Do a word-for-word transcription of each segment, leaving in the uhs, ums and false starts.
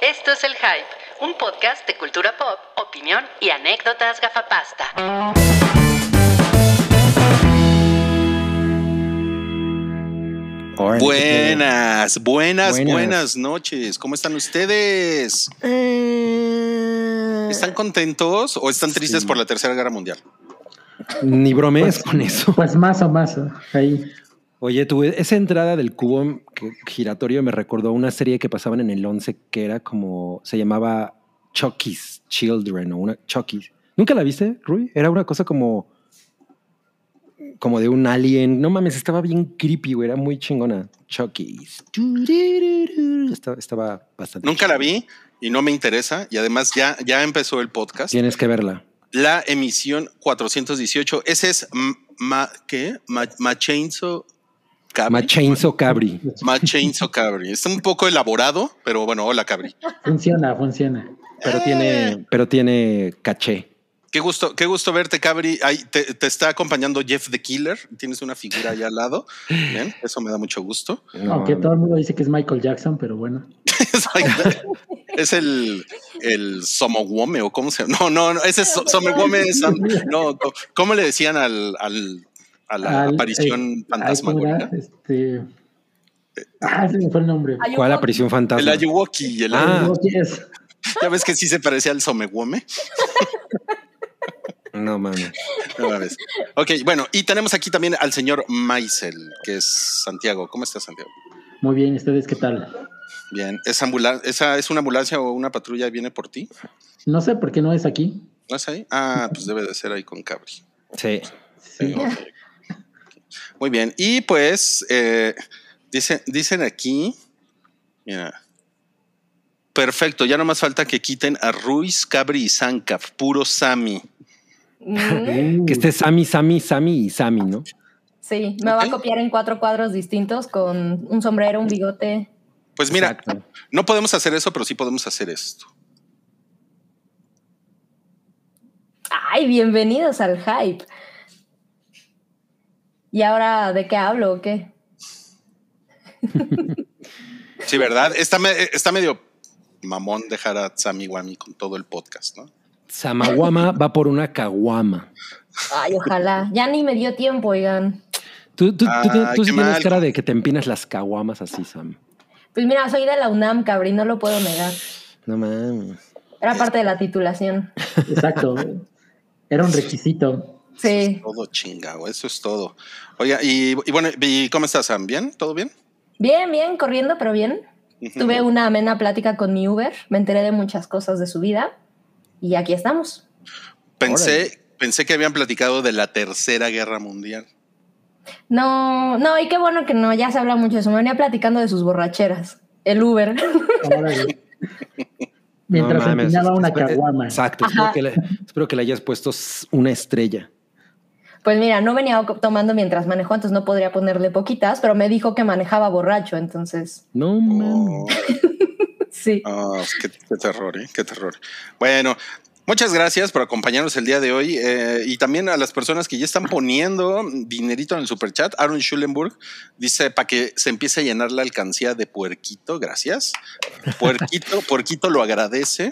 Esto es El Hype, un podcast de cultura pop, opinión y anécdotas gafapasta. Buenas, buenas, buenas, buenas noches. ¿Cómo están ustedes? Eh... ¿Están contentos o están tristes sí. por la Tercera Guerra Mundial? Ni bromees pues, con eso. Pues más o más, ahí. Oye, tú, esa entrada del cubo giratorio me recordó una serie que pasaban en el once que era como, se llamaba Chucky's Children o una Chucky's. ¿Nunca la viste, Rui? Era una cosa como, como de un alien. No mames, estaba bien creepy, güey, era muy chingona. Chucky's. Estaba, estaba bastante Nunca chingona. La vi y no me interesa y además ya, ya empezó el podcast. Tienes que verla. La emisión cuatrocientos dieciocho. Ese es, ma, ¿qué? Ma, Machenzo... Machenzo Cabri. Machenzo Cabri. Está un poco elaborado, pero bueno, hola Cabri. Funciona, funciona. Pero eh. tiene, pero tiene caché. Qué gusto, qué gusto verte, Cabri. Ahí te, te está acompañando Jeff the Killer. Tienes una figura ahí al lado. Bien, eso me da mucho gusto. No. Aunque todo el mundo dice que es Michael Jackson, pero bueno. Es el, el Somowome o cómo se llama. No, no, no, ese es Somowome. No, ¿cómo le decían al, al a la al, aparición eh, fantasmagórica? Este... Ah, ese me fue el nombre. ¿Cuál aparición fantasma? El Ayuwoki. El ah. Ayuwoki es. Ya ves que sí se parecía al Somewome. No mames. No mames. Ok, bueno, y tenemos aquí también al señor Maisel, que es Santiago. ¿Cómo estás, Santiago? Muy bien, ¿ustedes qué tal? Bien. ¿Esa, ambulancia, ¿Esa es una ambulancia o una patrulla viene por ti? No sé por qué no es aquí. ¿No es ahí? Ah, pues debe de ser ahí con Cabri. Sí. Sí. Okay. Muy bien. Y pues, eh, dicen, dicen aquí, mira, perfecto, ya no más falta que quiten a Ruiz, Cabri y Sankaf, puro Sammy. Mm. Que esté Sammy, Sammy, Sammy y Sammy, ¿no? Sí, me okay. va a copiar en cuatro cuadros distintos con un sombrero, un bigote. Pues mira, exacto. No podemos hacer eso, pero sí podemos hacer esto. Ay, bienvenidos al Hype. ¿Y ahora de qué hablo o qué? Sí, ¿verdad? Está, me, está medio mamón dejar a Sammy Wami con todo el podcast, ¿no? Samawama va por una caguama. Ay, ojalá. Ya ni me dio tiempo, oigan. Tú, tú, Ay, tú, tú, tú sí tienes mal. cara de que te empinas las caguamas así, Sam. Pues mira, soy de la UNAM, Cabri, no lo puedo negar. No mames. Era parte de la titulación. Exacto. Era un requisito. Sí. Eso es todo chingado, eso es todo. Oiga, y, y bueno, ¿y cómo estás, Sam? ¿Bien? ¿Todo bien? Bien, bien, corriendo, pero bien. Uh-huh. Tuve una amena plática con mi Uber, me enteré de muchas cosas de su vida y aquí estamos. Pensé, pensé que habían platicado de la Tercera Guerra Mundial. No, no, y qué bueno que no, ya se habla mucho de eso. Me venía platicando de sus borracheras, el Uber. Mientras no, empinaba una caguama. Exacto, espero que, le, espero que le hayas puesto una estrella. Pues mira, no venía tomando mientras manejó, entonces no podría ponerle poquitas, pero me dijo que manejaba borracho, entonces... No, oh. Sí. Oh, qué, qué terror, ¿eh? Qué terror. Bueno, muchas gracias por acompañarnos el día de hoy eh, y también a las personas que ya están poniendo dinerito en el superchat. Aaron Schulenburg dice para que se empiece a llenar la alcancía de puerquito, gracias. Puerquito, puerquito lo agradece.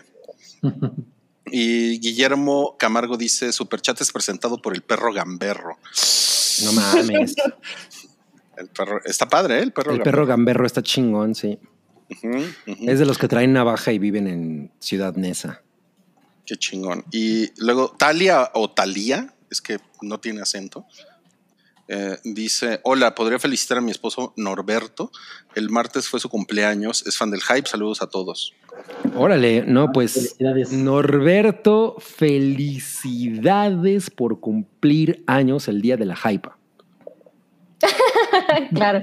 Y Guillermo Camargo dice superchat es presentado por el perro gamberro. No mames. El perro, está padre, ¿eh? El perro El gamberro. perro gamberro está chingón, sí. Uh-huh, uh-huh. Es de los que traen navaja y viven en Ciudad Neza. Qué chingón. Y luego Talia o Talía, es que no tiene acento, eh, dice, hola, podría felicitar a mi esposo Norberto. El martes fue su cumpleaños, es fan del Hype, saludos a todos. Órale, no, pues Norberto, felicidades por cumplir años el día de la Hype. Claro.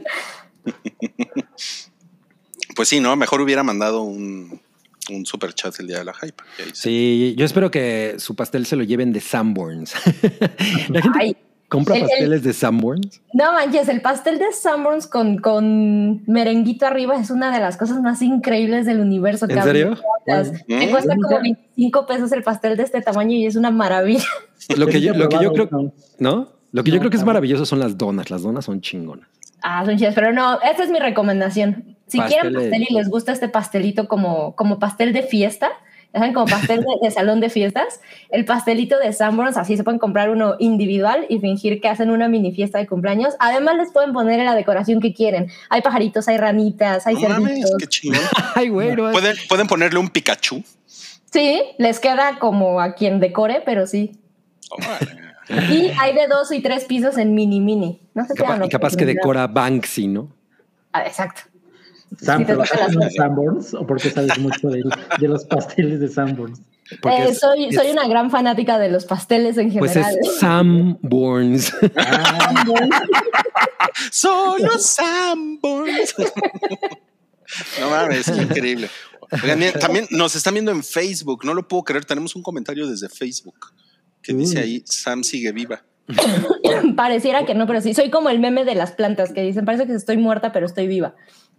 Pues sí, ¿no? Mejor hubiera mandado un, un super chat el día de la Hype. Sí, yo espero que su pastel se lo lleven de Sanborns. La gente Ay, compra el, pasteles el, de Sanborns. No manches, el pastel de Sanborns con, con merenguito arriba es una de las cosas más increíbles del universo. ¿En serio? Me ¿Mm? cuesta como veinticinco pesos el pastel de este tamaño y es una maravilla. Lo que yo, lo que yo creo, ¿no? Lo que yo creo que es maravilloso son las donas. Las donas son chingonas. Ah, son chidas, pero no, esta es mi recomendación. Si Pastel quieren pastel de- y les gusta este pastelito como, como pastel de fiesta, ¿saben? Como pastel de, de salón de fiestas, el pastelito de Sanborns, así se pueden comprar uno individual y fingir que hacen una mini fiesta de cumpleaños. Además les pueden poner la decoración que quieren. Hay pajaritos, hay ranitas, hay No mames, cerditos. qué chingón. Ay, güey, no, ¿Pueden, pueden ponerle un Pikachu. Sí, les queda como a quien decore, pero sí. Órale. Y hay de dos y tres pisos en mini mini. No sé si Capaz, eran y capaz que oportunidad. decora Banksy, ¿no? Ah, exacto. Sam, Sí, te ¿pero toca la son suerte. Sanborns o porque sabes mucho de, de los pasteles de Sanborns? Porque Eh, es- soy, es- soy una gran fanática de los pasteles en Pues general. es Sanborns. Ah, Solo Sanborns. No mames, qué increíble. Oigan, miren, también nos están viendo en Facebook, no lo puedo creer. Tenemos un comentario desde Facebook que dice Uy. ahí: Sam sigue viva. Pareciera que no, pero sí. Soy como el meme de las plantas que dicen, parece que estoy muerta, pero estoy viva.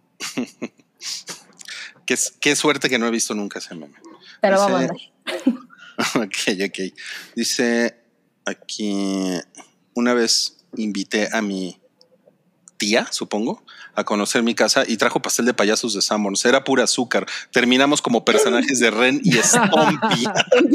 Qué, qué suerte que no he visto nunca ese meme. Pero Dice- vamos a ver. Ok, ok. Dice aquí: una vez invité a mi tía, supongo, a conocer mi casa y trajo pastel de payasos de Sanborns. Era pura azúcar. Terminamos como personajes de Ren y Stompy.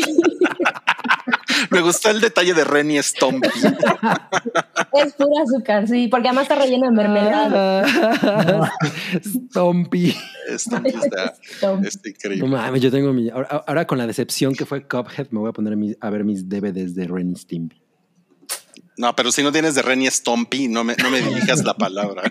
Me gustó el detalle de Ren y Stompy. Es pura azúcar, sí, porque además está relleno de mermelada. Stompy. Stompy está, Stompy. está No increíble. mames, yo tengo mi. Ahora, ahora con la decepción que fue Cuphead, me voy a poner a, mis- a ver mis D V Ds de Ren y Stimpy. No, pero si no tienes de Ren y Stompy, no me, no me dirijas la palabra.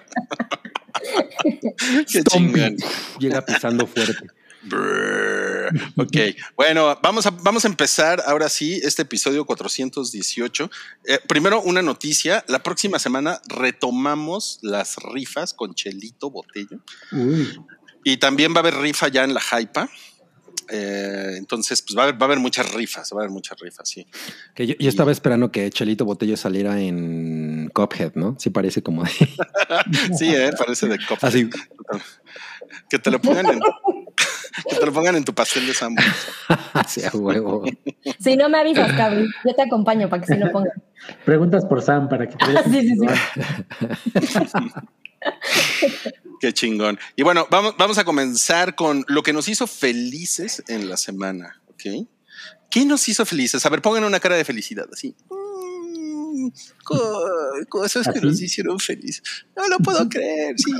Qué Stompy. chingón. Llega pisando fuerte. Brrr. Ok, bueno, vamos a, vamos a empezar ahora sí este episodio cuatrocientos dieciocho. Eh, primero, una noticia. La próxima semana retomamos las rifas con Chelito Botello. uy. Y también va a haber rifa ya en la Hypa. Eh, entonces, pues va a, haber, va a haber muchas rifas, va a haber muchas rifas, sí. Que yo, yo estaba esperando que Chelito Botello saliera en Cuphead, ¿no? Sí parece como de... Sí, eh, parece de copa. Así. Que te lo pongan en, que te lo pongan en tu pastel de Sanborns. Así a huevo. Si no me avisas, Cabri, yo te acompaño para que se lo pongan. Preguntas por Sam para que te veas. Sí, sí, sí. Qué chingón. Y bueno, vamos, vamos a comenzar con lo que nos hizo felices en la semana, ¿ok? ¿Qué nos hizo felices? A ver, pongan una cara de felicidad, así. Mm, co- cosas que ¿Así? nos hicieron felices. No lo puedo creer, sí.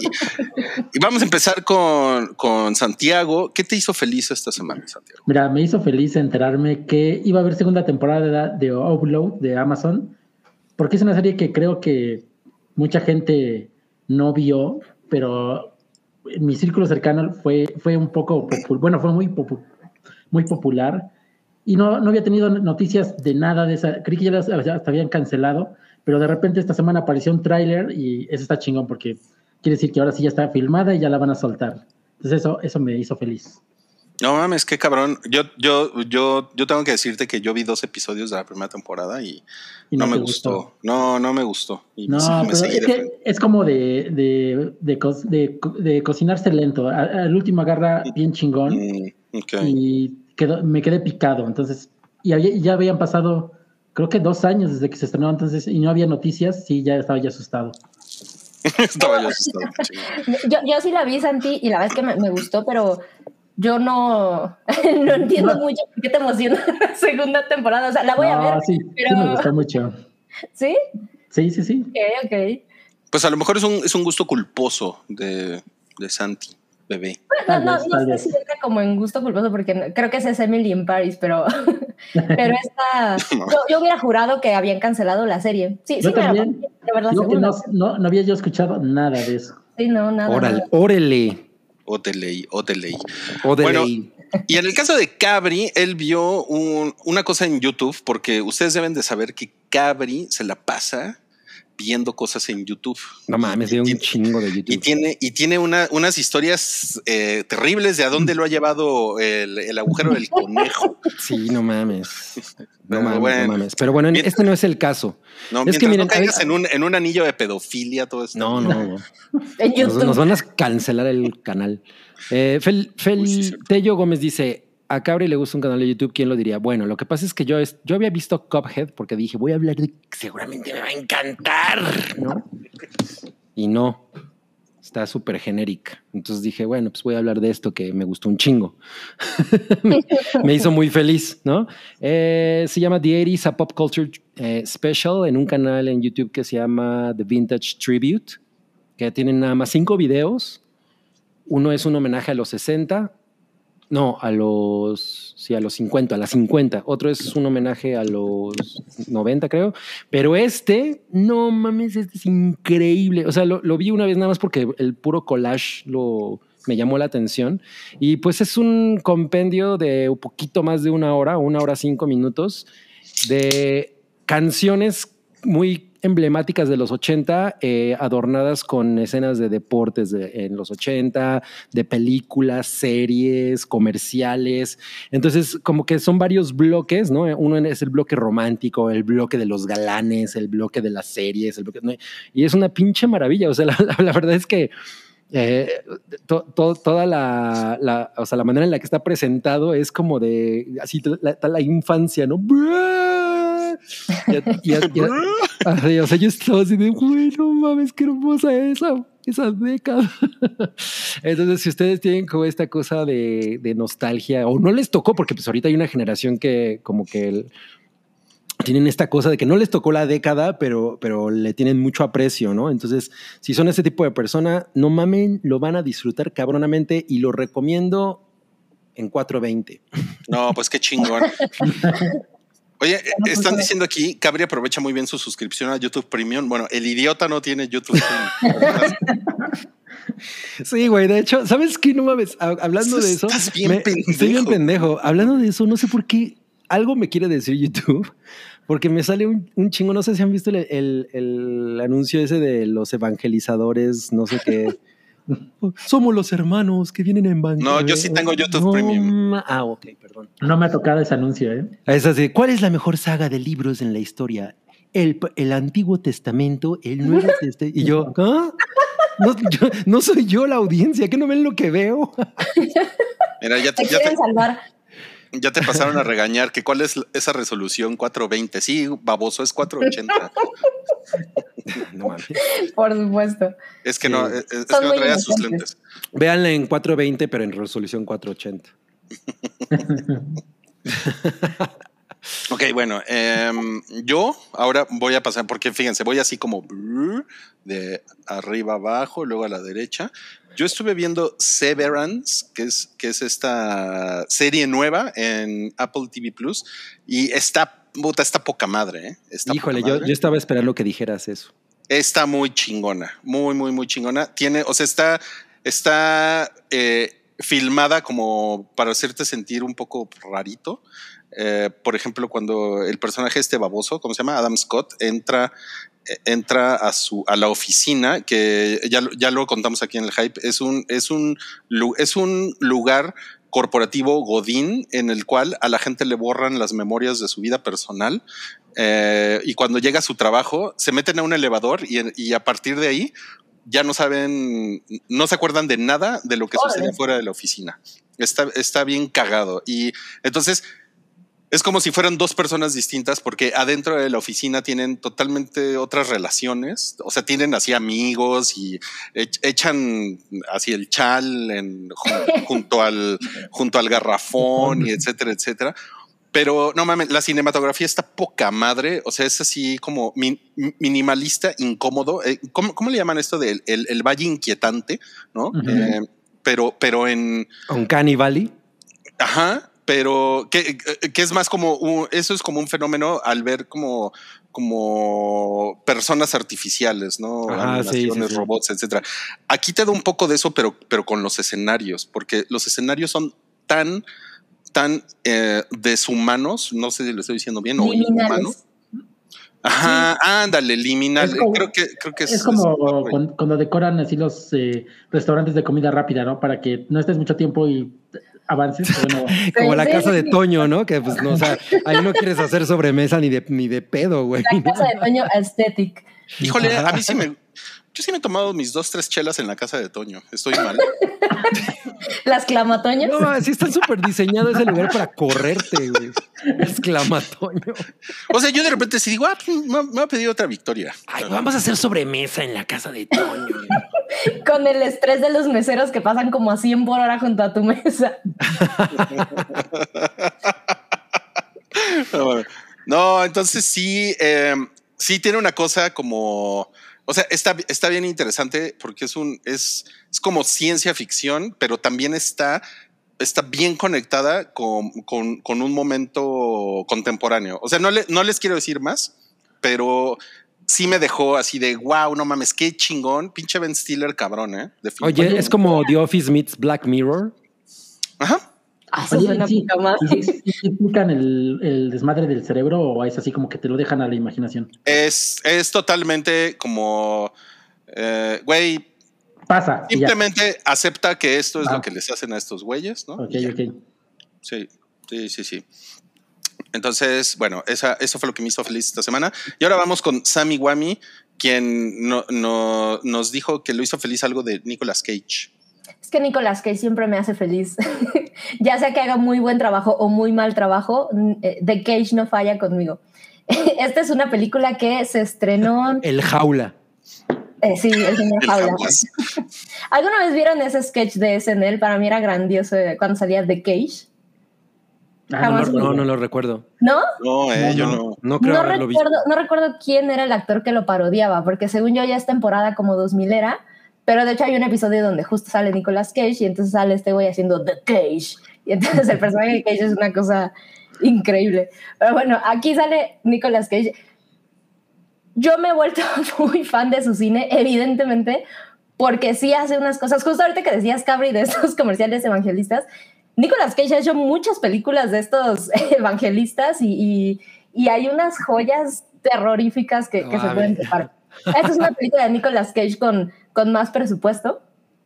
Y vamos a empezar con, con Santiago. ¿Qué te hizo feliz esta semana, Santiago? Mira, me hizo feliz enterarme que iba a haber segunda temporada de, de Upload de Amazon, porque es una serie que creo que mucha gente no vio, pero en mi círculo cercano fue, fue un poco popular, bueno, fue muy, popu muy popular y no, no había tenido noticias de nada de esa, creí que ya las hasta habían cancelado, pero de repente esta semana apareció un tráiler y eso está chingón porque quiere decir que ahora sí ya está filmada y ya la van a soltar. Entonces eso, eso me hizo feliz. No mames, qué cabrón. Yo, yo, yo, yo tengo que decirte que yo vi dos episodios de la primera temporada y, Y no, no me te gustó. gustó. No, no me gustó. Y No, sí, me pero seguí es de que frente. es como de, de, de, co de, de cocinarse lento. A, al último agarra bien chingón Mm, ok. y quedó, me quedé picado. Entonces, y había, ya habían pasado, creo que dos años desde que se estrenó, entonces, y no había noticias, sí, ya estaba ya asustado. Estaba yo asustado. qué chingón. Yo, yo sí la vi, Santi, y la verdad es que me, me gustó, pero yo no, no entiendo No. mucho por qué te emociona la segunda temporada. O sea, la voy a No, ver, sí, pero... sí me gustó mucho. ¿Sí? Sí, sí, sí. Ok, ok. Pues a lo mejor es un, es un gusto culposo de, de Santi, bebé. No, Tal no, vez, no tal sé vez. si entra como en gusto culposo, porque no- creo que ese es Emily in Paris, pero, pero esta... Yo, yo hubiera jurado que habían cancelado la serie. Sí, Yo sí, me la también. pondría de ver la Digo que segunda. no, no, no había yo escuchado nada de eso. Sí, no, nada. Órale, nada. órale. O de ley, o de ley. O de Bueno, ley. y en el caso de Cabri, él vio un- una cosa en YouTube, porque ustedes deben de saber que Cabri se la pasa viendo cosas en YouTube. No mames, Y veo un tiene- chingo de Y YouTube. tiene, y tiene una, unas historias eh, terribles de a dónde lo ha llevado el, el agujero del conejo. Sí, no mames. No Pero mames, bueno. no mames. Pero bueno, Bien. este no es el caso. No, Es mientras que miren, no caigas a ver- en, un, en un anillo de pedofilia, todo esto. No, no, no. En Nos, YouTube. nos van a cancelar el canal. Eh, Fel, Fel Uy, sí, cierto. Tello Gómez dice: a Cabri le gusta un canal de YouTube, ¿quién lo diría? Bueno, lo que pasa es que yo, es, yo había visto Cuphead porque dije, voy a hablar de seguramente me va a encantar, ¿no? Y no. Está súper genérica. Entonces dije, bueno, pues voy a hablar de esto que me gustó un chingo. me, me hizo muy feliz, ¿no? Eh, se llama The ochenta, a Pop Culture eh, Special, en un canal en YouTube que se llama The Vintage Tribute, que tienen nada más cinco videos. Uno es un homenaje a los sesenta, no, a los, sí, a los cincuenta, a las cincuenta. Otro es un homenaje a los noventa, creo. Pero este, no mames, este es increíble. O sea, lo, lo vi una vez nada más porque el puro collage lo, me llamó la atención. Y pues es un compendio de un poquito más de una hora, una hora cinco minutos, de canciones muy emblemáticas de los ochenta, eh, adornadas con escenas de deportes de, en los ochenta, de películas, series, comerciales. Entonces, como que son varios bloques, ¿no? Uno es el bloque romántico, el bloque de los galanes, el bloque de las series, el bloque, ¿no? Y es una pinche maravilla. O sea, la, la, la verdad es que eh, to, to, toda la, la, o sea, la manera en la que está presentado es como de así la, la infancia, ¿no? Y, y, y, y, así, o sea, yo estaba así de, bueno, mames, qué hermosa esa, esa década. Entonces, si ustedes tienen como esta cosa de, de nostalgia, o no les tocó, porque pues ahorita hay una generación que como que el, tienen esta cosa de que no les tocó la década, pero, pero le tienen mucho aprecio, ¿no? Entonces, si son ese tipo de persona, no mamen, lo van a disfrutar cabronamente y lo recomiendo en cuatro veinte. No, pues qué chingón. Oye, están diciendo aquí, Cabri aprovecha muy bien su suscripción a YouTube Premium. Bueno, el idiota no tiene YouTube Premium. Sí, güey, de hecho, ¿sabes qué? No mames, hablando de eso, estás bien me, pendejo. Estoy bien pendejo. Hablando de eso, no sé por qué algo me quiere decir YouTube, porque me sale un, un chingo, no sé si han visto el, el, el anuncio ese de los evangelizadores, no sé qué. Somos los hermanos que vienen en banco. No, yo sí tengo YouTube no, Premium. Ah, ok, perdón. No me ha tocado ese anuncio, ¿eh? Es así. ¿Cuál es la mejor saga de libros en la historia? El, el Antiguo Testamento, el Nuevo Testamento. Y yo, ¿ah? No, yo, no soy yo la audiencia, que no ven lo que veo. Mira, ya te, te ya quieren te, salvar. Ya te pasaron a regañar que cuál es esa resolución cuatro veinte. Sí, baboso, es cuatro ochenta. No mames. Por supuesto. Es que sí. no, es, es que no traía sus lentes. Véanla en cuatro veinte, pero en resolución cuatro ochenta. Ok, bueno, eh, yo ahora voy a pasar, porque fíjense, voy así como de arriba abajo, luego a la derecha. Yo estuve viendo Severance, que es, que es esta serie nueva en Apple T V Plus, y está, puta, está poca madre, ¿eh? Está Híjole, poca yo, madre. yo estaba esperando que dijeras eso. Está muy chingona, muy, muy, muy chingona. Tiene, o sea, está, está eh, filmada como para hacerte sentir un poco rarito. Eh, por ejemplo, cuando el personaje este baboso, ¿cómo se llama? Adam Scott, entra, entra a su a la oficina, que ya, ya lo contamos aquí en el Hype, es un, es un, es un lugar corporativo godín en el cual a la gente le borran las memorias de su vida personal, eh, y cuando llega a su trabajo se meten a un elevador y, y a partir de ahí ya no saben, no se acuerdan de nada de lo que Órale. sucede fuera de la oficina. Está, está bien cagado. Y entonces es como si fueran dos personas distintas, porque adentro de la oficina tienen totalmente otras relaciones. O sea, tienen así amigos y echan así el chal en, junto al, junto al garrafón y etcétera, etcétera. Pero no mames, la cinematografía está poca madre. O sea, es así como min, minimalista, incómodo. Eh, ¿cómo, ¿Cómo le llaman esto del el, el valle inquietante? ¿No? Uh-huh. eh, pero, pero en Uncanny Valley. Ajá. Pero que, que es más como un, eso es como un fenómeno al ver como, como personas artificiales, ¿no? Ajá, animaciones, sí, sí, sí. robots, etcétera. Aquí te da un poco de eso, pero, pero con los escenarios, porque los escenarios son tan, tan eh, deshumanos, no sé si lo estoy diciendo bien, o inhumanos. Ajá, sí. Ándale, liminal. Como, creo que, creo que es, es como es cuando, cuando decoran así los eh, restaurantes de comida rápida, ¿no? Para que no estés mucho tiempo y avances. Bueno. Como la casa de Toño, ¿no? Que pues no, o sea, ahí no quieres hacer sobremesa ni de, ni de pedo, güey. La casa de Toño aesthetic. Híjole, a mí sí me... Yo sí me he tomado mis dos, tres chelas en la casa de Toño. Estoy mal. ¿Las clamatoños? No, sí están súper diseñado ese lugar para correrte, güey. Es clamatoño. O sea, yo de repente sí digo, ah, me, me ha pedido otra victoria. Ay, vamos a hacer sobremesa en la casa de Toño. con el estrés de los meseros que pasan como a cien por hora junto a tu mesa. No, no, entonces sí, eh, sí tiene una cosa como, o sea, está, está bien interesante porque es un, es, es como ciencia ficción, pero también está, está bien conectada con, con, con un momento contemporáneo. O sea, no, le, no les quiero decir más, pero sí me dejó así de wow, no mames, qué chingón, pinche Ben Stiller, cabrón, ¿eh? Oye, es como The Office meets Black Mirror. Ajá. Ah, eso Oye, suena sí, poca más. ¿y sí, sí explican el, el desmadre del cerebro o es así como que te lo dejan a la imaginación? Es, es totalmente como, eh, güey, Pasa. y ya. simplemente acepta que esto es Ah. lo que les hacen a estos güeyes, ¿no? Ok, Y ya. ok. Sí, sí, sí, sí. Entonces, bueno, esa, eso fue lo que me hizo feliz esta semana. Y ahora vamos con Sammy Wami, quien no, no, nos dijo que lo hizo feliz algo de Nicolas Cage. Es que Nicolas Cage siempre me hace feliz. Ya sea que haga muy buen trabajo o muy mal trabajo, The Cage no falla conmigo. Esta es una película que se estrenó... El Jaula. Eh, sí, el señor El Jaula. Jaulas. ¿Alguna vez vieron ese sketch de S N L? Para mí era grandioso cuando salía The Cage. Ah, Jamás No, no, no lo recuerdo. ¿No? No, eh, No, yo no. no. No creo No haberlo recuerdo, visto. no recuerdo quién era el actor que lo parodiaba, porque según yo ya es temporada como dos mil era, pero de hecho hay un episodio donde justo sale Nicolas Cage y entonces sale este güey haciendo The Cage. Y entonces el personaje de Cage es una cosa increíble. Pero bueno, aquí sale Nicolas Cage. Yo me he vuelto muy fan de su cine, evidentemente, porque sí hace unas cosas. Justo ahorita que decías, Cabri, de estos comerciales evangelistas, Nicolas Cage ha hecho muchas películas de estos evangelistas y, y, y hay unas joyas terroríficas que, No, que se a pueden ver. tocar. Esta es una película de Nicolas Cage con, con más presupuesto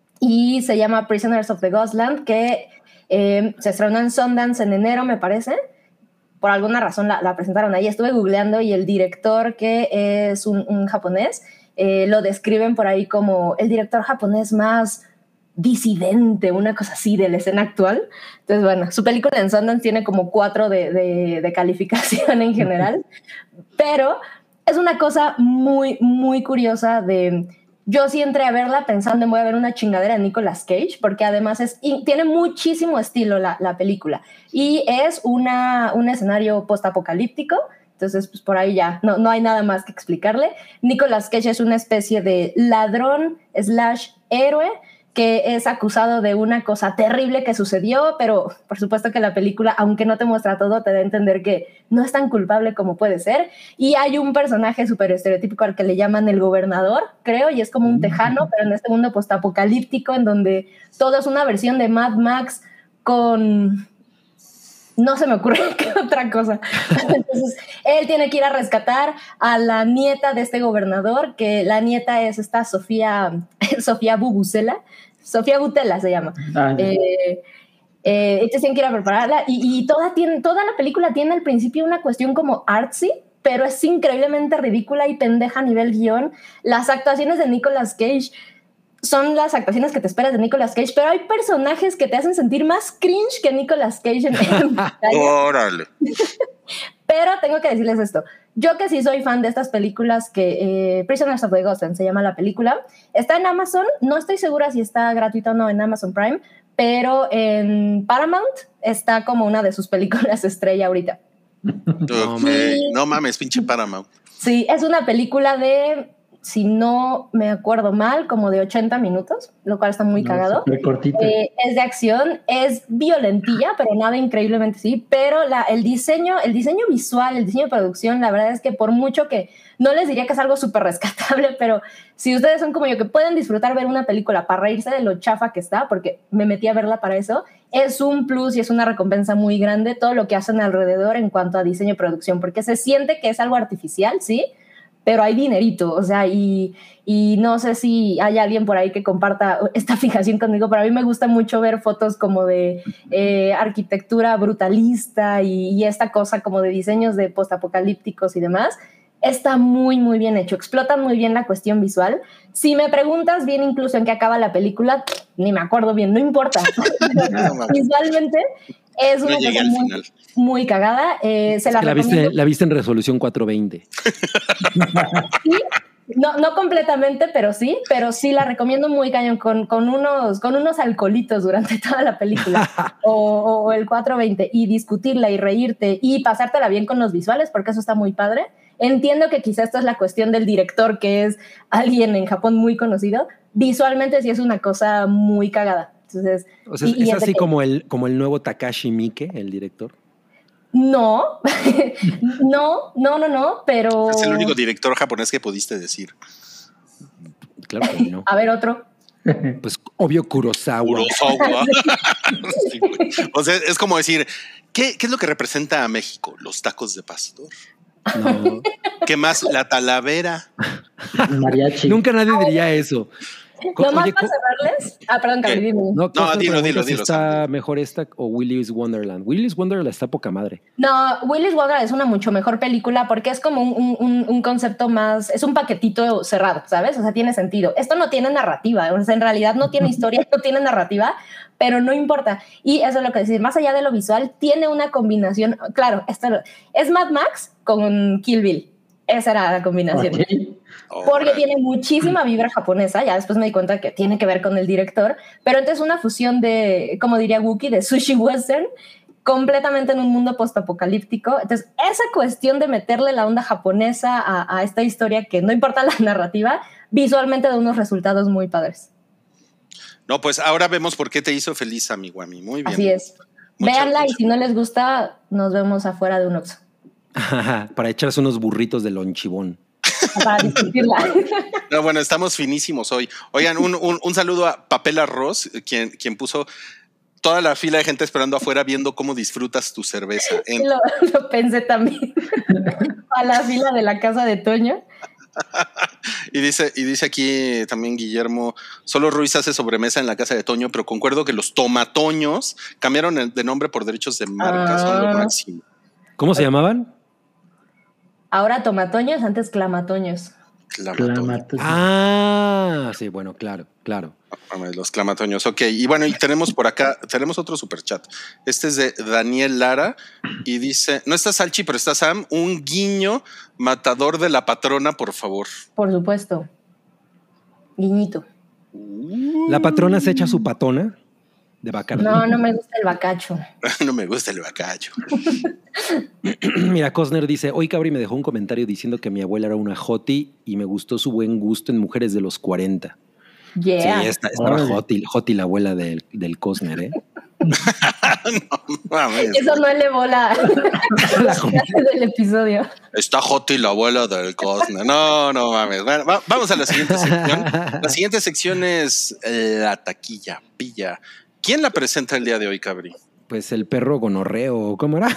y se llama Prisoners of the Ghostland, que eh, se estrenó en Sundance en enero, me parece. Por alguna razón la, la presentaron ahí. Estuve googleando y el director, que es un, un japonés, eh, lo describen por ahí como el director japonés más disidente, una cosa así de la escena actual. Entonces, bueno, su película en Sundance tiene como cuatro de, de, de calificación en general, pero es una cosa muy, muy curiosa de... Yo sí entré a verla pensando en voy a ver una chingadera de Nicolas Cage, porque además es, y tiene muchísimo estilo la, la película, y es una, un escenario postapocalíptico. Entonces, pues por ahí ya no, no hay nada más que explicarle. Nicolas Cage es una especie de ladrón slash héroe que es acusado de una cosa terrible que sucedió, pero por supuesto que la película, aunque no te muestra todo, te da a entender que no es tan culpable como puede ser. Y hay un personaje súper estereotípico al que le llaman el gobernador, creo, y es como un tejano, pero en este mundo postapocalíptico, en donde todo es una versión de Mad Max con... No se me ocurre qué otra cosa. Entonces, él tiene que ir a rescatar a la nieta de este gobernador, que la nieta es esta Sofía, Sofía Bubucela, Sofía Butela se llama. Ah, Eh, eh, ellos tienen que ir a prepararla y, y toda, tiene, toda la película tiene al principio una cuestión como artsy, pero es increíblemente ridícula y pendeja a nivel guión. Las actuaciones de Nicolas Cage son las actuaciones que te esperas de Nicolas Cage, pero hay personajes que te hacen sentir más cringe que Nicolas Cage en, en pantalla. Órale. Pero tengo que decirles esto. Yo que sí soy fan de estas películas, que eh, Prisoners of the Ghostland se llama la película, está en Amazon, no estoy segura si está gratuita o no en Amazon Prime, pero en Paramount está como una de sus películas estrella ahorita. Ok. Sí. No mames, pinche Paramount. Sí, es una película de, si no me acuerdo mal, como de ochenta minutos, lo cual está muy no, cagado. súper cortita. Eh, es de acción, es violentilla, pero nada increíblemente sí. Pero la, el diseño, el diseño visual, el diseño de producción, la verdad es que por mucho que no les diría que es algo súper rescatable, pero si ustedes son como yo que pueden disfrutar ver una película para reírse de lo chafa que está, porque me metí a verla para eso, es un plus y es una recompensa muy grande todo lo que hacen alrededor en cuanto a diseño y producción, porque se siente que es algo artificial, sí, pero hay dinerito, o sea, y, y no sé si hay alguien por ahí que comparta esta fijación conmigo, pero a mí me gusta mucho ver fotos como de eh, arquitectura brutalista y, y esta cosa como de diseños de postapocalípticos y demás. Está muy, muy bien hecho, explotan muy bien la cuestión visual. Si me preguntas bien incluso en qué acaba la película, ni me acuerdo bien, no importa. Visualmente es una No llegué cosa al muy, final. muy cagada. Eh, se Es la que la recomiendo. viste, la viste en resolución cuatrocientos veinte. Sí, No, no completamente, pero sí, pero sí la recomiendo muy cañón con, con, unos, con unos alcoholitos durante toda la película o, o el cuatro veinte y discutirla y reírte y pasártela bien con los visuales porque eso está muy padre. Entiendo que quizá esto es la cuestión del director, que es alguien en Japón muy conocido. Visualmente sí es una cosa muy cagada. Entonces, o sea, y, es y así que, como el, como el nuevo Takashi Miike, el director. No, no, no, no, no, pero... Es el único director japonés que pudiste decir. Claro que no. A ver, otro. Pues obvio Kurosawa. Kurosawa. Sí, o sea, es como decir, ¿qué, ¿qué es lo que representa a México? Los tacos de pastor. No. ¿Qué más? La talavera. Mariachi. Nunca nadie diría eso. Nomás Oye, para co- cerrarles. Ah, perdón, Cabri, ¿Qué? dime. no, Cosner dilo, pregunta dilo, si dilo, ¿está Sam. mejor esta o Willy's Wonderland? Willy's Wonderland está poca madre. No, Willy's Wonderland es una mucho mejor película porque es como un, un, un concepto más, es un paquetito cerrado, ¿sabes? O sea, tiene sentido. Esto no tiene narrativa, o sea, en realidad no tiene historia, no tiene narrativa, pero no importa. Y eso es lo que decir, más allá de lo visual, tiene una combinación, claro, esto es Mad Max con Kill Bill. Esa era la combinación. Okay. Porque Órale. tiene muchísima vibra japonesa, ya después me di cuenta que tiene que ver con el director, pero entonces una fusión de, como diría Wookie, de sushi western, completamente en un mundo postapocalíptico. Entonces esa cuestión de meterle la onda japonesa a, a esta historia, que no importa la narrativa, visualmente da unos resultados muy padres. No, pues ahora vemos por qué te hizo feliz, amigo, a mí. Muy bien. Así es. Mucha- Véanla y mucha- si no les gusta, nos vemos afuera de un Oxxo Para echarse unos burritos de lonchibón. para discutirla. No, bueno, estamos finísimos hoy. Oigan, un, un, un saludo a Papel Arroz, quien, quien puso toda la fila de gente esperando afuera viendo cómo disfrutas tu cerveza. En- Lo, lo pensé también. A la fila de la casa de Toño. y dice, y dice aquí también Guillermo, solo Ruiz hace sobremesa en la casa de Toño, pero concuerdo que los tomatoños cambiaron el- de nombre por derechos de marca, son lo Ah. máximo. ¿Cómo se llamaban? Ahora tomatoños, antes clamatoños. Clamatoño. Clamato- Ah, sí, bueno, claro, claro. Mames, los clamatoños, ok. Y bueno, y tenemos por acá, tenemos otro superchat. Este es de Daniel Lara y dice, no está Salchi, pero está Sam, un guiño matador de la patrona, por favor. Por supuesto. Guiñito. La patrona se echa su patona de Bacardi. No, no me gusta el bacacho. No me gusta el bacacho. Mira, Cosner dice, hoy Cabri me dejó un comentario diciendo que mi abuela era una hoti y me gustó su buen gusto en mujeres de los cuarenta. Yeah. Sí, esta, estaba Órale. hoti, hoti la abuela del, del Cosner, ¿eh? Mames. Eso no elevó la, La del episodio. Está Joti la abuela del Cosner. No, no mames. Bueno, va- vamos a la siguiente sección. La siguiente sección es eh, la taquilla, pilla. ¿Quién la presenta el día de hoy, Cabri? Pues el perro gonorreo, ¿cómo era?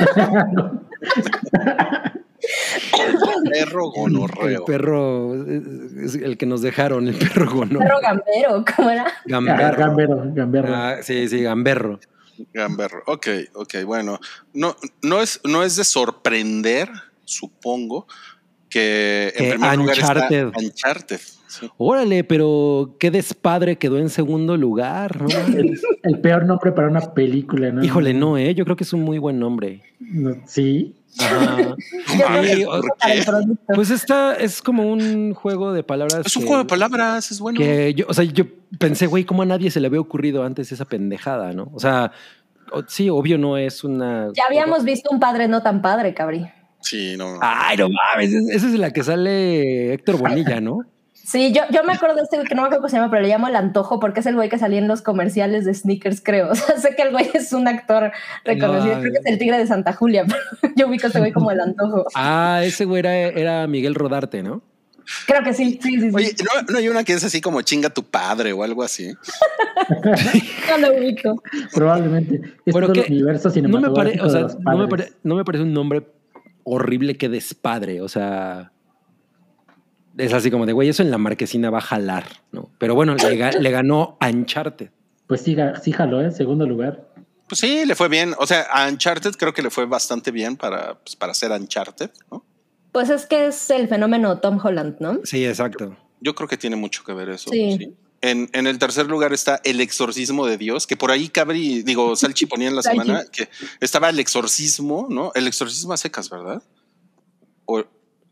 Perro El gonorreo. perro, es el que nos dejaron, el perro Perro gonorreo. gambero, ¿cómo era? Gamberro. Gamberro, gamberro. Ah, sí, sí, gamberro. Gamberro. Ok, ok, bueno. No, no, es, no es de sorprender, supongo, que en Que primer lugar Uncharted. está Uncharted. Sí. Órale, pero qué despadre quedó en segundo lugar, ¿no? El, el peor nombre para una película, ¿no? Híjole, no, ¿eh? Yo creo que es un muy buen nombre. No, sí. Ajá. Yo creo Sí, que o- ¿por para qué? el producto. Pues esta es como un juego de palabras. Es un que- juego de palabras, es bueno. Que yo, o sea, yo pensé, güey, ¿cómo a nadie se le había ocurrido antes esa pendejada, no? O sea, o- sí, obvio no es una. Ya habíamos visto un padre no tan padre, Cabri. Sí, no. Ay, no mames, es- esa es la que sale Héctor Bonilla, ¿no? Sí, yo, yo me acuerdo de este güey que no me acuerdo cómo se llama, pero le llamo el antojo porque es el güey que salía en los comerciales de sneakers, creo. O sea, sé que el güey es un actor reconocido, No, creo que es el tigre de Santa Julia, pero yo ubico a este güey como el antojo. Ah, ese güey era, era Miguel Rodarte, ¿no? Creo que sí, sí, sí. sí. Oye, ¿no, no hay una que es así como chinga tu padre o algo así? No lo ubico. Probablemente. Es Pero todo el que universo No me, cinematográfico pare, o sea, de los no, me padres. pare- no me parece un nombre horrible que despadre, o sea, es así como de, güey, eso en la marquesina va a jalar, ¿no? Pero bueno, le, ga- le ganó a Uncharted. Pues sí, ga- sí jaló, ¿eh? Segundo lugar. Pues sí, le fue bien. O sea, a Uncharted creo que le fue bastante bien para, pues, para ser Uncharted, ¿no? Pues es que es el fenómeno Tom Holland, ¿no? Sí, exacto. Yo creo que tiene mucho que ver eso. Sí. Sí. En, en el tercer lugar está El Exorcismo de Dios, que por ahí Cabri, digo, Salchi ponía en la Salchi. semana que estaba El Exorcismo, ¿no? El Exorcismo a secas, ¿verdad? O,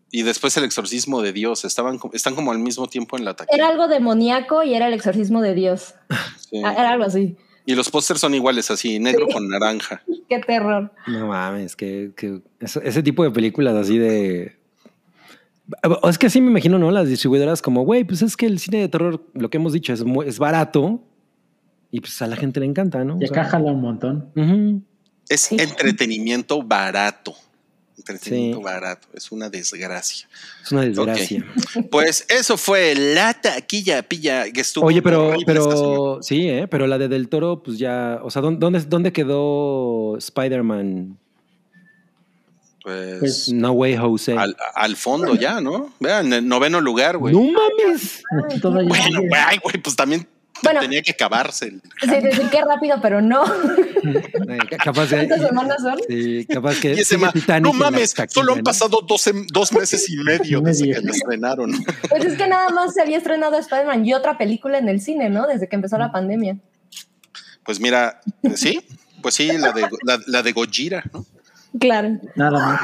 Y después El exorcismo de Dios. Estaban, están como al mismo tiempo en la taquilla. Era algo demoníaco y era El exorcismo de Dios. Sí. Era algo así. Y los pósters son iguales, así, negro sí. con naranja. Qué terror. No mames, que, que ese, ese tipo de películas así de... Es que así me imagino, ¿no? Las distribuidoras como, güey, pues es que el cine de terror, lo que hemos dicho, es, muy, es barato y pues a la gente le encanta, ¿no? Y acá jala un montón. Uh-huh. Es sí. entretenimiento barato. Entretenimiento sí. barato. Es una desgracia. Es una desgracia. Okay. Pues eso fue la taquilla pilla que estuvo. Oye, pero, pero sí, ¿eh? Pero la de Del Toro, pues ya, o sea, ¿dónde, dónde quedó Spider-Man? Pues, pues No Way Jose. Al, al fondo ya, ¿no? Vean, en el noveno lugar, güey. ¡No mames! Ay, bueno, güey, güey, pues también bueno, tenía que acabarse. El sí, decir que rápido, pero no. Capaz de, ¿Cuántas semanas son? Sí, capaz que. Y ese ma, no mames, solo han pasado doce, dos meses y medio desde que lo estrenaron. Pues es que nada más se había estrenado Spider-Man y otra película en el cine, ¿no? Desde que empezó la pandemia. Pues mira, sí, pues sí, la de, la, la de Gojira, ¿no? Claro. Nada más.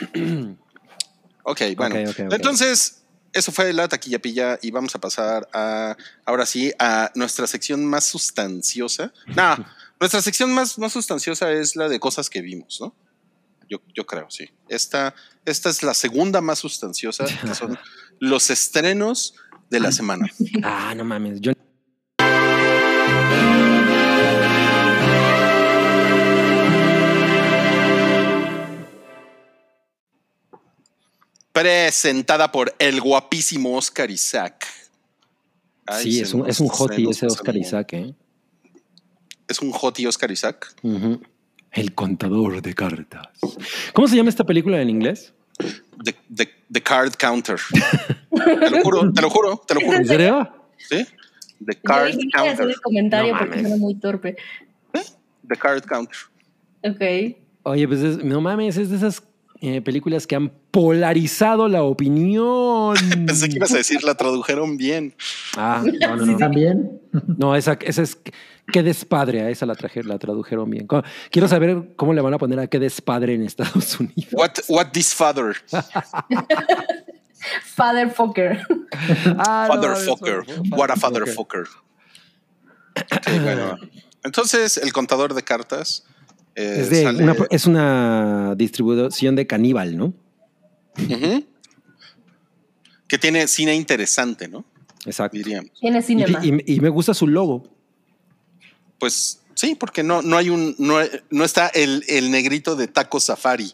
Ok, bueno. Okay, okay, okay. Entonces, eso fue la taquilla pilla y vamos a pasar a, ahora sí, a nuestra sección más sustanciosa. No, nuestra sección más, más sustanciosa es la de cosas que vimos, ¿no? Yo, yo creo, sí. Esta, esta es la segunda más sustanciosa, que son los estrenos de la semana. Ah, no mames. Yo... Presentada por el guapísimo Oscar Isaac. Ay, sí, es un, es un hottie ese Oscar Isaac, ¿eh? ¿Es un hottie Oscar Isaac? Uh-huh. El contador de cartas. ¿Cómo se llama esta película en inglés? The, the, the Card Counter. Te lo juro, te lo juro, te lo juro. ¿En serio? Sí. The Card Yo Counter. hacer el comentario no porque era muy torpe. ¿Eh? The Card Counter. Ok. Oye, pues es, no mames, es de esas eh, películas que han polarizado la opinión. Pensé que ibas a decir, la tradujeron bien. Ah, no, no, no. ¿También? No, esa, esa es Qué despadre, a esa la, traje, la tradujeron bien. Quiero saber cómo le van a poner a Qué despadre en Estados Unidos. What, what this father? Fatherfucker. Ah, fatherfucker. No, what a fatherfucker. Okay, bueno. Entonces, el contador de cartas eh, es, de sale... una, es una distribución de Caníbal, ¿no? Uh-huh. Que tiene cine interesante, ¿no? Exacto. Diríamos. Tiene cinema. Y, y, y me gusta su logo. Pues sí, porque no, no hay un, no, no está el, el negrito de Taco Safari.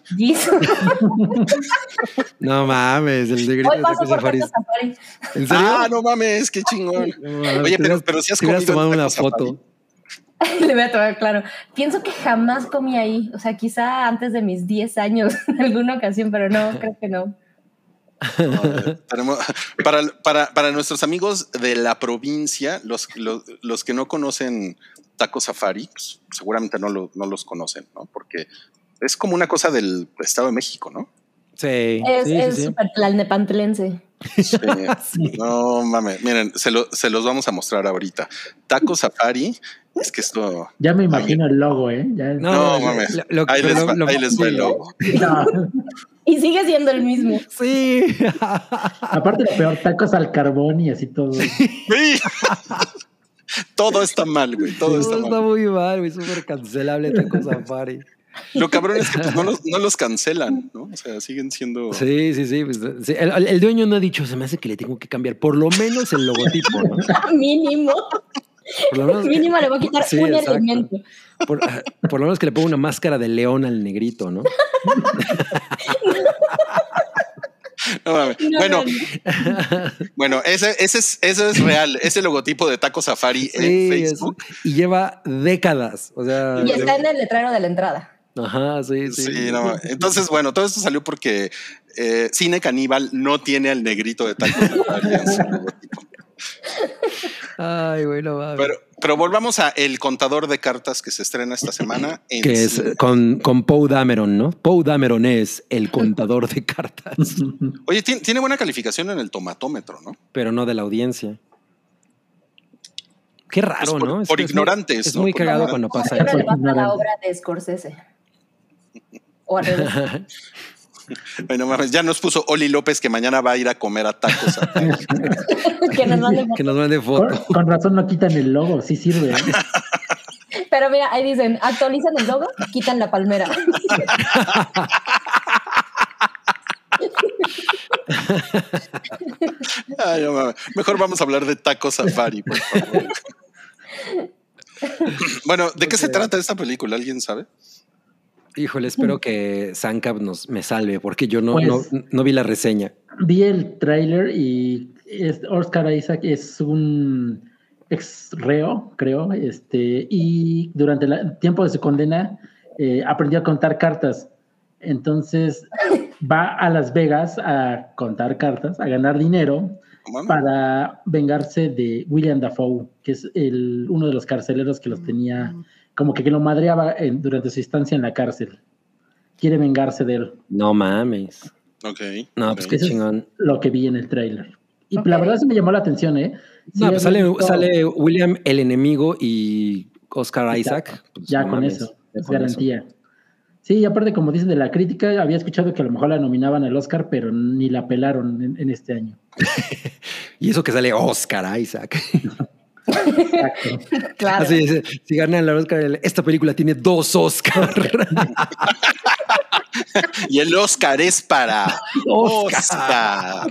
No mames, el negrito Hoy de paso Taco por Safari. Taco Safari. ¿En serio? Ah, no mames, qué chingón. No, oye, pero, pero si has comido tomado una foto. Le voy a tomar, claro. Pienso que jamás comí ahí. O sea, quizá antes de mis diez años en alguna ocasión, pero no, creo que no. No, tenemos, para, para, para nuestros amigos de la provincia, los, los, los que no conocen Taco Safari, pues, seguramente no, lo, no los conocen, ¿no? Porque es como una cosa del Estado de México, ¿no? Sí. Es sí, es sí, súper tlalnepantlense. Sí. Sí. No mames, miren, se, lo, se los vamos a mostrar ahorita. Taco Safari, es que esto. Ya me imagino el logo, ¿eh? Ya... No, no mames. Lo, lo, ahí, les va, lo, ahí les va el logo. No. Y sigue siendo el mismo. Sí. Aparte, lo peor, tacos al carbón y así todo. Sí. Todo está mal, güey. Todo, todo está, está mal. muy mal, güey. Súper cancelable Taco Safari. Lo cabrón es que pues, no, los, no los cancelan, ¿no? O sea, siguen siendo... Sí, sí, sí. Pues, sí. El, el dueño no ha dicho, se me hace que le tengo que cambiar por lo menos el logotipo, ¿no? Mínimo. Por lo menos, mínimo le voy a quitar sí, un exacto. elemento. Por, por lo menos que le ponga una máscara de león al negrito, ¿no? No, no, bueno, no. Bueno, ese, ese, es, ese es real, ese logotipo de Taco Safari sí, en Facebook. Es, y lleva décadas. O sea, y está en el letrero de la entrada. Ajá, sí, sí. Sí, no. Entonces, bueno, todo esto salió porque eh, Cine Caníbal no tiene al negrito de Taco Safari en su logotipo. Ay, bueno, va. Pero, pero volvamos a El contador de cartas que se estrena esta semana. En que es cine. con, con Poe Dameron, ¿no? Poe Dameron es el contador de cartas. Oye, tiene, tiene buena calificación en el tomatómetro, ¿no? Pero no de la audiencia. Qué raro, pues por, ¿no? Por es, ignorantes. Es muy, es ¿no? muy por cagado cuando pasa eso. eso. Le pasa la obra de Scorsese. O al revés. Bueno, mames, ya nos puso Oli López que mañana va a ir a comer a tacos. A que nos mande Que nos mande foto. Con, con razón no quitan el logo, sí sirve. ¿eh? Pero mira, ahí dicen, actualizan el logo, quitan la palmera. Ay, no, mames. Mejor vamos a hablar de Tacos Safari, por favor. Bueno, ¿de qué se trata esta película? ¿Alguien sabe? Híjole, espero que Sankab nos me salve, porque yo no, Pues- no, no vi la reseña. Vi el tráiler y es, Oscar Isaac es un ex reo, creo, este, y durante el tiempo de su condena eh, aprendió a contar cartas. Entonces va a Las Vegas a contar cartas, a ganar dinero Mano. para vengarse de William Dafoe, que es el, uno de los carceleros que los tenía, como que, que lo madreaba en- durante su estancia en la cárcel. Quiere vengarse de él. No mames. Ok. No, ok. pues qué Eso es chingón. lo que vi en el tráiler. Y Ok. la verdad sí me llamó la atención, ¿eh? Sí No, había pues sale, visto- sale William el enemigo y Oscar Ya, Isaac. Pues, ya no con mames, eso, ya es con eso. garantía. Sí, y aparte, como dicen de la crítica, había escuchado que a lo mejor la nominaban al Oscar, pero ni la pelaron en, en este año. Y eso que sale Oscar Isaac. Exacto. Claro. Así es, si ganan la Oscar, esta película tiene dos Oscar. Y el Oscar es para Oscar. Oscar.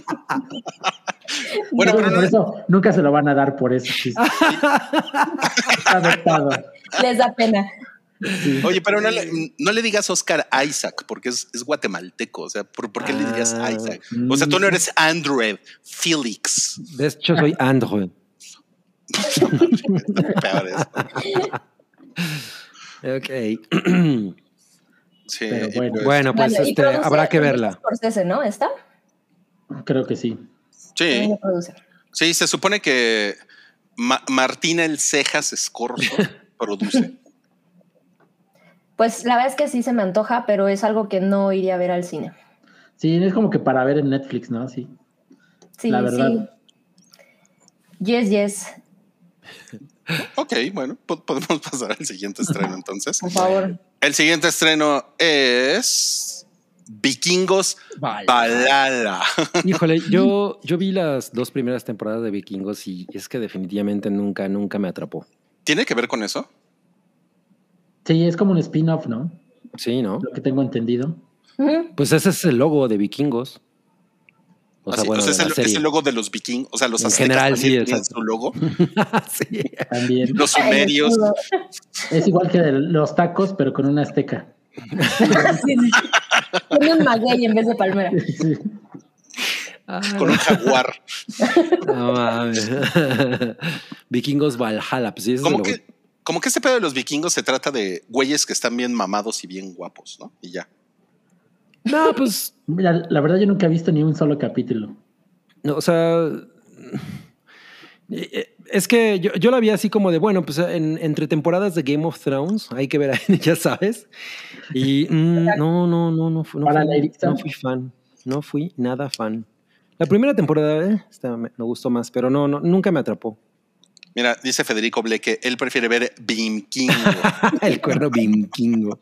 Bueno, No, pero por no, eso nunca se lo van a dar por eso. Sí. Está vetado. Les da pena. Sí. oye, pero no le, no le digas Oscar Isaac, porque es, es guatemalteco. O sea, ¿por, por qué le dirías Ah, Isaac? O sea, tú no eres Andrew Felix. ¿Ves? Yo soy Andrew. Peor eso. Ok. Sí, Pero y bueno. pues- Bueno, pues Vale, y este, produce- habrá que produce verla. Scorsese, ¿no? ¿Está? Creo que sí. sí, ¿Quién lo produce? sí, se supone que Ma- Martina el Cejas Escorzo produce. Pues la verdad es que sí se me antoja, pero es algo que no iría a ver al cine. Sí, es como que para ver en Netflix, ¿no? Sí. Sí, La verdad. sí. Yes, yes. Ok, bueno, po- podemos pasar al siguiente estreno entonces. Por favor. El siguiente estreno es Vikingos Vale. Valhalla. Híjole, yo, yo vi las dos primeras temporadas de Vikingos y es que definitivamente nunca, nunca me atrapó. ¿Tiene que ver con eso? Sí, es como un spin-off, ¿no? Sí, ¿no? Lo que tengo entendido. Ujú. Pues ese es el logo de Vikingos. O sea, Así, bueno, o sea, de es, la el, serie. es el logo de los vikingos. O sea, los En aztecas general, también sí, tienen exacto. su logo. Sí. También. Los sumerios. Es igual que de los tacos, pero con una azteca. Sí, sí. Tiene un maguey en vez de palmera. Sí. Con un jaguar. No mames. Vikingos Valhalla. Pues sí, ese es el Como logo. que, como que este pedo de los vikingos se trata de güeyes que están bien mamados y bien guapos, ¿no? Y ya. No, pues, Mira, la verdad yo nunca he visto ni un solo capítulo. no, o sea, eh, es que yo, yo la vi así como de, bueno, pues en- entre temporadas de Game of Thrones hay que ver, ya sabes. Y mm, no, no, no, no, fu- no, Para fui, la Erika. no fui fan. No fui nada fan. La primera temporada eh, esta me, me gustó más, pero no, no, nunca me atrapó. Mira, dice Federico Bleque, él prefiere ver Vikingo. El cuerno vikingo.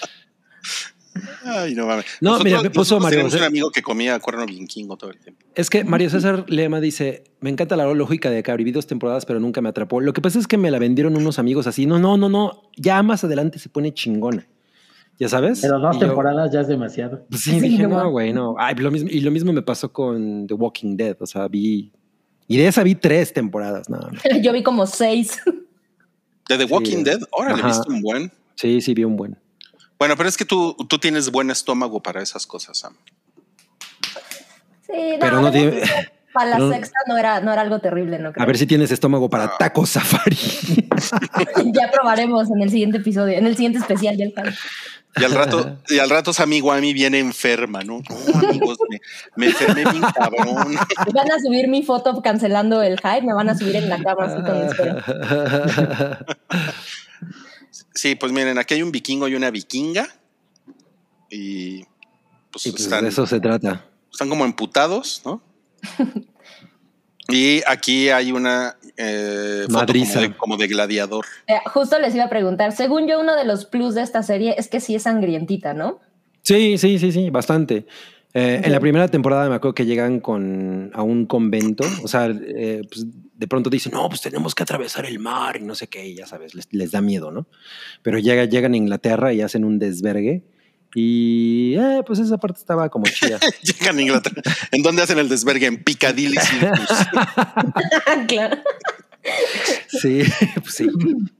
Ay, no mames. No, Nosotros- mira, me puso nosotros Mario teníamos José. un amigo que comía cuerno vikingo todo el tiempo. Es que Mario César Lema dice, me encanta la lógica de Cabri, vi dos temporadas, pero nunca me atrapó. Lo que pasa es que me la vendieron unos amigos así, no, no, no, no, ya más adelante se pone chingona. ¿Ya sabes? Pero dos Y yo, temporadas ya es demasiado. pues sí, Sí, dije, no no, mames. güey, no. Ay, lo mismo, y lo mismo me pasó con The Walking Dead, o sea, vi... Y de esa vi tres temporadas, nada más. Yo vi como seis. De The Walking Sí. Dead, órale, Ajá. viste un buen. Sí, sí, vi un buen. Bueno, pero es que tú, tú tienes buen estómago para esas cosas, Sam. Sí, no, Pero no de- tiene- para la pero- sexta no era, no era algo terrible, ¿no? Creo. A ver si tienes estómago para Taco Safari. Ya probaremos en el siguiente episodio, en el siguiente especial del fan. Y al rato, y al rato Sam Iguami viene enferma, ¿no? No, amigos, me, me enfermé bien cabrón. Van a subir mi foto cancelando el hype, me van a subir en la cama así con mi historia. Sí, pues miren, aquí hay un vikingo y una vikinga. Y pues, Y pues están, de eso se trata. están como emputados, ¿no? Y aquí hay una eh, foto como Madriza. de, como de gladiador. Eh, justo les iba a preguntar, según yo, uno de los plus de esta serie es que sí es sangrientita, ¿no? Sí, sí, sí, sí, bastante. Eh, en la primera temporada me acuerdo que llegan con, a un convento, o sea, eh, pues de pronto dicen, no, pues tenemos que atravesar el mar y no sé qué, y ya sabes, les, les da miedo, ¿no? Pero llega, llegan a Inglaterra y hacen un desvergue y eh, pues esa parte estaba como chida. Llegan a Inglaterra. ¿En dónde hacen el desvergue? En Piccadilly Circus. Claro. Sí, pues sí.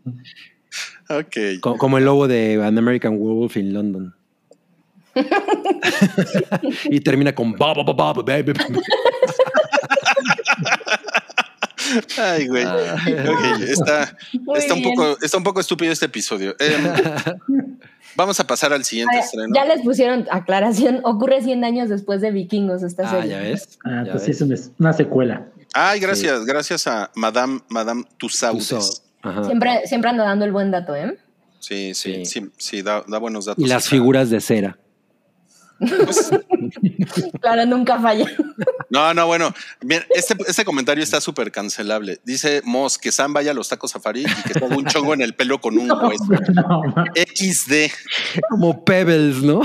Ok. Co- como el lobo de An American Werewolf in London. Y termina con ba, ba, ba, ba, ba, ba, ba. Ay, güey. Ok, está, Muy está, un bien. poco, está un poco estúpido este episodio. Eh, vamos a pasar al siguiente Ah, estreno. ya les pusieron aclaración. Ocurre cien años después de Vikingos esta Ah, serie. ya ves. Ah, ya pues sí, ves. es una, una secuela. Ay, gracias. Gracias a Madame, Madame Tussauds. Tussauds. Ajá. Siempre, siempre ando dando el buen dato, ¿eh? Sí, sí, Sí. sí, sí, da, da buenos datos. Y las figuras de cera. Pues, Claro, nunca falla. no, no, bueno, bien, este, este comentario está súper cancelable. Dice Moss que Sam vaya a los tacos safari y que tenga un chongo en el pelo con un hueso. No, ma- equis de. Como Pebbles, ¿no?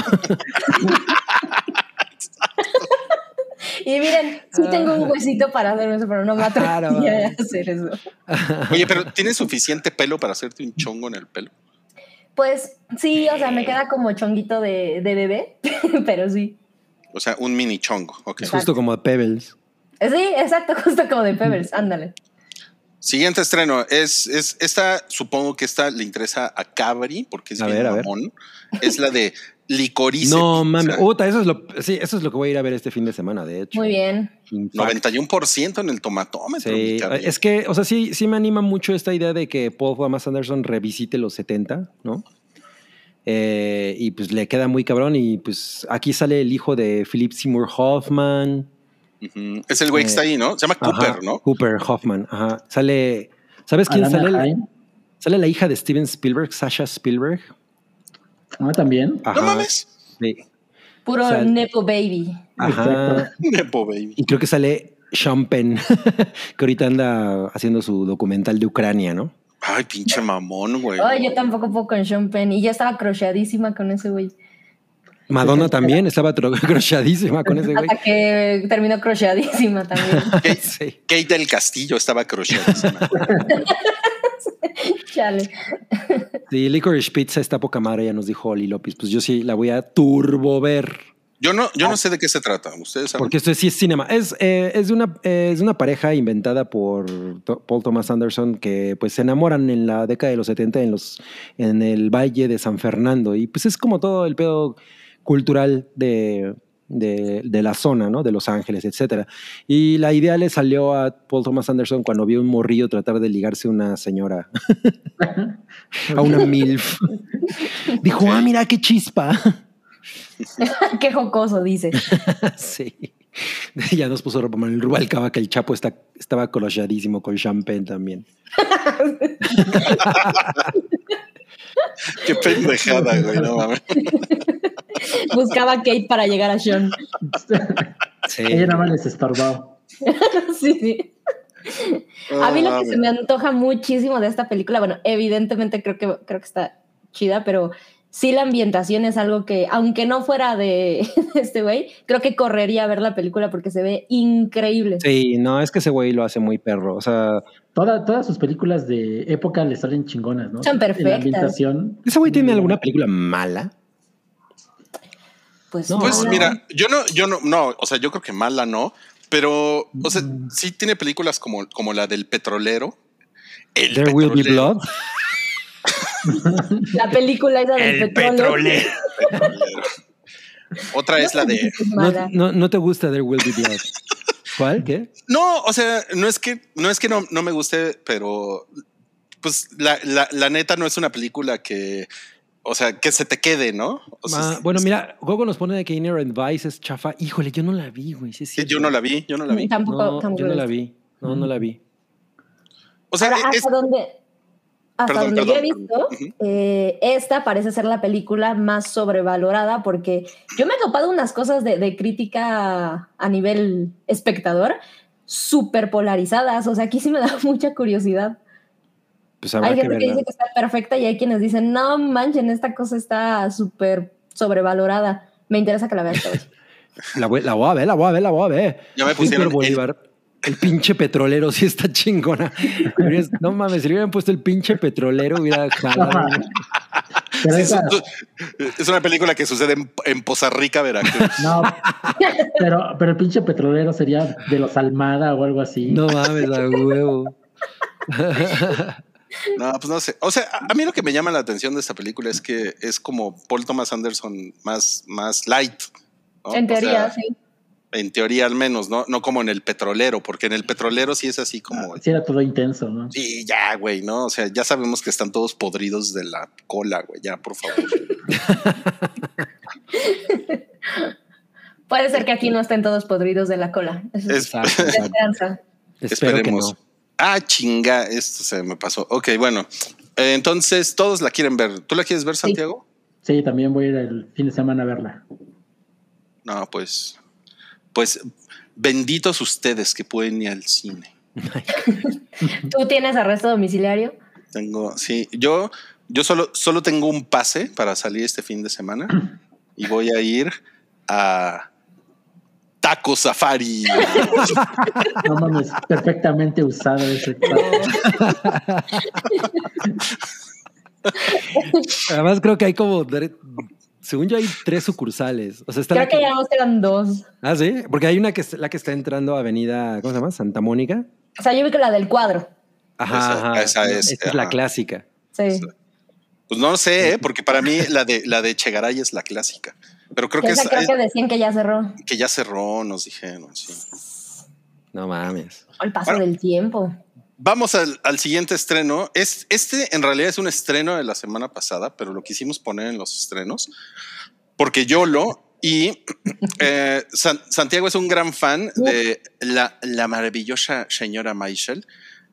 Y miren, sí tengo un huesito para hacer eso, pero no me Claro, atrevería a vale. hacer eso. Oye, pero ¿tienes suficiente pelo para hacerte un chongo en el pelo? Pues sí, o sea, me queda como chonguito de, de bebé, pero sí. O sea, un mini chongo. Ok. Es justo como Pebbles. Eh, Sí, exacto, justo como de Pebbles, ándale. Siguiente estreno es, es esta, supongo que esta le interesa a Cabri porque es A bien ver, a ver. mamón. Es la de Licorice No, Pizza. mames. Uta, eso es lo, sí, eso es lo que voy a ir a ver este fin de semana, de hecho. Muy bien. In fact. noventa y uno por ciento en el tomatómetro. Sí, mi Cabri. es que, o sea, sí, sí me anima mucho esta idea de que Paul Thomas Anderson revisite los setenta, ¿no? Eh, y pues le queda muy cabrón. Y pues aquí sale el hijo de Philip Seymour Hoffman. Ujú. Es el güey que está ahí, ¿no? Se llama Cooper, Ajá, ¿no? Cooper Hoffman, ajá. Sale, ¿sabes quién Alana sale? Haim. Sale la hija de Steven Spielberg, Sasha Spielberg. Ah, también. Ajá, No mames. sí. Puro O sea, Nepo Baby. Ajá. Exacto. Nepo baby. Y creo que sale Sean Penn, que ahorita anda haciendo su documental de Ucrania, ¿no? Ay, pinche mamón, güey. Ay, yo tampoco puedo con Sean Penn. Y ya estaba crocheadísima con ese güey. Madonna también estaba tro- crochadísima con ese güey. Hasta que terminó crocheadísima también. Kate, Sí. Kate del Castillo estaba crocheadísima. Chale. Sí, Licorice Pizza está poca madre, ya nos dijo Oli López. Pues yo sí la voy a turbo ver. Yo no, yo no sé de qué se trata. Ustedes saben. Porque esto sí es cinema. Es, eh, es, de una, eh, es de una pareja inventada por To- Paul Thomas Anderson que pues se enamoran en la década de los setenta en, los, en el Valle de San Fernando. Y pues es como todo el pedo cultural de, de, de la zona, ¿no? De Los Ángeles, etcétera. Y la idea le salió a Paul Thomas Anderson cuando vio un morrillo tratar de ligarse a una señora, a una MILF. Dijo, ah, mira qué chispa. Qué jocoso, dice. Sí. Ya nos puso Manuel Rubalcaba que el Chapo está, estaba colochadísimo con champagne también. Qué pendejada, güey. No mames. Buscaba a Kate para llegar a Sean. Sí. Ella nada más les estorbaba. Sí, sí. A mí No lo que mames. se me antoja muchísimo de esta película, bueno, evidentemente creo que, creo que está chida, pero sí la ambientación es algo que, aunque no fuera de este güey, creo que correría a ver la película porque se ve increíble. Sí, no, es que ese güey lo hace muy perro. O sea, Toda, todas sus películas de época le salen chingonas, ¿no? Son perfectas. La ambientación. ¿ese güey tiene alguna película mala? Pues, No. Pues no. mira, yo no, yo no, no, o sea, yo creo que mala no, pero, o sea, sí tiene películas como, como la del petrolero. El There Will Be petrolero. Blood. La película esa del petróleo. Petrolero. Otra es la de. Es No, mala. no, no te gusta There Will Be Blood. ¿Cuál? ¿Qué? No, o sea, no es que no, es que no, no me guste, pero pues la, la, la neta no es una película que, o sea, que se te quede, ¿no? O sea, Ah, es- bueno, es- mira, Gogo nos pone de que Inherent Vice es chafa. Híjole, yo no la vi, güey. Sí, es que cierto. yo no la vi, yo no la vi. Tampoco, No, tampoco yo no lo la he vi. No, no la vi. O sea, Ahora, es, hasta donde, hasta Perdón, donde yo he perdón. visto, Ujú. eh, esta parece ser la película más sobrevalorada porque yo me he topado unas cosas de, de crítica a nivel espectador súper polarizadas. O sea, aquí sí me da mucha curiosidad. Pues habrá Hay que gente que verla. dice que está perfecta y hay quienes dicen, no manchen, esta cosa está súper sobrevalorada. Me interesa que la veas hoy. La voy, la voy a ver, la voy a ver, la voy a ver. Ya me pusieron Víctor Bolívar. El... el pinche petrolero sí está chingona. No mames, si le hubieran puesto el pinche petrolero, hubiera jalado. Pero Sí, esa- es, es una película que sucede en, en Poza Rica, Veracruz. no, pero, pero el pinche petrolero sería de los Almada o algo así. No mames, a huevo. No, pues no sé. O sea, a, a mí lo que me llama la atención de esta película es que es como Paul Thomas Anderson más, más light, ¿no? En O teoría, sea, sí. en teoría al menos, ¿no? No como en el petrolero, porque en el petrolero sí es así como... Sí, era todo intenso, ¿no? Sí, ya, güey, ¿no? O sea, ya sabemos que están todos podridos de la cola, güey, ya, por favor. Puede ser que aquí no estén todos podridos de la cola. Eso es Es- Exacto, de exacto. esperanza. Espero que Esperemos. no. Ah, chinga, esto se me pasó. Ok, bueno. Eh, entonces, todos la quieren ver. ¿Tú la quieres ver, Santiago? Sí, también voy a ir el fin de semana a verla. No, pues... Pues benditos ustedes que pueden ir al cine. ¿Tú tienes arresto domiciliario? Tengo, sí, yo, yo solo, solo tengo un pase para salir este fin de semana y voy a ir a Taco Safari. No mames, perfectamente usado ese. Además, creo que hay como. Según yo, hay tres sucursales. O sea, está Creo la que ya nos quedan dos. Ah, sí, porque hay una que es la que está entrando a Avenida, ¿cómo se llama? Santa Mónica. O sea, yo vi que la del cuadro. Ajá, Esa- ajá. esa es, Esta es la ajá. clásica. Sí. Pues no sé, ¿eh? Porque para mí la de la de Chegaray es la clásica. Pero creo que, Esa es, creo es- que decían que ya cerró. que ya cerró, nos dijeron, sí. No mames. Al paso Bueno. del tiempo. Vamos al, al siguiente estreno. Es, este en realidad es un estreno de la semana pasada, pero lo quisimos poner en los estrenos porque yo lo y eh, San- Santiago es un gran fan de la, la maravillosa señora Maisel.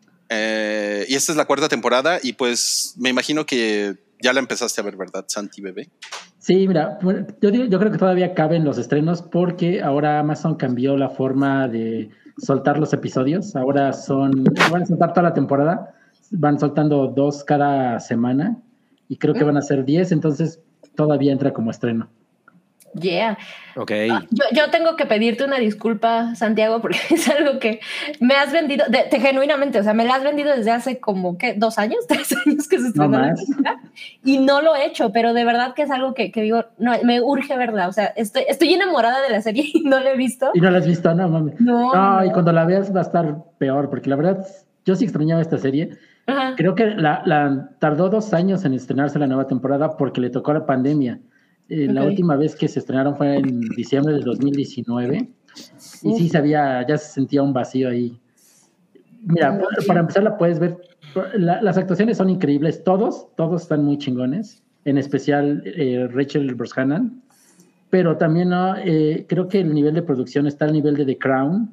Eh, y esta es la cuarta temporada y pues me imagino que ya la empezaste a ver, ¿verdad, Santi bebé? Sí, mira, bueno, yo, digo, yo creo que todavía caben los estrenos porque ahora Amazon cambió la forma de soltar los episodios. Ahora son, van a soltar toda la temporada, van soltando dos cada semana y creo que van a ser diez, entonces todavía entra como estreno. Yeah. Ok. Yo, yo tengo que pedirte una disculpa, Santiago, porque es algo que me has vendido, de, de- genuinamente, o sea, me la has vendido desde hace como, ¿qué? ¿Dos años? ¿Tres años que se estrenó la más. película? Y no lo he hecho, pero de verdad que es algo que, que digo, no, me urge verla, o sea, estoy, estoy enamorada de la serie y no la he visto. ¿Y no la has visto? No, mames. No, No, no. y cuando la veas va a estar peor, porque la verdad, yo sí extrañaba esta serie. Ajá. Creo que la, la tardó dos años en estrenarse la nueva temporada porque le tocó la pandemia. Eh, La Ok. última vez que se estrenaron fue en diciembre del dos mil diecinueve y sí se había, ya se sentía un vacío ahí. Mira, No, sí. para empezar la puedes ver, la- las actuaciones son increíbles, todos, todos están muy chingones, en especial eh, Rachel Brosnahan, pero también ¿no? eh, creo que el nivel de producción está al nivel de The Crown,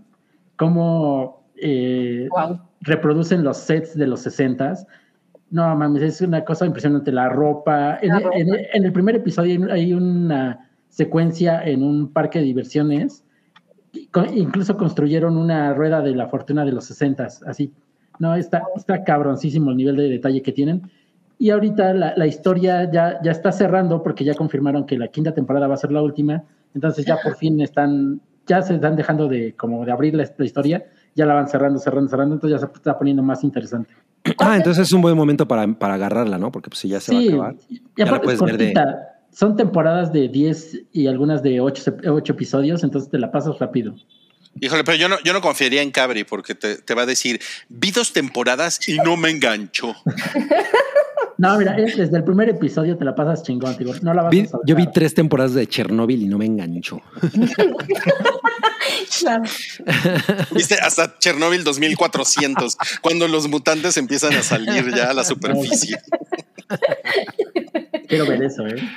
cómo eh, Wow. reproducen los sets de los sesentas. No, mames, es una cosa impresionante. La ropa. En, La ropa. en- en el primer episodio hay una secuencia en un parque de diversiones. Co- Incluso construyeron una rueda de la fortuna de los sesentas, así. No, está, está cabroncísimo el nivel de detalle que tienen. Y ahorita la, la historia ya, ya está cerrando porque ya confirmaron que la quinta temporada va a ser la última. Entonces ya por fin están, ya se están dejando de, como de abrir la, la historia. Ya la van cerrando, cerrando, cerrando. Entonces ya se está poniendo más interesante. Ah, entonces es un buen momento para, para agarrarla, ¿no? Porque pues si ya se Sí, va a acabar. y Ya la aparte es puedes ver de- cortita. Son temporadas de diez y algunas de ocho episodios, entonces te la pasas rápido. Híjole, pero yo no, yo no confiaría en Cabri porque te, te va a decir, vi dos temporadas y no me enganchó. No, mira, es- desde el primer episodio te la pasas chingón, digo, no la vas Vi- a soltar. yo vi tres temporadas de Chernobyl y no me enganchó. Claro. Viste hasta Chernobyl dos mil cuatrocientos, cuando los mutantes empiezan a salir ya a la superficie. Quiero ver eso, ¿eh?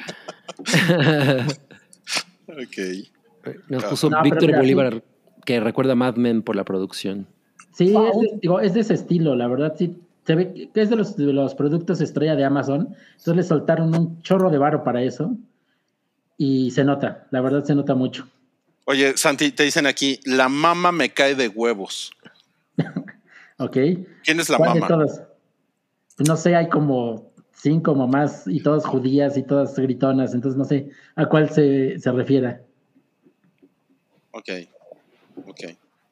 Ok. Nos puso No, pero Víctor mira, Bolívar, que recuerda a Mad Men por la producción. Sí, Wow. es, de, digo, es de ese estilo, la verdad, sí. Se ve que es de los, de los productos estrella de Amazon. Entonces le soltaron un chorro de varo para eso. Y se nota, la verdad se nota mucho. Oye, Santi, te dicen aquí, la mama me cae de huevos. ¿Ok? ¿Quién es la ¿Cuál de mama? todas? Pues no sé, hay como cinco mamás y todas judías y todas gritonas, entonces no sé a cuál se, se refiera. Ok, ok.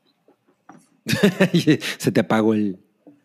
Se te apagó el,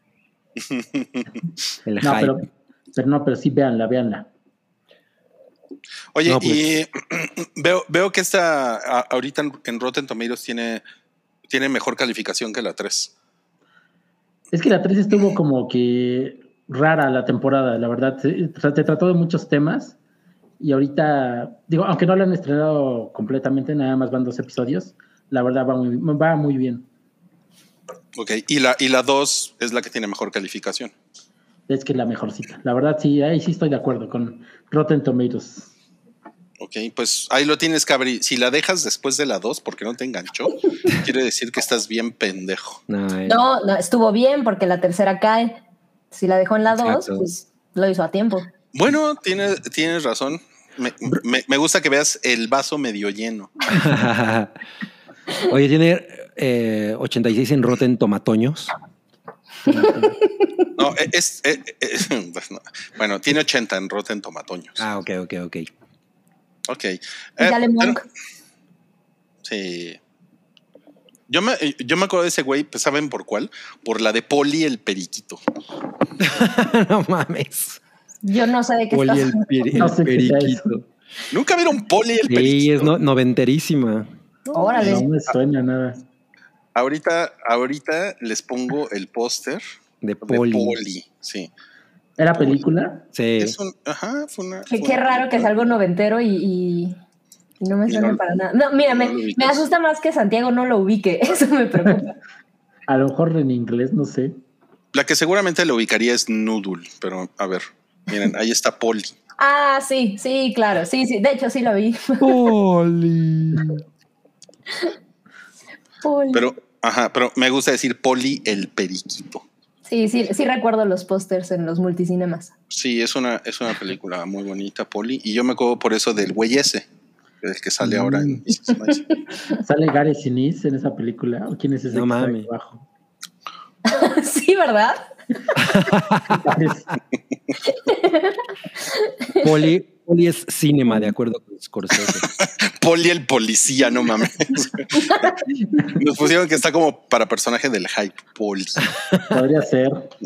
el No, hype. pero, pero no, pero sí, véanla, véanla. Oye, No, pues. y veo, veo que esta a- ahorita en, en Rotten Tomatoes tiene, tiene mejor calificación que la tres. Es que la tres estuvo como que rara la temporada, la verdad. Se, o sea, te trató de muchos temas y ahorita, digo, aunque no la han estrenado completamente, nada más van dos episodios, la verdad va muy, va muy bien. Ok, y la, y la dos es la que tiene mejor calificación. Es que es la mejorcita. La verdad, sí, ahí sí estoy de acuerdo con Rotten Tomatoes. Ok, pues ahí lo tienes, Cabri. Si la dejas después de la dos porque no te enganchó, quiere decir que estás bien pendejo. No, eh, No, no, estuvo bien porque la tercera cae. Si la dejó en la dos, Exacto. pues lo hizo a tiempo. Bueno, tienes, tienes razón. Me, me, me gusta que veas el vaso medio lleno. Oye, tiene eh, ochenta y seis en Rotten Tomatoños. No, es, es- es- no. Bueno, tiene ochenta en Rotten Tomatoes. Ah, ok, ok, ok. Ok. Y Eh, dale, pero- Monk. sí. Yo me, yo me acuerdo de ese güey, pues, ¿saben por cuál? Por la de Poli el periquito. No mames. Yo no sé de qué Poli estás el, peri- el No sé qué sea eso. periquito. ¿Nunca vieron Poli el Sí, periquito? es no- noventerísima. Órale. No me suena nada. Ahorita, ahorita les pongo el póster De de Poli. Poli. Sí. ¿Era película? Sí. Es un, ajá, fue una. Qué, fue qué una raro que es película. algo noventero y, y, y no me Y suena no- para nada. No, mira, no me, lo ubicas. me asusta más que Santiago no lo ubique. Eso me preocupa. A lo mejor en inglés, no sé. La que seguramente lo ubicaría es Noodle, pero a ver, miren, ahí está Poli. Ah, sí, sí, claro. Sí, sí. De hecho, sí lo vi. Poli. Poli. Pero, ajá, pero me gusta decir Poli el periquito. Sí, sí, sí recuerdo los pósters en los multicinemas. Sí, es una, es una película muy bonita, Poli, y yo me acuerdo por eso del güey ese, el que sale ahora en Mm. missus Nice. ¿Sale Gary Sinise en esa película? ¿O quién es ese No que está ahí mames. abajo? Sí, ¿verdad? Poli, Poli es cinema, de acuerdo con Scorsese. Poli el policía, no mames. Nos pusieron que está como para personaje del hype, Poli. Podría ser.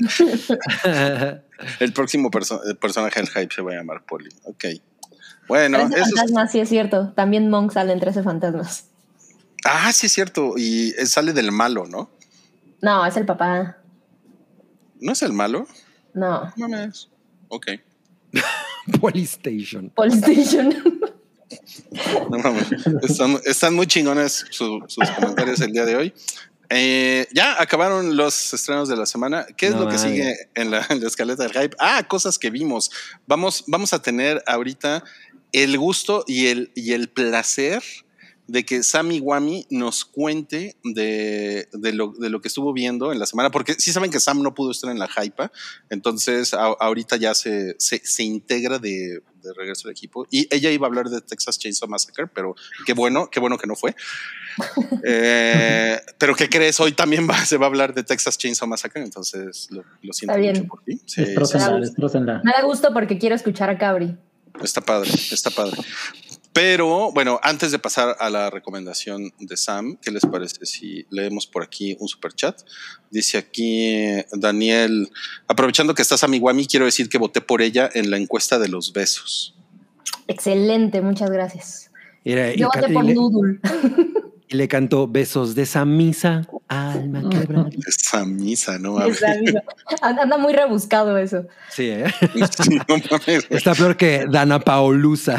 El próximo perso- el personaje del hype se va a llamar Poli. Ok. Bueno, trece eso es- fantasmas, sí es cierto. También Monk sale en trece fantasmas. Ah, sí es cierto. Y eh, sale del malo, ¿no? No, es el papá. ¿No es el malo? No. No mames. Ok. Polystation. Polystation. No mames. Están, están muy chingones su- sus comentarios el día de hoy. Eh, ya acabaron los estrenos de la semana. ¿Qué es No lo que mames. sigue en la, en la escaleta del hype? Ah, cosas que vimos. Vamos, vamos a tener ahorita el gusto y el, y el placer de que Sammy Wami nos cuente de, de, lo, de lo que estuvo viendo en la semana, porque sí saben que Sam no pudo estar en la hype, entonces a, ahorita ya se, se, se integra de, de regreso al equipo, y ella iba a hablar de Texas Chainsaw Massacre, pero qué bueno, qué bueno que no fue. Eh, pero ¿qué crees? Hoy también va, se va a hablar de Texas Chainsaw Massacre, entonces lo, lo siento Está bien. mucho por ti. Sí, Destrócenla, sí. destrócenla. Me da gusto porque quiero escuchar a Cabri. está padre, está padre. Pero bueno, antes de pasar a la recomendación de Sam, ¿qué les parece si leemos por aquí un super chat? Dice aquí Daniel, aprovechando que estás Amiguami, quiero decir que voté por ella en la encuesta de los besos. Excelente, muchas gracias. Era- y, Yo ca- voté y por le, Noodle. y le cantó besos de esa misa, alma quebrada. Esa misa, no mames. Esa misma. Anda muy rebuscado eso. Sí, ¿eh? No mames. Está peor que Dana Paolusa.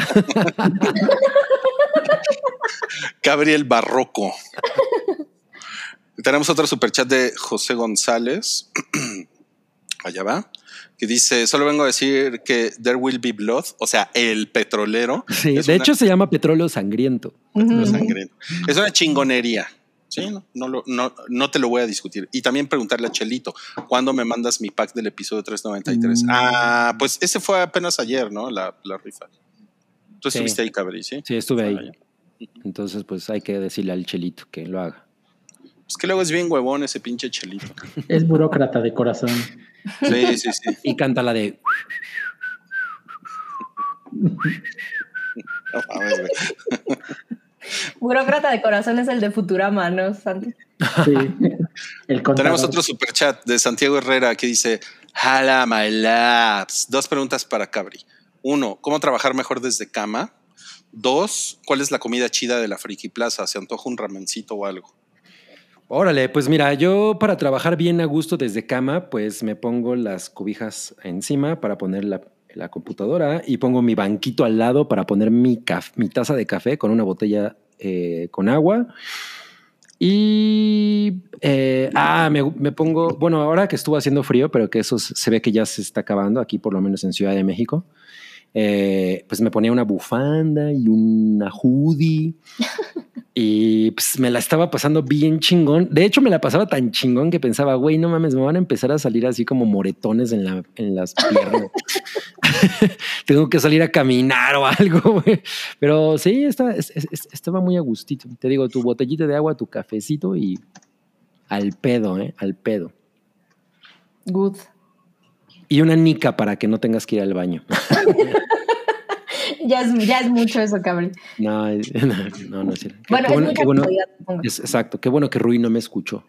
Gabriel Barroco. Tenemos otro superchat de José González. Allá va. Que dice, solo vengo a decir que There Will Be Blood, o sea, el petrolero. Sí, es de una- hecho se llama Petróleo Sangriento. petróleo Ujú. sangriento. Es una chingonería. Sí, no, no, lo- no, no te lo voy a discutir. Y también preguntarle a Chelito, ¿cuándo me mandas mi pack del episodio trescientos noventa y tres? Mm. Ah, pues ese fue apenas ayer, ¿no? La, la rifa. Tú Sí. estuviste ahí, Cabri, ¿sí? Sí, estuve Ah, ahí. ya. Entonces, pues hay que decirle al Chelito que lo haga. Es que luego es bien huevón ese pinche Chelito. Es burócrata de corazón. Sí, sí, sí. Y canta la de No mames, güey. Burócrata de corazón es el de Futurama, ¿no, Santi? Sí. El contador. Tenemos otro superchat de Santiago Herrera que dice: Hala my labs. Dos preguntas para Cabri. Uno, ¿cómo trabajar mejor desde cama? Dos, ¿cuál es la comida chida de la Friki Plaza? ¿Se antoja un ramencito o algo? Órale, pues mira, yo para trabajar bien a gusto desde cama, pues me pongo las cobijas encima para poner la, la computadora y pongo mi banquito al lado para poner mi, caf- mi taza de café con una botella eh, con agua. Y, eh, ah, me, me pongo, bueno, ahora que estuvo haciendo frío, pero que eso se ve que ya se está acabando aquí, por lo menos en Ciudad de México. Eh, pues me ponía una bufanda y una hoodie y pues me la estaba pasando bien chingón. De hecho, me la pasaba tan chingón que pensaba, güey, no mames, me van a empezar a salir así como moretones en, la, en las piernas. Tengo que salir a caminar o algo, güey. Pero sí, está, es, es, estaba muy a gustito. Te digo, tu botellita de agua, tu cafecito y al pedo, ¿eh? Al pedo. Good. Y una nica para que no tengas que ir al baño. Ya es, ya es mucho eso, cabrón. No, no, no es cierto. Bueno, qué es bueno, mucha qué bueno, comodidad, supongo. es, exacto, qué bueno que Rui no me escuchó.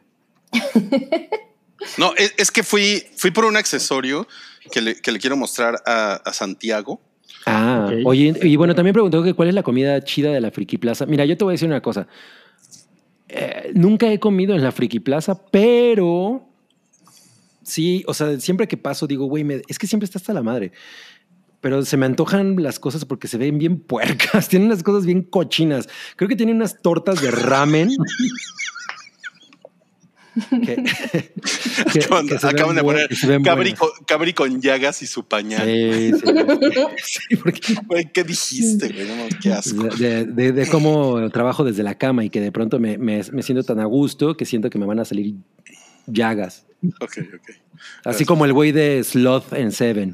No, es, es que fui, fui por un accesorio que le, que le quiero mostrar a, a Santiago. Ah, Ok. oye, y bueno, también preguntó que cuál es la comida chida de la Friki Plaza. Mira, yo te voy a decir una cosa. Eh, nunca he comido en la Friki Plaza, pero sí, o sea, siempre que paso digo, güey, me- es que siempre está hasta la madre. Pero se me antojan las cosas porque se ven bien puercas. Tienen unas cosas bien cochinas. Creo que tienen unas tortas de ramen. que, que- Acaban, que se ven acaban de buen- poner que se ven Cabri buenas. con, Cabri con llagas y su pañal. Sí, sí, sí, porque Güey, ¿qué dijiste, güey? No, mames, qué asco. de, de- de cómo trabajo desde la cama y que de pronto me, me- me siento tan a gusto que siento que me van a salir llagas. Ok, ok. Así como el güey de Sloth en Seven.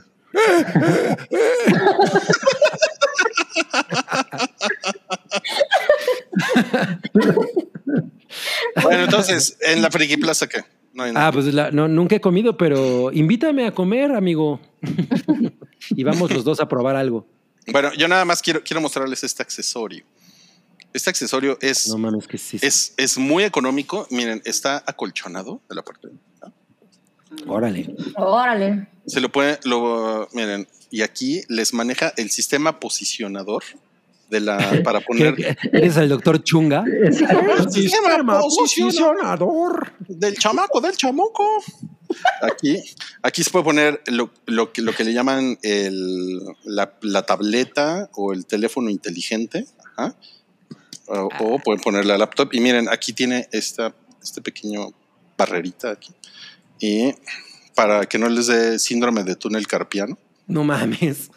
Bueno, entonces, ¿en la Friki Plaza qué? No hay nada. Ah, pues la- no, nunca he comido, pero invítame a comer, amigo. Y vamos los dos a probar algo. Bueno, yo nada más quiero, quiero mostrarles este accesorio. Este accesorio es, No mames, que sí. es, es muy económico. Miren, está acolchonado de la parte. ¿no? Órale. Órale. Se lo puede, lo, miren, y aquí les maneja el sistema posicionador de la para ¿Qué- poner qué- ¿Eres el doctor Chunga? Exacto. sistema posicionador del chamaco, del chamoco. Aquí, aquí se puede poner lo, lo, que, lo que le llaman el, la, la tableta o el teléfono inteligente. Ajá. O, o pueden poner la laptop. Y miren, aquí tiene esta, este pequeño barrerita aquí. Y para que no les dé síndrome de túnel carpiano. No mames.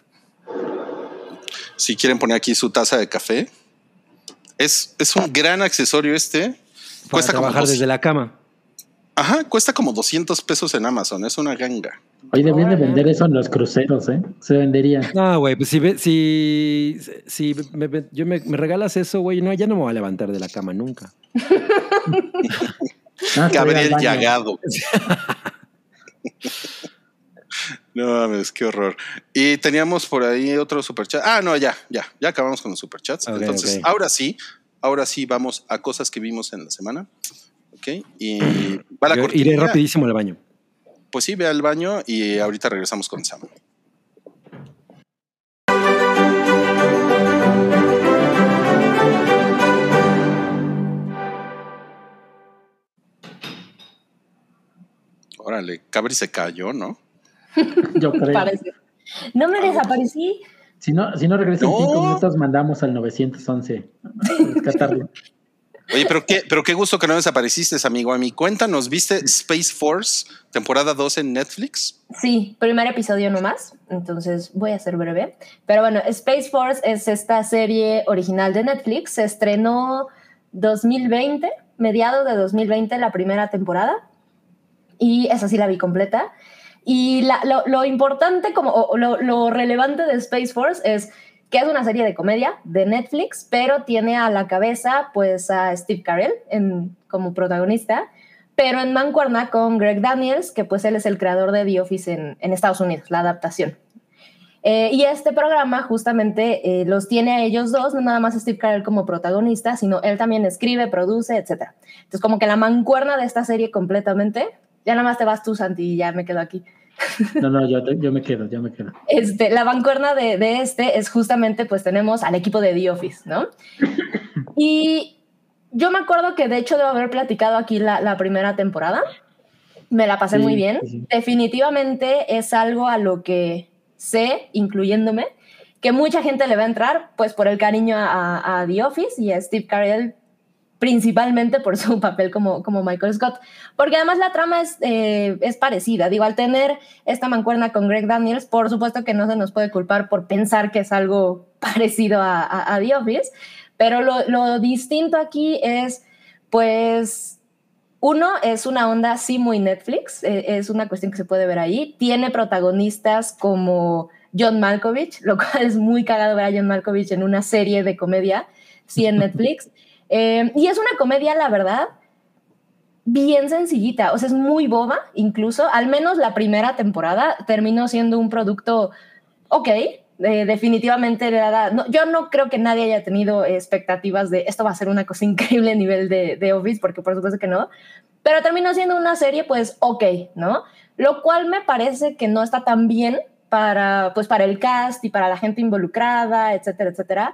Si quieren poner aquí su taza de café. Es, es un gran accesorio este. Para Cuesta como trabajar dos- desde la cama. Ajá, cuesta como doscientos pesos en Amazon. Es una ganga. Hoy deberían de Órale. vender eso en los cruceros, ¿eh? Se vendería. No, güey, pues si, ve- si, si me, me- yo me, me regalas eso, güey, no, ya no me voy a levantar de la cama nunca. Ah, se va a ir al Gabriel baño. Llagado. No mames, qué horror. Y teníamos por ahí otro superchat. Ah, no, ya, ya, ya acabamos con los superchats. Ok, Entonces, ok. ahora sí, ahora sí vamos a cosas que vimos en la semana. Ok, y va la Yo cortinilla. iré rapidísimo al baño. Pues sí, ve al baño y ahorita regresamos con Sam. Órale, Cabri se cayó, ¿no? Yo creo. Parece. No me desaparecí. Si no, si no regresa en No. cinco minutos, mandamos al novecientos once a rescatarlo. Oye, pero qué, pero qué gusto que no desapareciste, amigo. A mí, cuéntanos, ¿viste Space Force, temporada dos en Netflix? Sí, primer episodio nomás, entonces voy a ser breve. Pero bueno, Space Force es esta serie original de Netflix. Se estrenó dos mil veinte, mediados de dos mil veinte, la primera temporada. Y esa sí la vi completa. Y la, lo, lo importante, como, o lo, lo relevante de Space Force es que es una serie de comedia de Netflix, pero tiene a la cabeza pues a Steve Carell en, como protagonista, pero en mancuerna con Greg Daniels, que pues él es el creador de The Office en, en Estados Unidos, la adaptación. Eh, y este programa justamente eh, los tiene a ellos dos, no nada más Steve Carell como protagonista, sino él también escribe, produce, etcétera. Entonces como que la mancuerna de esta serie completamente, ya nada más te vas tú, Santi, y ya me quedo aquí. No, no, yo, yo me quedo, yo me quedo. Este, la mancuerna de, de este es justamente, pues tenemos al equipo de The Office, ¿no? Y yo me acuerdo que de hecho debo haber platicado aquí la, la primera temporada, me la pasé Sí, muy bien, sí, sí. definitivamente es algo a lo que sé, incluyéndome, que mucha gente le va a entrar, pues por el cariño a, a The Office y a Steve Carell, principalmente por su papel como, como Michael Scott, porque además la trama es, eh, es parecida. Digo, al tener esta mancuerna con Greg Daniels, por supuesto que no se nos puede culpar por pensar que es algo parecido a, a, a The Office, pero lo, lo distinto aquí es, pues, uno, es una onda sí muy Netflix, eh, es una cuestión que se puede ver ahí, tiene protagonistas como John Malkovich, lo cual es muy cagado ver a John Malkovich en una serie de comedia, sí, en Netflix. Eh, y es una comedia, la verdad, bien sencillita, o sea, es muy boba, incluso, al menos la primera temporada terminó siendo un producto ok, eh, definitivamente nada, no, yo no creo que nadie haya tenido expectativas de esto va a ser una cosa increíble a nivel de, de Office, porque por supuesto que no, pero terminó siendo una serie pues ok, ¿no? Lo cual me parece que no está tan bien para, pues, para el cast y para la gente involucrada, etcétera, etcétera.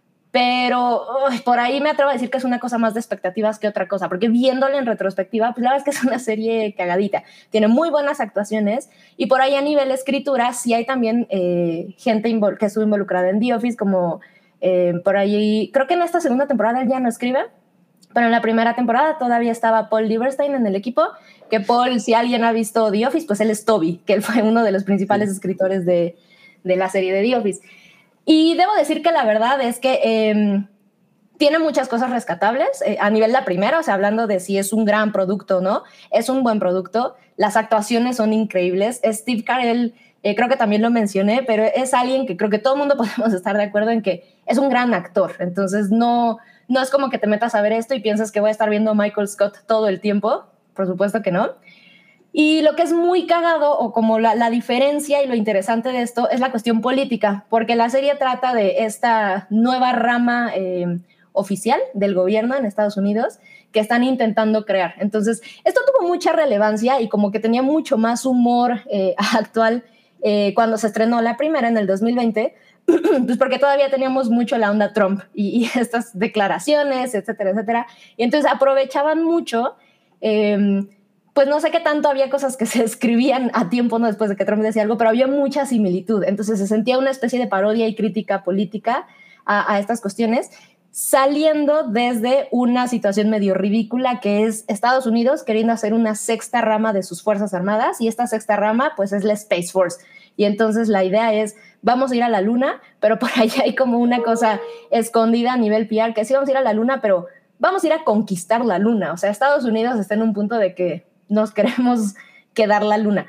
Pero uy, por ahí me atrevo a decir que es una cosa más de expectativas que otra cosa, porque viéndole en retrospectiva, pues la verdad es que es una serie cagadita. Tiene muy buenas actuaciones y por ahí a nivel escritura sí hay también eh, gente que estuvo involucrada en The Office, como eh, por ahí, creo que en esta segunda temporada él ya no escribe, pero en la primera temporada todavía estaba Paul Lieberstein en el equipo, que Paul, si alguien ha visto The Office, pues él es Toby, que él fue uno de los principales sí. escritores de, de la serie de The Office. Y debo decir que la verdad es que eh, tiene muchas cosas rescatables eh, a nivel de la primera, o sea, hablando de si es un gran producto o no, es un buen producto, las actuaciones son increíbles, Steve Carell, eh, creo que también lo mencioné, pero es alguien que creo que todo el mundo podemos estar de acuerdo en que es un gran actor, entonces no, no es como que te metas a ver esto y piensas que voy a estar viendo a Michael Scott todo el tiempo, por supuesto que no. Y lo que es muy cagado, o como la, la diferencia y lo interesante de esto, es la cuestión política, porque la serie trata de esta nueva rama eh, oficial del gobierno en Estados Unidos que están intentando crear. Entonces, esto tuvo mucha relevancia y como que tenía mucho más humor eh, actual eh, cuando se estrenó la primera en el dos mil veinte, pues porque todavía teníamos mucho la onda Trump y, y estas declaraciones, etcétera, etcétera. Y entonces aprovechaban mucho... Eh, pues no sé qué tanto había cosas que se escribían a tiempo, no después de que Trump decía algo, pero había mucha similitud. Entonces se sentía una especie de parodia y crítica política a, a estas cuestiones, saliendo desde una situación medio ridícula que es Estados Unidos queriendo hacer una sexta rama de sus Fuerzas Armadas, y esta sexta rama pues es la Space Force. Y entonces la idea es, vamos a ir a la Luna, pero por allá hay como una cosa escondida a nivel P R, que sí vamos a ir a la Luna, pero vamos a ir a conquistar la Luna. O sea, Estados Unidos está en un punto de que nos queremos quedar la Luna.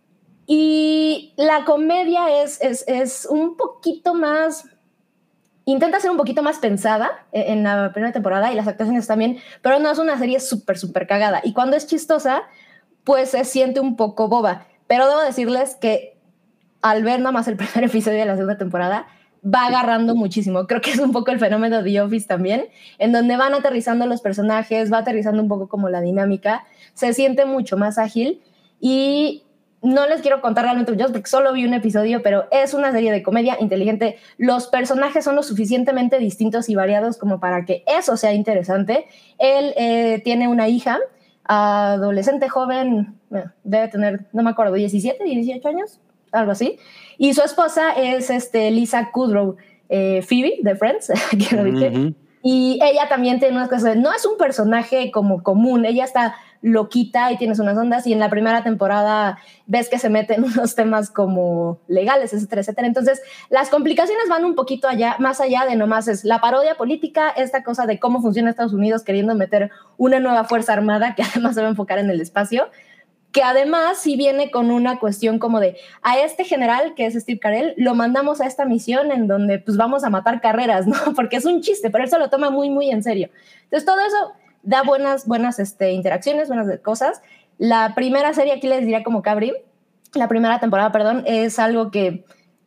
Y la comedia es, es, es un poquito más, intenta ser un poquito más pensada en la primera temporada, y las actuaciones también, pero no es una serie súper, súper cagada. Y cuando es chistosa, pues se siente un poco boba. Pero debo decirles que al ver nada más el primer episodio de la segunda temporada, va agarrando muchísimo. Creo que es un poco el fenómeno de The Office también, en donde van aterrizando los personajes, va aterrizando un poco como la dinámica, se siente mucho más ágil. Y no les quiero contar realmente mucho porque solo vi un episodio, pero es una serie de comedia inteligente. Los personajes son lo suficientemente distintos y variados como para que eso sea interesante. Él eh, tiene una hija, adolescente, joven, debe tener, no me acuerdo, diecisiete, dieciocho años, algo así. Y su esposa es este, Lisa Kudrow, eh, Phoebe de Friends, que lo dije. Uh-huh. Y ella también tiene unas cosas, no es un personaje como común, ella está loquita y tienes unas ondas, y en la primera temporada ves que se meten unos temas como legales, etcétera, etcétera. Entonces las complicaciones van un poquito allá, más allá de nomás es la parodia política, esta cosa de cómo funciona Estados Unidos queriendo meter una nueva fuerza armada que además se va a enfocar en el espacio, que además sí viene con una cuestión como de a este general, que es Steve Carell, lo mandamos a esta misión en donde pues vamos a matar carreras, ¿no? Porque es un chiste, pero él se lo toma muy, muy en serio. Entonces todo eso da buenas, buenas este, interacciones, buenas cosas. La primera serie, aquí les diría como Cabri, la primera temporada, perdón, es algo que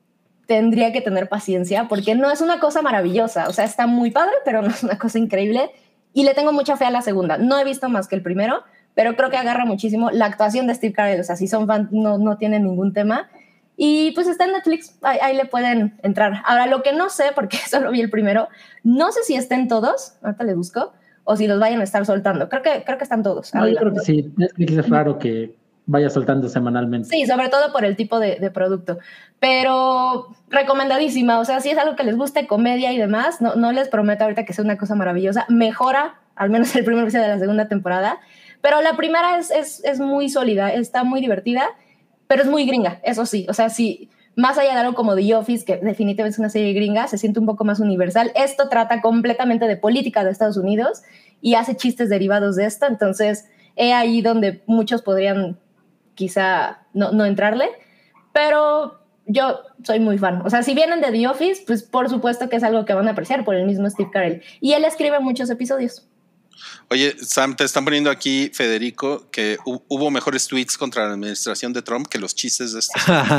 tendría que tener paciencia porque no es una cosa maravillosa. O sea, está muy padre, pero no es una cosa increíble. Y le tengo mucha fe a la segunda. No he visto más que el primero, pero creo que agarra muchísimo la actuación de Steve Carell. O sea, si son fans, no, no tienen ningún tema. Y pues está en Netflix, ahí, ahí le pueden entrar. Ahora, lo que no sé, porque solo vi el primero, no sé si estén todos, ahorita les busco, o si los vayan a estar soltando. Creo que, creo que están todos. No, yo creo que sí. Netflix es raro que vaya soltando semanalmente. Sí, sobre todo por el tipo de, de producto. Pero recomendadísima. O sea, si es algo que les guste, comedia y demás, no, no les prometo ahorita que sea una cosa maravillosa. Mejora, al menos el primer episodio de la segunda temporada. Pero la primera es, es, es muy sólida, está muy divertida, pero es muy gringa, eso sí. O sea, sí, más allá de algo como The Office, que definitivamente es una serie gringa, se siente un poco más universal. Esto trata completamente de política de Estados Unidos y hace chistes derivados de esto. Entonces, he ahí donde muchos podrían quizá no, no entrarle, pero yo soy muy fan. O sea, si vienen de The Office, pues por supuesto que es algo que van a apreciar por el mismo Steve Carell. Y él escribe muchos episodios. Oye, Sam, te están poniendo aquí, Federico, que hu- hubo mejores tweets contra la administración de Trump que los chistes de este.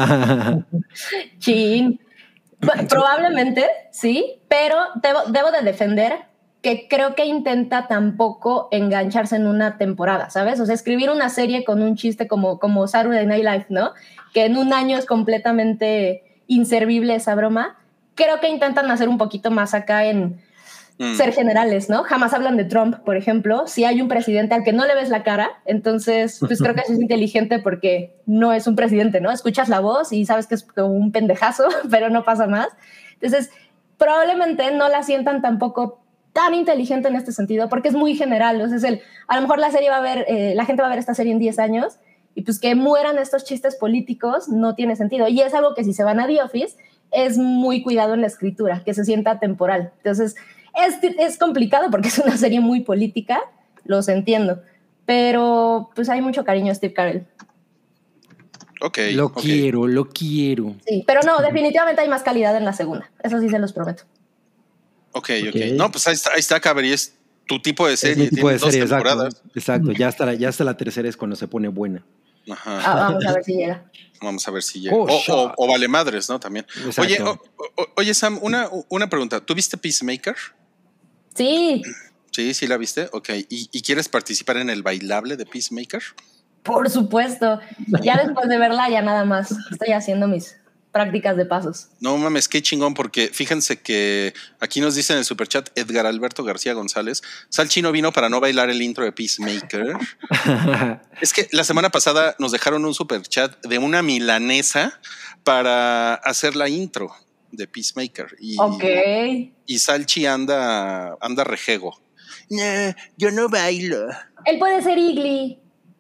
Chin. P- Probablemente, sí, pero debo, debo de defender que creo que intenta tampoco engancharse en una temporada, ¿sabes? O sea, escribir una serie con un chiste como, como Saturday Night Live, ¿no? Que en un año es completamente inservible esa broma. Creo que intentan hacer un poquito más acá en mm. ser generales, ¿no? Jamás hablan de Trump, por ejemplo. Si hay un presidente al que no le ves la cara, entonces pues creo que eso es inteligente porque no es un presidente, ¿no? Escuchas la voz y sabes que es como un pendejazo, pero no pasa más. Entonces, probablemente no la sientan tampoco tan inteligente en este sentido, porque es muy general. O sea, es el, a lo mejor la serie va a ver, eh, la gente va a ver esta serie en diez años y pues que mueran estos chistes políticos no tiene sentido. Y es algo que si se van a The Office, es muy cuidado en la escritura, que se sienta temporal. Entonces, es, es complicado porque es una serie muy política, los entiendo, pero pues hay mucho cariño a Steve Carell. Ok. Lo okay. quiero, lo quiero. Sí, pero no, definitivamente hay más calidad en la segunda. Eso sí se los prometo. Ok, ok. okay. No, pues ahí está, ahí está, Cabri, es tu tipo de serie. Es mi tipo de serie, exacto. Exacto, ya hasta, la, ya hasta la tercera es cuando se pone buena. Ajá. Ah, vamos a ver si llega. Vamos a ver si llega. Oh, o, o, o vale madres, ¿no? También. Exacto. Oye, o, o, oye, Sam, una, una pregunta. ¿Tú viste Peacemaker? Sí. Sí, sí la viste. Ok. ¿Y, y quieres participar en el bailable de Peacemaker? Por supuesto. Ya después de verla, ya nada más estoy haciendo mis prácticas de pasos. No mames, qué chingón, porque fíjense que aquí nos dice en el superchat Edgar Alberto García González, Salchi no vino para no bailar el intro de Peacemaker. Es que la semana pasada nos dejaron un superchat de una milanesa para hacer la intro de Peacemaker. Y, ok. Y Salchi anda, anda rejego. No, yo no bailo. Él puede ser Igli.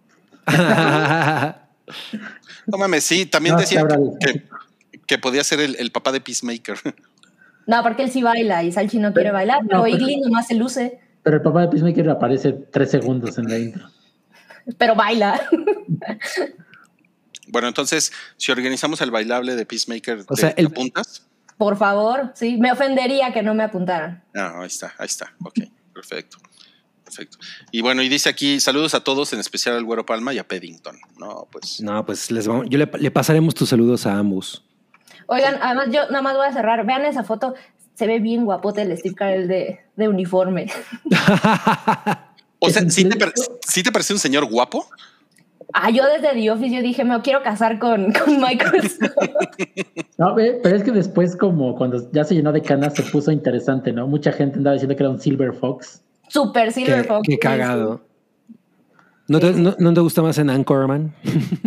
No mames, sí, también no, decía que, que, que podía ser el, el papá de Peacemaker. No, porque él sí baila y Salchi no quiere bailar, no, pero, pero Igli nomás se luce. Pero el papá de Peacemaker aparece tres segundos en la intro. Pero baila. Bueno, entonces, si organizamos el bailable de Peacemaker, o ¿te, sea, el... ¿te apuntas? Por favor, sí, me ofendería que no me apuntaran. Ah, ahí está, ahí está. Ok, perfecto. Perfecto. Y bueno, y dice aquí, saludos a todos, en especial al Güero Palma y a Paddington. No, pues. No, pues les vamos, yo le, le pasaremos tus saludos a ambos. Oigan, además yo nada más voy a cerrar. Vean esa foto, se ve bien guapote el Steve Carell de, de uniforme. O sea, ¿sí te, ¿sí te parece un señor guapo? Ah, yo desde The Office yo dije, me quiero casar con, con Michael Scott. No, pero es que después como cuando ya se llenó de canas se puso interesante, ¿no? Mucha gente andaba diciendo que era un Silver Fox. Super Silver qué, Fox. Qué cagado. ¿No te, no, ¿No te gusta más en Anchorman?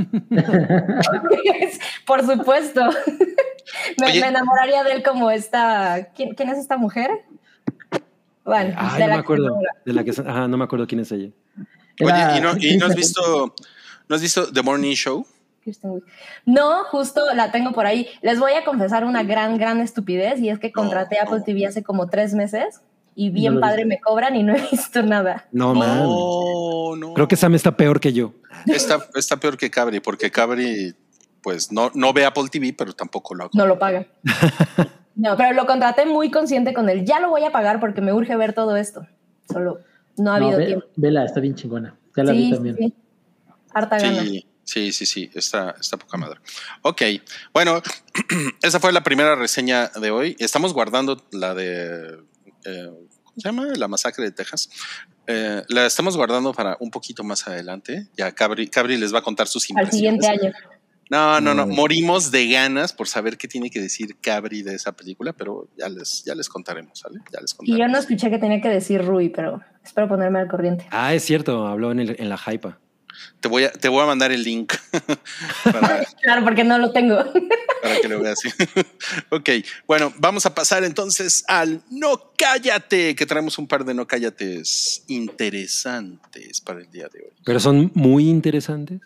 Por supuesto. me, me enamoraría de él como esta... ¿Quién, ¿quién es esta mujer? Bueno, ah, de no la me acuerdo. Que de la que, ajá, no me acuerdo quién es ella. Era, Oye, ¿y no, y no has visto no has visto The Morning Show? No, justo la tengo por ahí. Les voy a confesar una gran, gran estupidez y es que contraté no, Apple no. T V hace como tres meses y bien no padre me cobran y no he visto nada. No, man. No, no. Creo que Sam está peor que yo. Está, está peor que Cabri, porque Cabri pues no, no ve Apple T V, pero tampoco lo hago. No lo paga. No, pero lo contraté muy consciente con él. Ya lo voy a pagar porque me urge ver todo esto. Solo no ha habido no, ve, tiempo. Vela, está bien chingona. Ya la sí, vi también. Sí. Harta gana. Sí, Sí, sí, sí, está, está poca madre. Ok, bueno, esa fue la primera reseña de hoy. Estamos guardando la de, eh, ¿cómo se llama? La masacre de Texas. Eh, la estamos guardando para un poquito más adelante. Ya Cabri, Cabri les va a contar sus Al impresiones. siguiente año. No, no, no, No. morimos de ganas por saber qué tiene que decir Cabri de esa película, pero ya les, ya les contaremos, ¿vale? Ya les Y contaremos. yo no escuché que tenía que decir Rui, pero espero ponerme al corriente. Ah, es cierto, habló en, el, en la hypa. Te voy a, te voy a mandar el link para, Claro, porque no lo tengo. para que lo veas. Ok, bueno, vamos a pasar entonces al No Cállate, que traemos un par de No Cállates interesantes para el día de hoy. Pero son muy interesantes.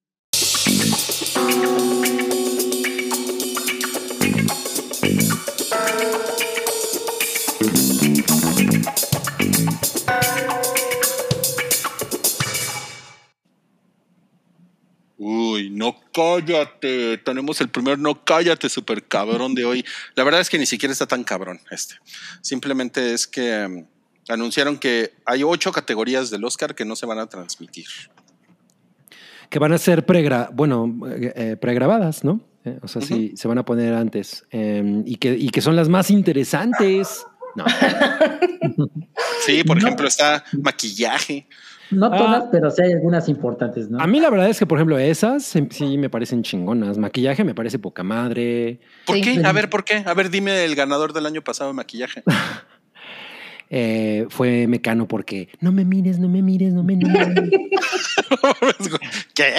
Uy, no cállate. Tenemos el primer no cállate super cabrón de hoy. La verdad es que ni siquiera está tan cabrón este. Simplemente es que um, anunciaron que hay ocho categorías del Oscar que no se van a transmitir. Que van a ser pregra bueno, eh, eh, pregrabadas, ¿no? Eh, o sea, uh-huh. sí, se van a poner antes. Eh, y, que, y que son las más interesantes. No. Sí, por No. ejemplo, está maquillaje. No todas, Ah. pero sí hay algunas importantes, ¿no? A mí la verdad es que, por ejemplo, esas sí, sí me parecen chingonas. Maquillaje me parece poca madre. ¿Por Sí. qué? A ver, ¿por qué? A ver, dime el ganador del año pasado de maquillaje. Eh, fue Mecano porque no me mires, no me mires, no me mires. ¿Qué?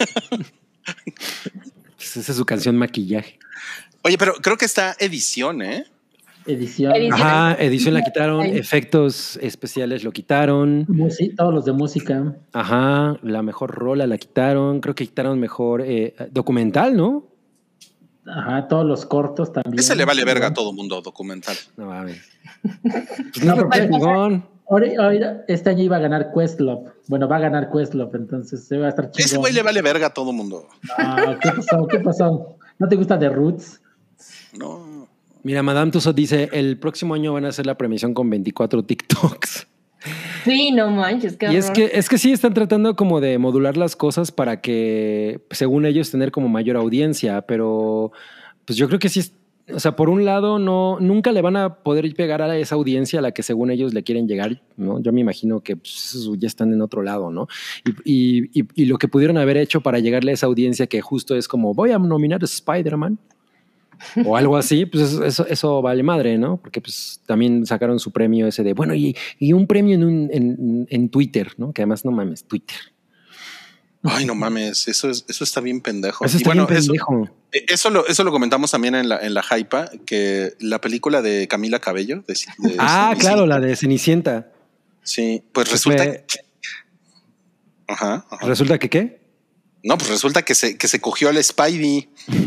Pues esa es su canción Maquillaje. Oye, pero creo que está edición, ¿eh? Edición. Edición. Ajá, edición la quitaron, efectos especiales lo quitaron. Musi- todos los de música. Ajá, la mejor rola la quitaron. Creo que quitaron mejor eh, documental, ¿no? Ajá, todos los cortos también. Ese le vale verga a todo mundo documental. No mames. Pues No, no, porque- chingón. Ahora, ahora, este año iba a ganar Questlove. Bueno, va a ganar Questlove, entonces se va a estar chingón. Ese güey le vale verga a todo mundo. Ah, ¿qué pasó? ¿Qué pasó? ¿No te gusta The Roots? No. Mira, Madame Tussauds dice, el próximo año van a hacer la premiación con veinticuatro TikToks. Sí, no manches, qué Y es horror. que, es que sí están tratando como de modular las cosas para que, según ellos, tener como mayor audiencia, pero pues yo creo que sí, es, o sea, por un lado, no, nunca le van a poder pegar a esa audiencia a la que según ellos le quieren llegar, ¿no? Yo me imagino que pues, esos ya están en otro lado, ¿no? Y, y, y, y lo que pudieron haber hecho para llegarle a esa audiencia que justo es como, voy a nominar a Spider-Man, o algo así, pues eso, eso, eso vale madre, ¿no? Porque pues también sacaron su premio ese de, bueno, y, y un premio en, un, en, en Twitter, ¿no? Que además no mames, Twitter. Ay, no mames, eso, es, eso está bien pendejo. Eso Y está bueno, bien eso, pendejo. eso, lo, eso lo comentamos también en la, en la Hypa, que la película de Camila Cabello. De, de Ah, Cenicienta, claro, la de Cenicienta. Sí, pues Que resulta fue- que... Ajá, ajá. ¿Resulta que qué? No, pues resulta que se, que se cogió al Spidey.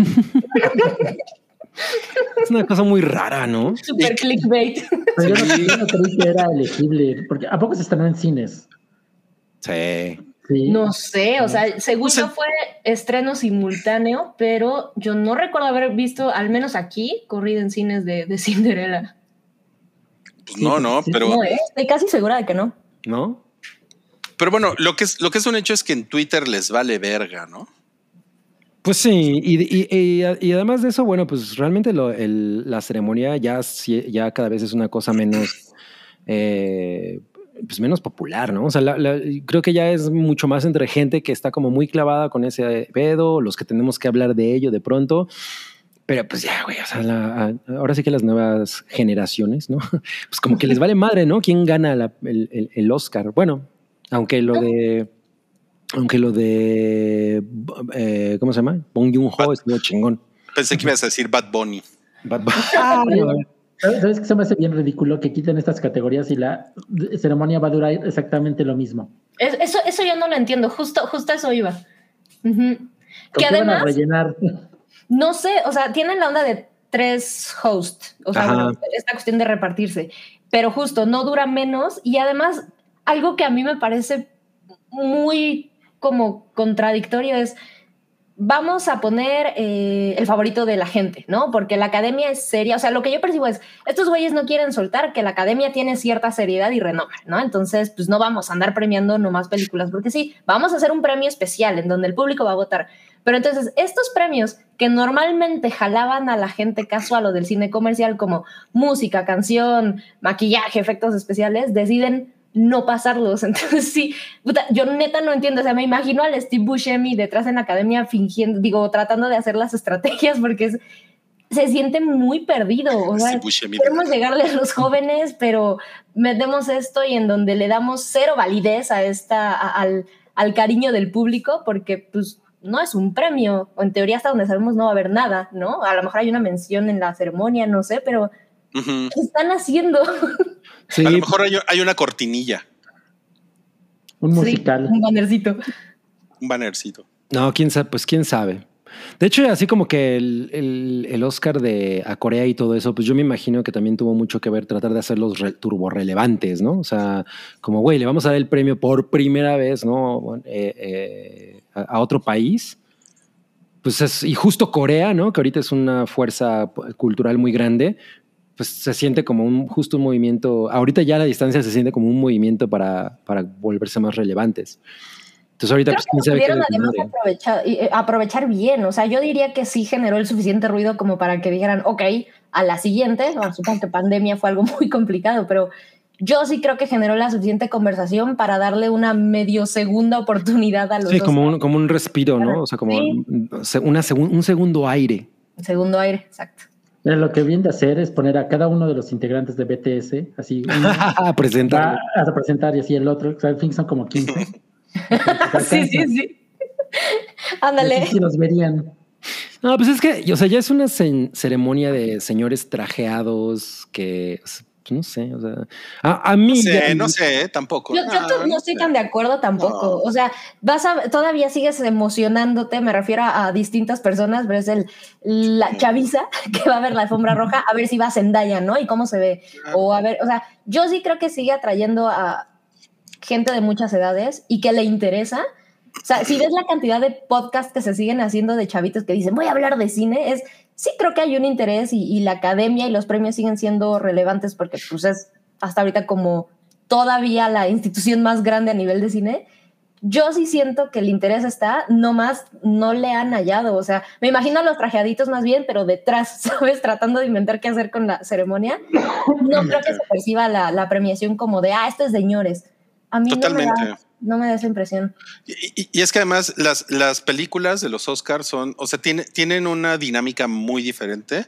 Es una cosa muy rara, ¿no? Super clickbait. Pero yo no, yo no creí que era elegible, porque ¿a poco se estrenó en cines? Sí. Sí. No sé, o sea, según O sea- yo fue estreno simultáneo, pero yo no recuerdo haber visto, al menos aquí, corrida en cines de, de Cinderella. Pues no, no, Sí, pero... No, ¿eh? Estoy casi segura de que no. ¿No? Pero bueno, lo que, es, lo que es un hecho es que en Twitter les vale verga, ¿no? Pues sí, y, y, y, y además de eso, bueno, pues realmente lo, el, la ceremonia ya, sí- ya cada vez es una cosa menos, eh, pues menos popular, ¿no? O sea, la- la- creo que ya es mucho más entre gente que está como muy clavada con ese pedo, los que tenemos que hablar de ello de pronto. Pero pues ya, güey, o sea, la- ahora sí que las nuevas generaciones, ¿no? Pues como que les vale madre, ¿no? ¿Quién gana la- el, el- el Oscar? Bueno, aunque lo de... Aunque lo de... eh, ¿cómo se llama? Bong Joon-ho estuvo chingón. Pensé que ibas a decir Bad Bunny. Bad Bunny. Ah, no. ¿Sabes sabes qué se me hace bien ridículo? Que quiten estas categorías y la ceremonia va a durar exactamente lo mismo. Es- Eso, eso yo no lo entiendo, justo, justo a eso iba. Ujú. ¿Con Que qué van a además, rellenar? no sé, o sea, tienen la onda de tres hosts, o sea, Ajá. bueno, esta cuestión de repartirse, pero justo no dura menos y además algo que a mí me parece muy como contradictorio es, vamos a poner eh, el favorito de la gente, ¿no? Porque la academia es seria. O sea, lo que yo percibo es, estos güeyes no quieren soltar que la academia tiene cierta seriedad y renombre, ¿no? Entonces, pues no vamos a andar premiando nomás películas, porque sí, vamos a hacer un premio especial en donde el público va a votar. Pero entonces, estos premios que normalmente jalaban a la gente casual o del cine comercial como música, canción, maquillaje, efectos especiales, deciden no pasarlos. Entonces sí, puta, yo neta no entiendo, o sea, me imagino al Steve Buscemi detrás en la academia fingiendo, digo, tratando de hacer las estrategias porque es, se siente muy perdido, o sea, queremos llegarle a los jóvenes, pero metemos esto y en donde le damos cero validez a esta, a, al, al cariño del público, porque pues no es un premio, o en teoría hasta donde sabemos no va a haber nada, ¿no? A lo mejor hay una mención en la ceremonia, no sé, pero uh-huh. ¿qué están haciendo? Sí. A lo mejor hay, hay una cortinilla. Un musical. Sí, un bannercito. Un bannercito. No, quién sabe, pues quién sabe. De hecho, así como que el, el, el Oscar de a Corea y todo eso, pues yo me imagino que también tuvo mucho que ver tratar de hacerlos re, turbo relevantes, ¿no? O sea, como, güey, le vamos a dar el premio por primera vez, ¿no? Eh, eh, a, a otro país. Pues es, y justo Corea, ¿no? Que ahorita es una fuerza cultural muy grande, pues se siente como un justo un movimiento. Ahorita ya a la distancia se siente como un movimiento para, para volverse más relevantes. Entonces ahorita creo pues, que lo pudieron además aprovechar, aprovechar bien. O sea, yo diría que sí generó el suficiente ruido como para que dijeran, ok, a la siguiente. Bueno, supongo que pandemia fue algo muy complicado, pero yo sí creo que generó la suficiente conversación para darle una medio segunda oportunidad a los sí, dos. como un, como un respiro, ¿no? O sea, como sí. una segun, un segundo aire. Segundo aire, exacto. Pero lo que vienen de hacer es poner a cada uno de los integrantes de B T S, así, a presentar. A, a presentar y así el otro, o sea, en fin, son como quince. sí, sí, sí. Ándale. Si los verían. No, pues es que, o sea, ya es una ceremonia de señores trajeados que, no sé, o sea, a, a mí... No sé, ya, no sé, tampoco. Yo, yo no, no, no estoy sé. tan de acuerdo tampoco. No. O sea, vas a, todavía sigues emocionándote, me refiero a, a distintas personas, pero es el, la chaviza que va a ver la alfombra roja, a ver si va a Zendaya, ¿no? Y cómo se ve. O a ver, o sea, yo sí creo que sigue atrayendo a gente de muchas edades y que le interesa. O sea, si ves la cantidad de podcasts que se siguen haciendo de chavitos que dicen, voy a hablar de cine, es... Sí creo que hay un interés y, y la academia y los premios siguen siendo relevantes porque pues es hasta ahorita como todavía la institución más grande a nivel de cine. Yo sí siento que el interés está, nomás no le han hallado. O sea, me imagino a los trajeaditos más bien, pero detrás, ¿sabes? Tratando de inventar qué hacer con la ceremonia. No creo que se perciba la, la premiación como de, ah, esto es de señores. A mí Totalmente. No me da, no me da esa impresión. Y, y, y es que además las, las películas de los Oscars son, o sea, tiene, tienen una dinámica muy diferente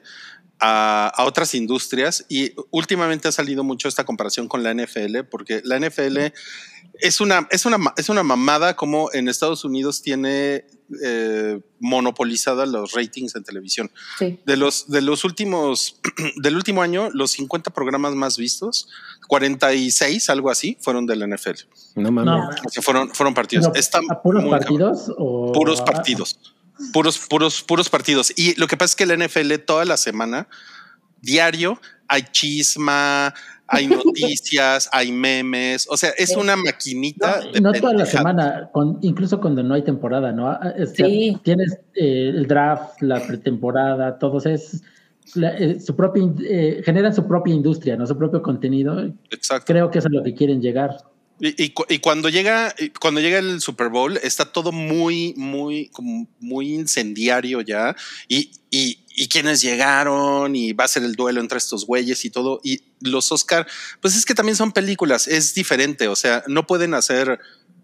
a, a otras industrias y últimamente ha salido mucho esta comparación con la N F L porque la N F L es una, es una, es una mamada como en Estados Unidos tiene eh, monopolizada los ratings en televisión. Sí. De los, de los últimos, del último año, los cincuenta programas más vistos, cuarenta y seis, algo así, fueron de la N F L. No mames. No. O sea, fueron, fueron partidos. Están ¿A puros partidos? O... Puros partidos. Puros, puros, puros partidos. Y lo que pasa es que la N F L toda la semana, diario, hay chisma, hay noticias, hay memes. O sea, es una maquinita. No, de no toda la semana, con, incluso cuando no hay temporada, ¿no? Es, sí. Ya tienes eh, el draft, la pretemporada, todos es la, eh, su propia, eh, generan su propia industria, ¿no? Su propio contenido. Exacto. Creo que eso es a lo que quieren llegar. Y, y, y cuando llega cuando llega el Super Bowl está todo muy muy como muy incendiario ya y, y, y quienes llegaron y va a ser el duelo entre estos güeyes y todo y los Oscar pues es que también son películas, es diferente, o sea, no pueden hacer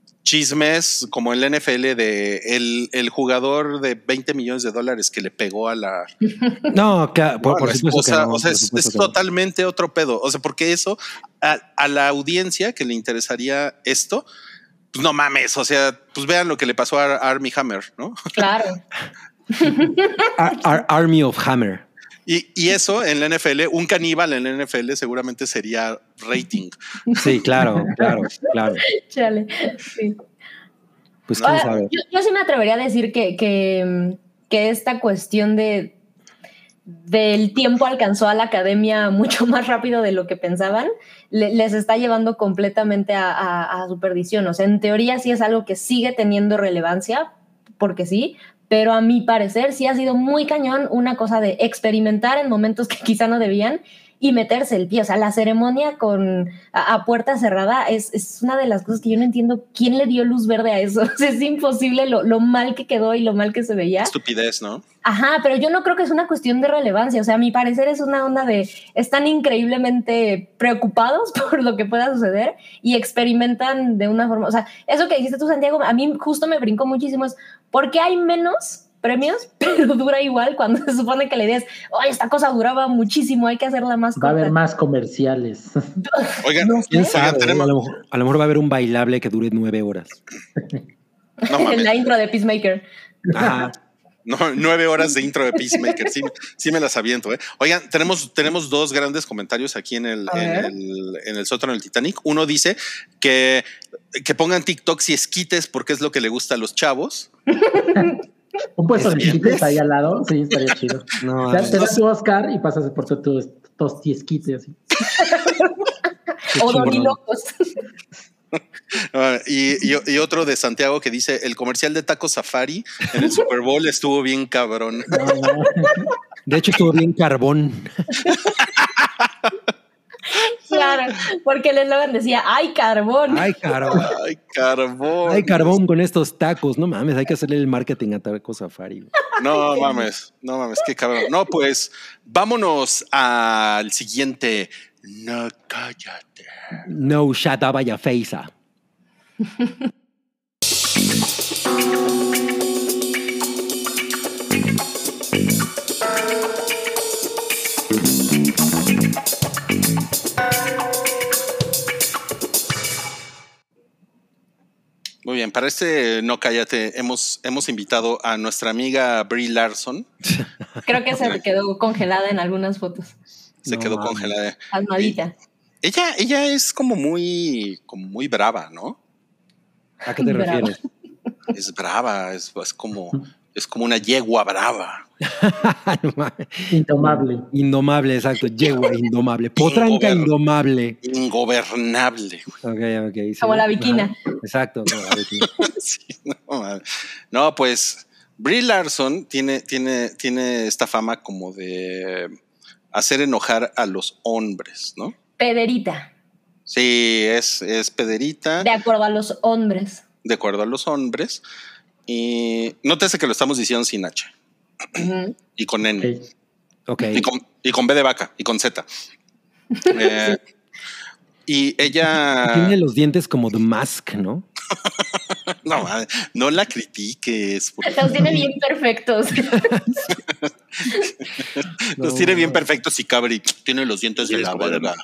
chismes como el N F L de el, el jugador de veinte millones de dólares que le pegó a la no, que, por, no, por la supuesto esposa, que no, o sea, es, es totalmente no. otro pedo, o sea, porque eso a, a la audiencia que le interesaría esto, pues no mames, o sea, pues vean lo que le pasó a Armie Hammer, ¿no? Claro. Ar, Ar, Army of Hammer. Y, y eso en la N F L, un caníbal en la N F L seguramente sería rating. Sí, claro, claro, claro. Chale, sí. Pues quién sabe. Yo, yo sí me atrevería a decir que, que, que esta cuestión de del tiempo alcanzó a la academia mucho más rápido de lo que pensaban, le, les está llevando completamente a, a, a su perdición. O sea, en teoría sí es algo que sigue teniendo relevancia, porque sí, pero a mi parecer sí ha sido muy cañón una cosa de experimentar en momentos que quizá no debían y meterse el pie. O sea, la ceremonia con a, a puerta cerrada es, es una de las cosas que yo no entiendo quién le dio luz verde a eso. O sea, es imposible lo, lo mal que quedó y lo mal que se veía. Estupidez, ¿no? Ajá, pero yo no creo que es una cuestión de relevancia. O sea, a mi parecer es una onda de están increíblemente preocupados por lo que pueda suceder y experimentan de una forma. O sea, eso que dijiste tú, Santiago, a mí justo me brincó muchísimo. Es ¿por qué hay menos premios, pero dura igual cuando se supone que la idea es, oye, esta cosa duraba muchísimo, hay que hacerla más corta? Va a haber más comerciales. Oigan, No sé. ¿Quién oigan, sabe? tenemos... A lo, mejor, a lo mejor va a haber un bailable que dure nueve horas. No mames. La intro de Peacemaker. Ajá. No, nueve horas de intro de Peacemaker, sí, sí me las aviento, ¿eh? Oigan, tenemos, tenemos dos grandes comentarios aquí en el, en el, en el sótano del Titanic. Uno dice que, que pongan TikToks y esquites porque es lo que le gusta a los chavos. Un puesto de ¿Esquites? esquites ahí al lado, sí, estaría chido. No, O sea, a te ver. das tu Oscar y pasas por tu, tu tosti esquite así. O chingón. dorilocos. Uh, y, y, y otro de Santiago que dice: el comercial de Taco Safari en el Super Bowl estuvo bien cabrón. No, no. De hecho, estuvo bien carbón. Claro, porque el eslogan decía, ¡ay, carbón! Ay, carbón. Ay, carbón. Ay, carbón con estos tacos. No mames, hay que hacerle el marketing a Taco Safari. Güey. No mames, no mames, qué cabrón. No, pues vámonos al siguiente. No, cállate. No shut up, vaya feisa. Muy bien, para este No Cállate hemos, hemos invitado a nuestra amiga Brie Larson. Creo que se quedó congelada en algunas fotos. Se No quedó mames. congelada. Almohadita. Ella, ella es como muy, como muy brava, ¿no? ¿A qué te Bravo. refieres? Es brava, es, es como, es como una yegua brava. No mames. Intomable. Indomable, exacto. Yegua, indomable. Potranca Ingober- indomable. Ingobernable. Ok, ok. sí. Como la viquina. Ajá. Exacto. Como la viquina. Sí, no, madre. No, pues Brie Larson tiene, tiene, tiene esta fama como de hacer enojar a los hombres, ¿no? Pederita, Sí, es, es pederita, de acuerdo a los hombres. de acuerdo a los hombres. Y nótese que lo estamos diciendo sin H Ujú. y con N. Ok. Ok. Y con, y con B de vaca y con Z. Eh, y ella. Tiene los dientes como The Mask, ¿no? No, madre, no la critiques. por- Los tiene bien perfectos. Los No. tiene bien perfectos y Cabri tiene los dientes de la verga.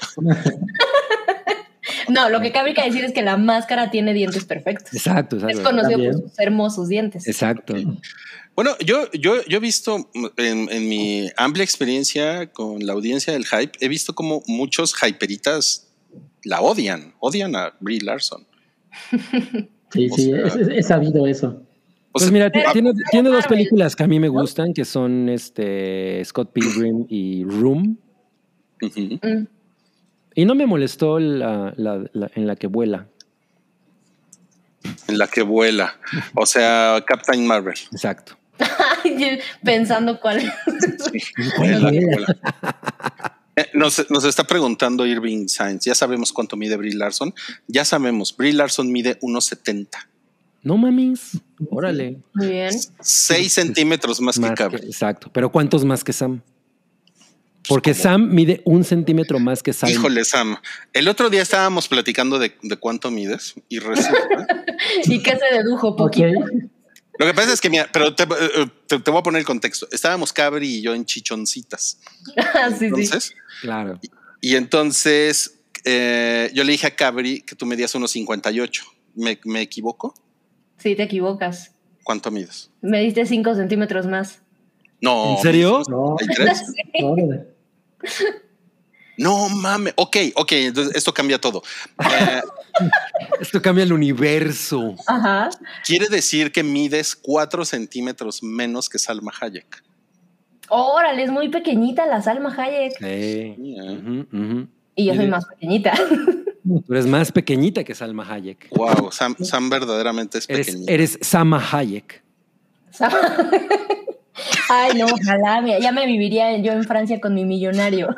No, lo que cabe decir es que la máscara tiene dientes perfectos. Exacto, Es exacto. conocido por También. sus hermosos dientes. Exacto. Bueno, yo, yo, yo he visto en, en mi amplia experiencia con la audiencia del hype, he visto como muchos hyperitas la odian, odian a Brie Larson. Sí, O sí, sea- es, es- es sabido eso. O Pues sea, mira, t- pero- tiene, pero tiene dos Marvel, películas que a mí me gustan, que son este Scott Pilgrim y Room. ujú. Mm. Y no me molestó la, la- la- en la que vuela. En la que vuela. O sea, Captain Marvel. Exacto. Ay, pensando cuál. En la que vuela. Eh, Nos, nos está preguntando Irving Sainz. Ya sabemos cuánto mide Brie Larson. Ya sabemos, Brie Larson mide uno setenta. No mames. Órale. Muy bien. seis centímetros más, Más que que- Cabri. exacto. Pero ¿cuántos más que Sam? Porque ¿Cómo? Sam mide un centímetro más que Sam. Híjole, Sam. El otro día estábamos platicando de, de cuánto mides y resulta. ¿Y qué se dedujo? Ok. Poquito. Lo que pasa es que, mira, pero te, eh, te- te voy a poner el contexto. Estábamos Cabri y yo en chichoncitas. sí, sí. Entonces, Claro. y entonces eh, yo le dije a Cabri que tú medías unos cincuenta y ocho. ¿Me, me equivoco? Sí, te equivocas. ¿Cuánto mides? Me diste cinco centímetros más. No. ¿En serio? mides No. unos treinta y tres. Órale. No mames. Ok, ok. Entonces esto cambia todo. Eh, Esto cambia el universo. Ajá. quiere decir que mides cuatro centímetros menos que Salma Hayek. Órale, es muy pequeñita la Salma Hayek. Sí. Yeah. Ujú, ujú. Y yo soy Mire. más pequeñita. Tú eres más pequeñita que Salma Hayek. Wow, Sam, Sam verdaderamente es Eres, pequeñito. eres Sama Hayek. Ay, no, ojalá, mira, ya me viviría yo en Francia con mi millonario.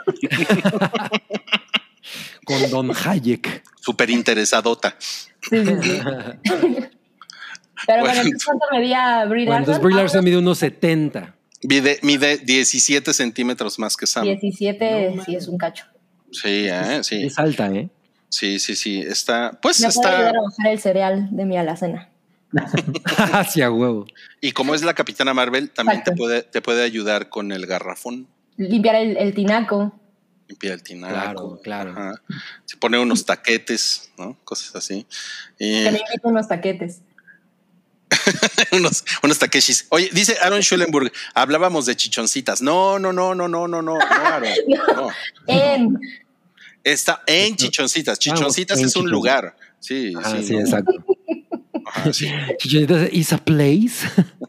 Con Don Hayek. Súper interesadota. Sí, sí, sí. Pero bueno, Bueno, ¿cuánto medía Brie Bueno, Larson? entonces Brie Larson Ah, mide unos setenta. Mide, mide diecisiete centímetros más que Sam. diecisiete, sí es un cacho. Sí, ¿eh? Sí. Es alta, ¿eh? Sí, sí, sí. Está, pues Me puede está. ayudar a bajar el cereal de mi alacena. Hacia huevo. Y como es la Capitana Marvel, también te Exacto. puede, te puede ayudar con el garrafón. Limpiar el, el tinaco. Limpia el tinaco. Claro, claro. Ajá. Se pone unos taquetes, ¿no? Cosas así. Y Que me invite unos taquetes. unos, unos takeshis. Oye, dice Aaron Schulenburg, hablábamos de chichoncitas. No, no, no, no, no, no, no, no, Aaron. No. En. Está en Chichoncitas. Chichoncitas en es un Chichon- lugar. Sí, Ah, sí, sí. ¿no? exacto. Ajá, sí. Chichonitas is a place.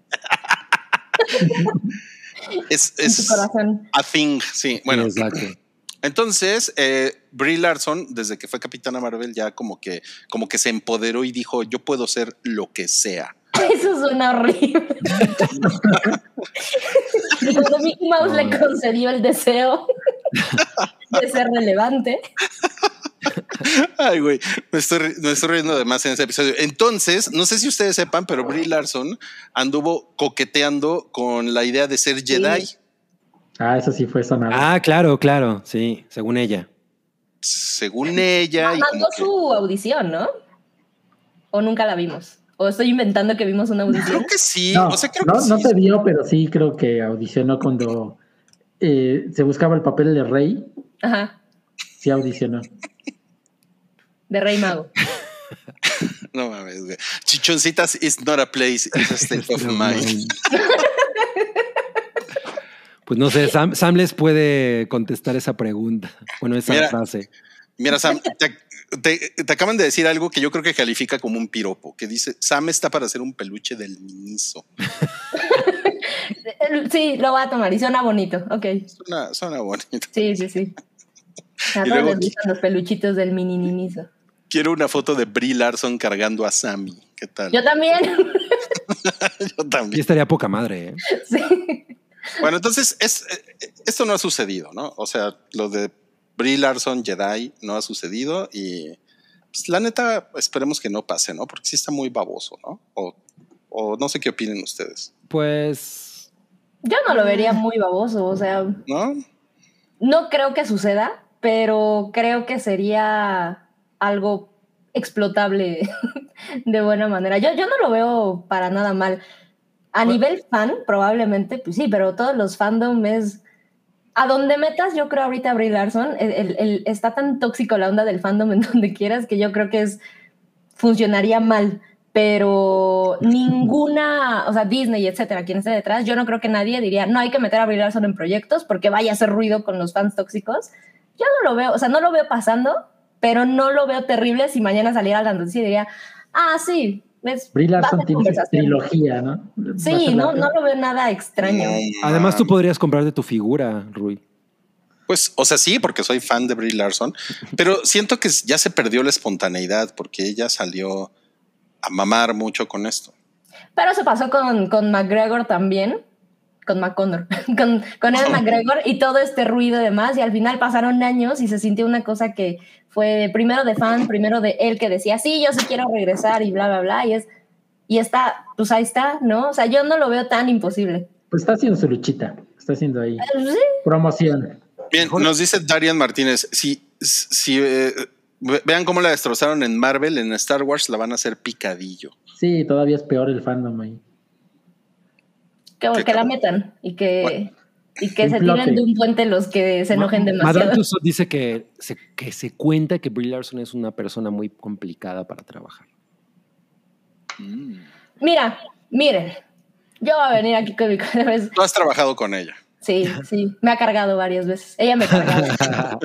Es, En tu es corazón. a thing, sí. Bueno, Sí, exacto. entonces eh, Brie Larson, desde que fue Capitana Marvel, ya como que, como que se empoderó y dijo, yo puedo ser lo que sea. Eso suena horrible. Y cuando Mickey Mouse No. le concedió el deseo de ser relevante. Ay, güey, me estoy, ri- me estoy riendo de más en ese episodio. Entonces, no sé si ustedes sepan, pero Brie Larson anduvo coqueteando con la idea de ser Jedi. Ah, eso sí fue sonado. Ah, claro, claro. Sí, según ella. Según ella. Y como Mandó que, su audición, ¿no? ¿O nunca la vimos? ¿O estoy inventando que vimos una audición? creo que sí. no, o sea, creo no, que no sí. se vio, pero sí creo que audicionó cuando eh, se buscaba el papel de Rey. Ajá, Sí audicionó. de Rey Mago. No mames, güey. Chichoncitas is not a place, it's a state of No mind. mames. Pues no sé, Sam, Sam les puede contestar esa pregunta. Bueno, esa Mira. frase. Mira, Sam, te, te- te acaban de decir algo que yo creo que califica como un piropo, que dice, Sam está para hacer un peluche del Miniso. Sí, lo voy a tomar y suena bonito. Ok. Suena, suena bonito. Sí, sí, sí. A Y todos luego les gustan los peluchitos del mini ninizo. Quiero una foto de Brie Larson cargando a Sammy. ¿Qué tal? Yo también. Yo Y también. estaría poca madre, ¿eh? Sí. Bueno, entonces, es, eh, esto no ha sucedido, ¿no? O sea, lo de Brie Larson Jedi no ha sucedido y pues, la neta, esperemos que no pase, ¿no? Porque sí está muy baboso, ¿no? O, o no sé qué opinen ustedes, Pues Yo no lo vería muy baboso, o sea, ¿no? no creo que suceda, pero creo que sería algo explotable de buena manera. Yo, yo no lo veo para nada mal. A Bueno. nivel fan, probablemente, pues sí, pero todos los fandom es... A donde metas, yo creo ahorita Brie Larson, el, el- el- está tan tóxico la onda del fandom en donde quieras que yo creo que es funcionaría mal, pero ninguna, o sea, Disney, etcétera, quien esté detrás, yo no creo que nadie diría, no hay que meter a Brie Larson en proyectos porque vaya a hacer ruido con los fans tóxicos. Yo no lo veo, o sea, no lo veo pasando, pero no lo veo terrible si mañana saliera la noticia y diría, ah, sí, es Brie va a Larson ser tiene su conversación. trilogía, ¿no? Va a Sí, ser no, la- no lo veo nada extraño. No, además tú man. podrías comprarte tu figura, Rui. Pues, o sea, sí, porque soy fan de Brie Larson, pero siento que ya se perdió la espontaneidad porque ella salió a mamar mucho con esto. Pero eso pasó con, con McGregor también, con McConnor, con, con Ewan McGregor y todo este ruido y demás, y al final pasaron años y se sintió una cosa que fue primero de fan, primero de él que decía, sí, yo sí quiero regresar y bla, bla, bla, y es, y está, pues ahí está, ¿no? O sea, yo no lo veo tan imposible. Pues está haciendo su luchita. Está haciendo ahí Pero sí, promoción. Bien, nos dice Darian Martínez, si, si eh, ve- vean cómo la destrozaron en Marvel, en Star Wars la van a hacer picadillo. Sí, todavía es peor el fandom ahí. que, Qué que la cabrón. metan y que, Bueno. y que se Implote. tiren de un puente los que se enojen demasiado. Madame Tussauds dice que se, que se cuenta que Brie Larson es una persona muy complicada para trabajar. Mira, miren, yo voy a venir aquí con mi vez. Tú has trabajado con ella. Sí, sí, me ha cargado varias veces. Ella me ha cargado.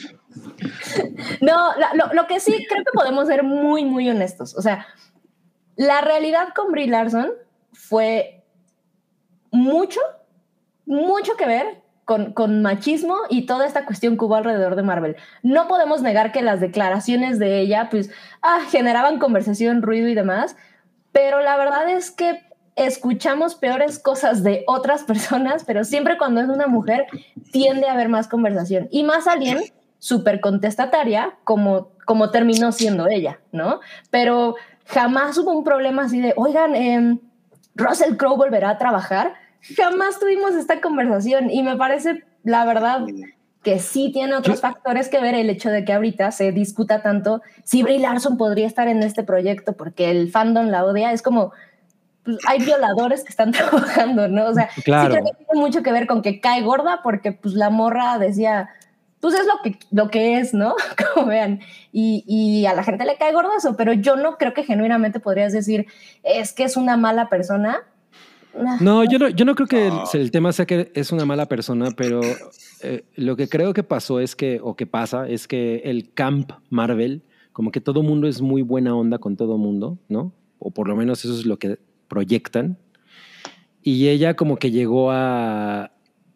No, la- lo, lo que sí creo que podemos ser muy, muy honestos. O sea, la realidad con Brie Larson fue mucho, mucho que ver con, con machismo y toda esta cuestión que hubo alrededor de Marvel. No podemos negar que las declaraciones de ella, pues, ah, generaban conversación, ruido y demás, pero la verdad es que escuchamos peores cosas de otras personas, pero siempre cuando es una mujer tiende a haber más conversación y más alguien súper contestataria como, como terminó siendo ella, ¿no? Pero jamás hubo un problema así de, oigan, eh, Russell Crowe volverá a trabajar. Jamás tuvimos esta conversación y me parece, la verdad, que sí tiene otros factores que ver el hecho de que ahorita se discuta tanto si Brie Larson podría estar en este proyecto porque el fandom la odia. Es como, pues, hay violadores que están trabajando, ¿no? O sea, claro. Sí creo que tiene mucho que ver con que cae gorda porque pues la morra decía, pues es lo que, lo que es, ¿no? Como vean. Y, y a la gente le cae gordo eso, pero yo no creo que genuinamente podrías decir, es que es una mala persona. No, yo no, yo no creo que el, el tema sea que es una mala persona, pero eh, lo que creo que pasó es que, o que pasa, es que el camp Marvel, como que todo mundo es muy buena onda con todo mundo, ¿no? O por lo menos eso es lo que proyectan. Y ella como que llegó a,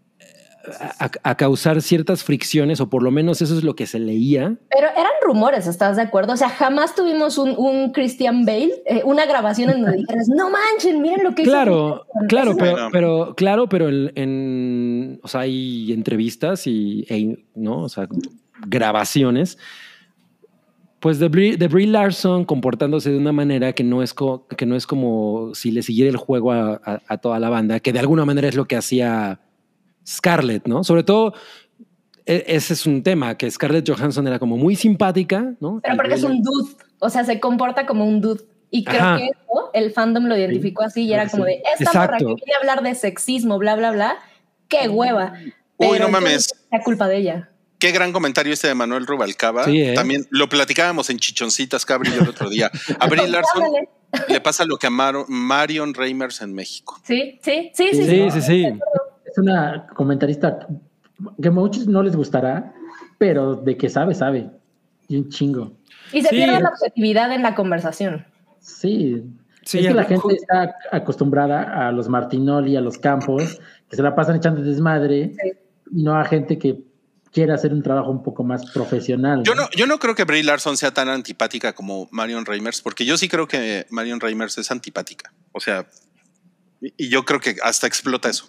a, a causar ciertas fricciones, o por lo menos eso es lo que se leía. Pero eran rumores, ¿estás de acuerdo? O sea, jamás tuvimos un, un Christian Bale, eh, una grabación en donde dijeras, no manchen, miren lo que claro, hizo. Claro, pero, bueno. pero, claro, pero en, en, o sea, hay entrevistas y, e, ¿no? O sea, grabaciones, pues de Brie, de Brie Larson comportándose de una manera que no es, co, que no es como si le siguiera el juego a, a, a toda la banda, que de alguna manera es lo que hacía Scarlett, ¿no? Sobre todo, ese es un tema, que Scarlett Johansson era como muy simpática, ¿no? Pero porque es un dude, o sea, se comporta como un dude. Y creo Ajá. que eso, el fandom lo identificó así y era como de, esta morra que quiere hablar de sexismo, bla, bla, bla, qué hueva. Uy, no mames. Es la culpa de ella. Qué gran comentario este de Manuel Rubalcaba. Sí, ¿eh? También lo platicábamos en Chichoncitas, Cabri, el otro día. A Brie Larson le pasa lo que a Mar Marion Reimers en México. Sí, sí, sí, sí. Sí, sí, sí. sí. Es una comentarista que a muchos no les gustará, pero de que sabe, sabe. Y un chingo. Y se sí. pierde la objetividad en la conversación. Sí. sí es que la gente está acostumbrada a los Martinoli, a los Campos, que se la pasan echando desmadre, sí. y no a gente que quiera hacer un trabajo un poco más profesional. ¿no? Yo no, yo no creo que Brie Larson sea tan antipática como Marion Reimers, porque yo sí creo que Marion Reimers es antipática. O sea, y yo creo que hasta explota eso.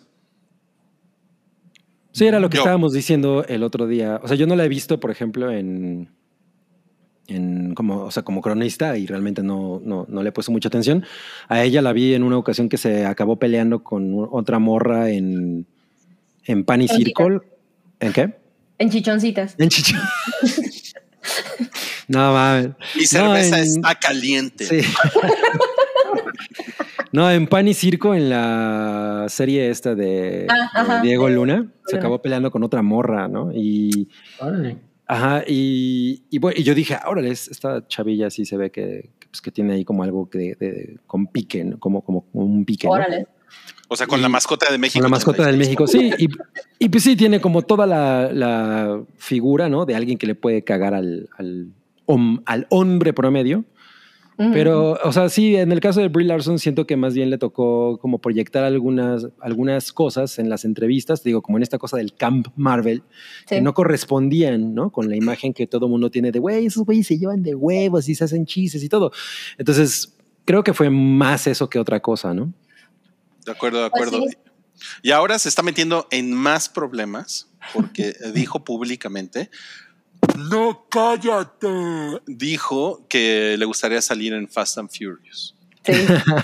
Sí, era lo que yo. estábamos diciendo el otro día. O sea, yo no la he visto, por ejemplo, en, en como, o sea, como cronista y realmente no, no, no le he puesto mucha atención. A ella la vi en una ocasión que se acabó peleando con otra morra en, en Pan y Circle. ¿En qué? En Chichoncitas. En Chichoncitas. No mames. Mi cerveza no, en... está caliente. Sí. No, en Pan y Circo, en la serie esta de, ah, ajá, de Diego Luna, Luna, se acabó peleando con otra morra, ¿no? Y, órale. Ajá, y, y, bueno, y yo dije, órale, esta chavilla sí se ve que, que, pues, que tiene ahí como algo de, de, con pique, ¿no? Como, como un pique, órale. ¿no? O sea, con y, la mascota de México. Con la mascota del México, sí. Y, y pues sí, tiene como toda la, la figura, ¿no? De alguien que le puede cagar al, al, hom, al hombre promedio. Pero, o sea, sí, en el caso de Brie Larson siento que más bien le tocó como proyectar algunas, algunas cosas en las entrevistas, digo, como en esta cosa del Camp Marvel, sí. que no correspondían, ¿no? Con la imagen que todo mundo tiene de, güey, esos güeyes se llevan de huevos y se hacen chistes y todo. Entonces, creo que fue más eso que otra cosa, ¿no? De acuerdo, de acuerdo. Pues sí. Y ahora se está metiendo en más problemas porque dijo públicamente... No, cállate. Dijo que le gustaría salir en Fast and Furious. Sí.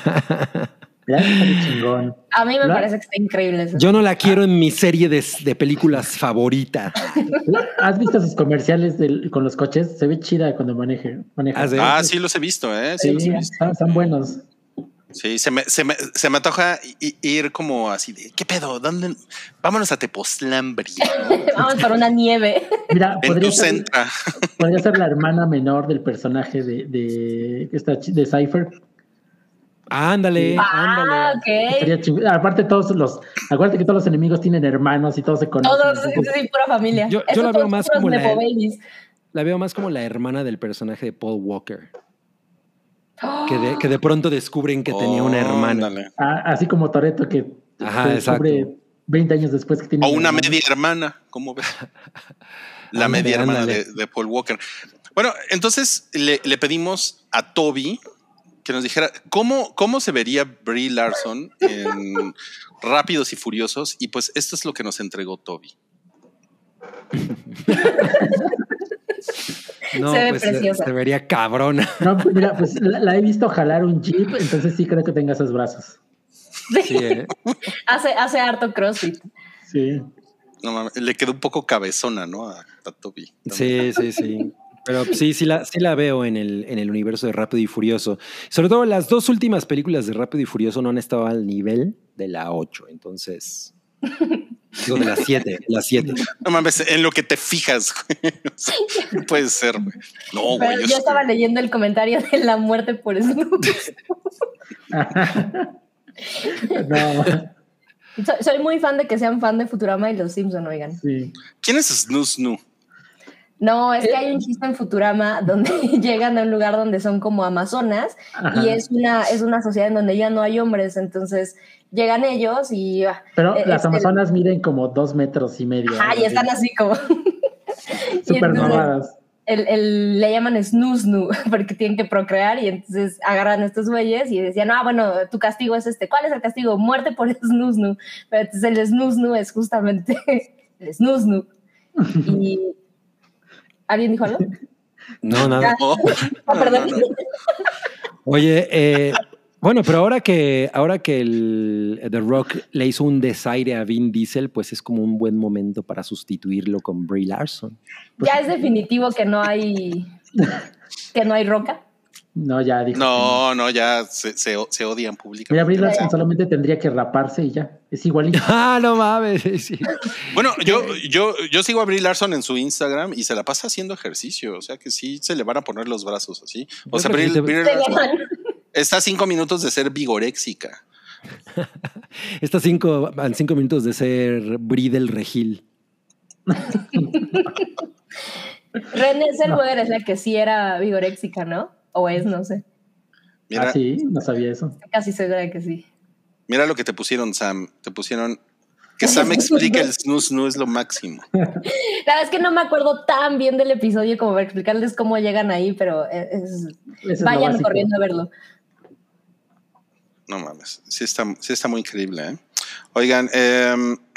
Chingón. A mí me ¿La? parece que está increíble eso. Yo no la quiero en mi serie de, de películas favorita. ¿Has visto sus comerciales de, con los coches? Se ve chida cuando maneje. maneja. Ah, ¿sí? ah, sí los he visto, ¿eh? Sí, sí los he visto. Están, están buenos. Sí, se me, se me, se me antoja ir como así de, ¿qué pedo? ¿Dónde? Vámonos a Tepoztlán, ¿no? Vamos por una nieve. Mira, en podría tu ser, centra. Podría ser la hermana menor del personaje de, de, de, de Cypher. Ándale, ah, ándale. Okay. Aparte todos los, acuérdate que todos los enemigos tienen hermanos y todos se conocen. Todos, sí, sí, pura familia. Yo, yo la veo más como la, la veo más como la hermana del personaje de Paul Walker. Que de, que de pronto descubren que oh, tenía una hermana. Ah, así como Toretto que Ajá, descubre exacto. veinte años después que tiene o una, una media hermana, ¿cómo ves? La ándale, media hermana de, de Paul Walker. Bueno, entonces le, le pedimos a Toby que nos dijera cómo, cómo se vería Brie Larson en Rápidos y Furiosos. Y pues esto es lo que nos entregó Toby. No, Se ve pues se, preciosa. se vería cabrona. No, pues mira, pues la, la he visto jalar un jeep, entonces sí creo que tenga esos brazos. Sí, ¿eh? hace, hace harto CrossFit. Sí. No mames, le quedó un poco cabezona, ¿no? A, a Toby. Sí, sí, sí. Pero sí, sí la, sí la veo en el, en el universo de Rápido y Furioso. Sobre todo las dos últimas películas de Rápido y Furioso no han estado al nivel de la ocho. Entonces, digo de la siete, la siete. No mames, en lo que te fijas, güey. O sea, no puede ser, güey. No, güey. Pero Yo, yo estoy- estaba leyendo el comentario de la muerte por snooze. No, soy, soy muy fan de que sean fan de Futurama y Los Simpson, oigan. sí. ¿Quién es Snoo Snoo? No, es que hay un chiste en Futurama donde llegan a un lugar donde son como amazonas. Ajá. Y es una, es una sociedad en donde ya no hay hombres, entonces llegan ellos y... ah, Pero eh, las es el- amazonas miden como dos metros y medio. Ah, y están así como... y súper entonces mamadas. el, el- le llaman snoo snoo porque tienen que procrear y entonces agarran a estos güeyes y decían, ah, bueno, tu castigo es este. ¿Cuál es el castigo? Muerte por snoo snoo. Pero entonces el snoo snoo es justamente el snoo snoo. Y... ¿Alguien dijo algo? No, nada. No, Ah, no, perdón. no, no. Oye, eh, bueno, pero ahora que, ahora que el The Rock le hizo un desaire a Vin Diesel, pues es como un buen momento para sustituirlo con Brie Larson. Ya es definitivo que no hay que no hay roca. No, ya dijo. No, no, ya se, se, se odian Mira, públicamente. Brie Larson solamente tendría que raparse y ya. Es igualito. Ah, no mames. Sí. Bueno, yo, yo, yo sigo a Brie Larson en su Instagram y se la pasa haciendo ejercicio. O sea que sí se le van a poner los brazos así. O Yo sea, creo que Brie, sí te- Brie Se Larson llaman. está a cinco minutos de ser vigoréxica. Está cinco, a cinco minutos de ser Brie del Regil. René Zellweger es la que sí era vigoréxica, ¿no? O es, no sé. Mira, Ah, sí, no sabía eso. Casi segura de que sí. mira lo que te pusieron, Sam. Te pusieron que Sam explique el snoo snoo es lo máximo. La verdad es que no me acuerdo tan bien del episodio como para explicarles cómo llegan ahí, pero es, Eso es lo vayan básico. corriendo a verlo. No mames, sí está, sí está muy increíble, ¿eh? Oigan, eh,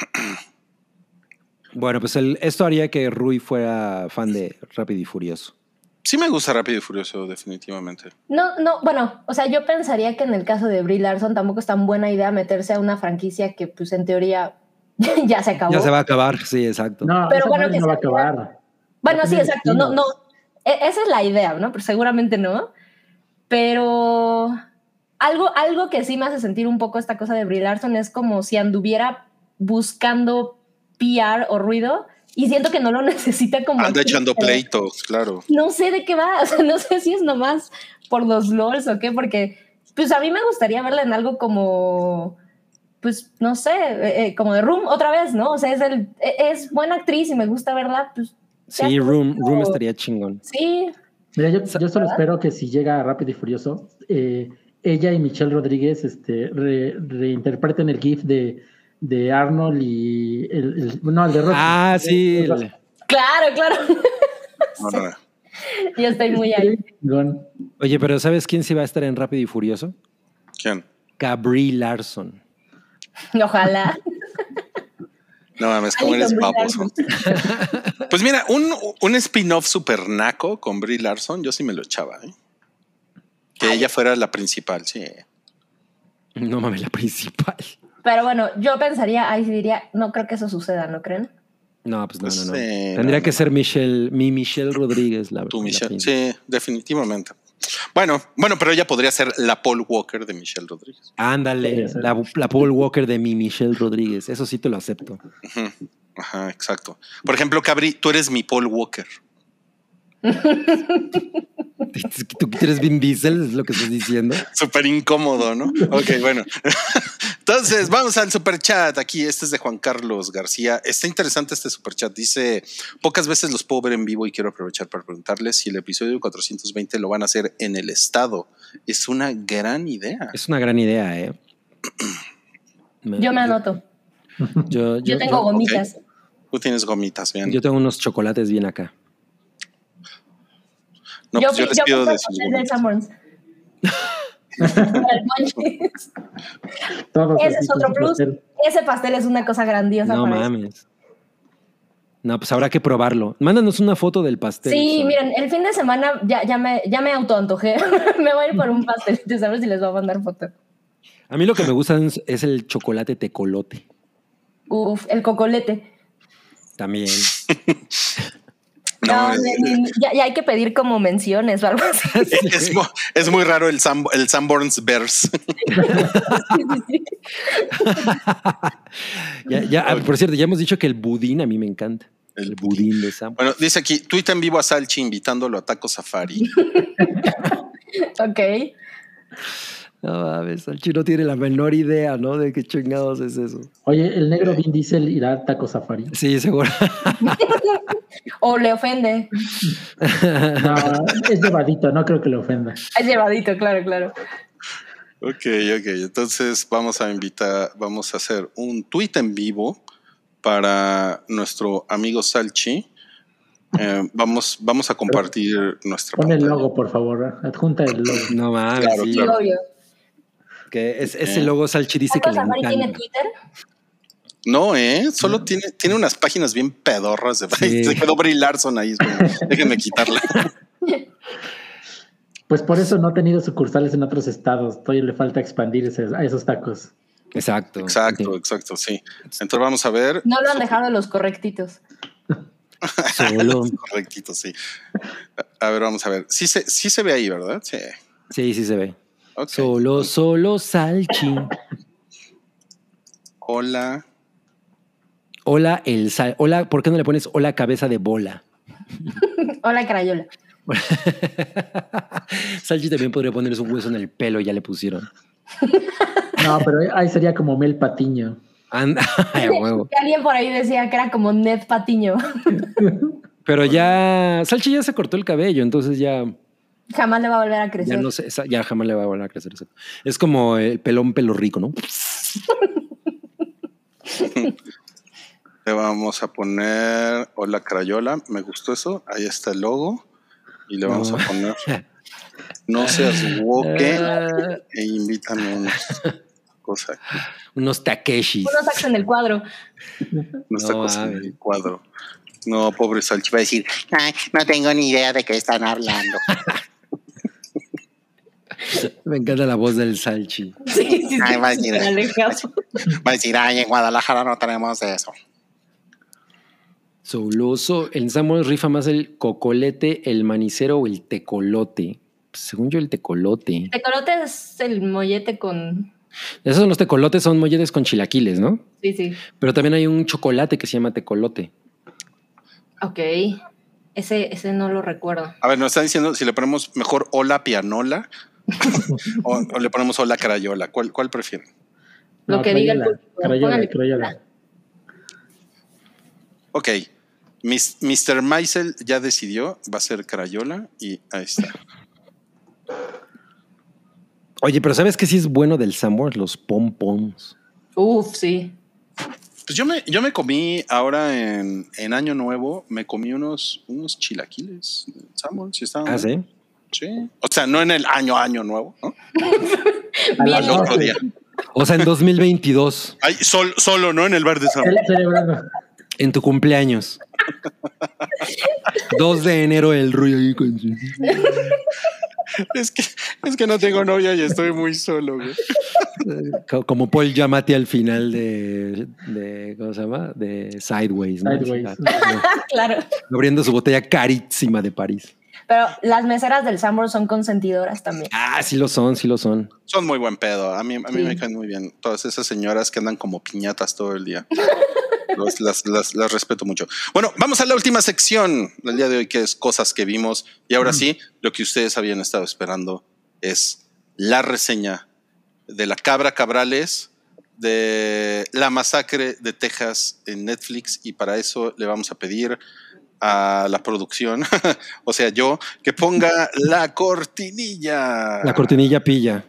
Bueno, pues el, esto haría que Rui fuera fan de Rápido y Furioso. sí me gusta Rápido y Furioso, definitivamente. No, no, bueno, o sea, yo pensaría que en el caso de Brie Larson tampoco es tan buena idea meterse a una franquicia que, pues, en teoría ya se acabó. Ya se va a acabar, sí, exacto. No, Pero esa bueno, madre que no va a sea- acabar. Bueno, Va a sí, tener exacto. No, no. spin-offs. E- Esa es la idea, ¿no? Pero seguramente no. Pero algo, algo que sí me hace sentir un poco esta cosa de Brie Larson es como si anduviera buscando P R o ruido y siento que no lo necesita como... Anda echando pero pleitos, claro. No sé de qué va, o sea, no sé si es nomás por los LOLs o qué, porque pues a mí me gustaría verla en algo como... Pues no sé, eh, eh, como de Room otra vez, ¿no? O sea, es, el, es buena actriz y me gusta verla. Pues, Sí, Room, Room estaría chingón. Sí. Mira, yo, yo solo espero que si llega Rápido y Furioso, eh, ella y Michelle Rodríguez este, re- reinterpreten el GIF de, de Arnold y el, el- no, el de Rocky. Ah, sí. El- el- Claro, claro. No, no, no. Yo estoy muy ahí. Chingón. Oye, pero ¿sabes quién sí va a estar en Rápido y Furioso? ¿Quién? Brie Larson. Ojalá. No mames, cómo Ay, eres con Brie baboso. Pues mira, un, un spin-off super naco con Brie Larson, yo sí me lo echaba, ¿eh? Que ella fuera la principal, sí. No mames, la principal. Pero bueno, yo pensaría, ahí sí diría, no creo que eso suceda, ¿no creen? No, pues no, Pues, no, no. eh, Tendría no, que no. ser Michelle, mi Michelle Rodríguez, la Tú, la Michelle. principal. Sí, definitivamente. Bueno, bueno, pero ella podría ser la Paul Walker de Michelle Rodríguez. Ándale, Podría ser. la, la Paul Walker de mi Michelle Rodríguez. Eso sí te lo acepto. Ujú. Ajá, exacto. Por ejemplo, Cabri, tú eres mi Paul Walker. ¿Tú quieres Vin Diesel? Es lo que estás diciendo. Súper incómodo, ¿no? Ok, bueno. Entonces, vamos al superchat. Aquí, este es de Juan Carlos García. Está interesante este superchat. Dice, pocas veces los puedo ver en vivo y quiero aprovechar para preguntarles si el episodio cuatrocientos veinte lo van a hacer en el estado. Es una gran idea. Es una gran idea, ¿eh? Me- Yo me anoto. Yo, Yo tengo gomitas. Tú tienes gomitas, bien. Yo tengo unos chocolates bien acá. No, yo pues yo les yo pido compro de sus pastel de gomitas. Sanborns. Para el monchis. Todos Ese así es con otro su plus. pastel. Ese pastel es una cosa grandiosa. No para eso. mames. No, pues habrá que probarlo. Mándanos una foto del pastel. Sí, Sol. miren, el fin de semana ya, ya me, ya me autoantojé. Me voy a ir por un pastel. A ver si les voy a mandar foto. A mí lo que me gusta es, es el chocolate tecolote. Uf, el cocolete. También. No, No, es, ni- ni- ya, ya hay que pedir como menciones o algo así. es, es mu- es muy raro el, Sam, el Sanborns Bears. ya, ya, ah, por cierto, ya hemos dicho que el budín a mí me encanta. El El, budín de Sam. Bueno, dice aquí, tuita en vivo a Salchi invitándolo a Taco Safari. Ok. No mames, el chino tiene la menor idea, ¿no? De qué chingados es eso. Oye, el negro Vin Diesel irá a Taco Safari. Sí, seguro. O le ofende. No, es llevadito, no creo que le ofenda. Es llevadito, claro, claro. Ok, ok. Entonces vamos a invitar, vamos a hacer un tweet en vivo para nuestro amigo Salchi. Eh, vamos, vamos a compartir nuestra Pon el pantalla. logo, por favor. Adjunta el logo. No mames, Claro, sí. Sí, claro. obvio. Que es, ese logo Salchi dice que ¿Taco le Safari tiene encanta. Twitter? No, ¿eh? Solo tiene, tiene unas páginas bien pedorras. De, Sí. Se quedó Brie Larson ahí. Déjenme quitarla. Pues por eso no ha tenido sucursales en otros estados. Todavía le falta expandir ese- a esos tacos. Exacto. Exacto, exacto, sí. Entonces vamos a ver. No lo han dejado los correctitos. Solo. Correctito, sí. A ver, vamos a ver. Sí se, sí se ve ahí, ¿verdad? Sí. Sí, sí se ve. Ok. Solo, solo Salchi. Hola. Hola, el sal. Hola, ¿por qué no le pones hola cabeza de bola? Hola, Crayola. Salchi también podría ponerse un hueso en el pelo, ya le pusieron. No, pero ahí sería como Mel Patiño. Anda, ay, a huevo. Que alguien por ahí decía que era como Ned Patiño. Pero ya, Salchi ya se cortó el cabello, entonces ya, Jamás le va a volver a ya crecer. no sé, esa- ya jamás le va a volver a crecer eso. Es como el pelón pelo rico, ¿no? Le vamos a poner hola Crayola. Me gustó eso. Ahí está el logo. Y le vamos No. a poner no seas woke Ah, e invítame una cosa aquí. unos Takeshis. Unos tacos en el cuadro. Nuestra No, cosa a en ver. el cuadro. No, pobre Salchi va a decir, Ay, no tengo ni idea de qué están hablando. Me encanta la voz del Salchi. Sí, sí, sí. Ay, va a decir, súper alejado. va a decir, ay, en Guadalajara no tenemos eso. Solo, so- en Samuel rifa más el cocolete, el manicero o el tecolote. Pues, según yo, el tecolote. Tecolote es el mollete con... Esos son los tecolotes, son molletes con chilaquiles, ¿no? Sí, sí. Pero también hay un chocolate que se llama tecolote. Ok. Ese, ese no lo recuerdo. a ver, nos están diciendo si le ponemos mejor hola pianola o, o le ponemos hola Crayola. ¿Cuál, cuál prefieren? Lo No, que diga el Crayola, público. Crayola, Póngale- Crayola. Ok. Mis- mister Maisel ya decidió, va a ser Crayola y ahí está. Oye, pero ¿sabes qué sí es bueno del Sanborns? Los pompons. Uf, sí. Pues yo me, yo me comí ahora en, en Año Nuevo, me comí unos, unos chilaquiles de Sanborns, sí estaban ¿Ah, buenos. sí? Sí. O sea, no en el año, año nuevo, ¿no? A las El otro doce, día. O sea, en dos mil veintidós, Ay, sol- solo, ¿no? En el bar de Sanborns. cele- celebrando. en tu cumpleaños. dos de enero, el Rui ahí con su- Es que, es que no tengo novia y estoy muy solo, güey. Co- Como Paul Giamatti al final de, de ¿cómo se llama? De Sideways, ¿no? Sideways. Claro. Abriendo su botella carísima de París. Pero las meseras del Sanborns son consentidoras también. Ah, sí lo son, sí lo son. Son muy buen pedo. A mí, a mí Sí. me caen muy bien. Todas esas señoras que andan como piñatas todo el día. Los- las, las- las respeto mucho. Bueno, vamos a la última sección del día de hoy, que es cosas que vimos. Y ahora sí, lo que ustedes habían estado esperando es la reseña de La Cabra Cabrales, de La Masacre de Texas en Netflix. Y para eso le vamos a pedir a la producción, o sea, yo, que ponga la cortinilla. La cortinilla pilla.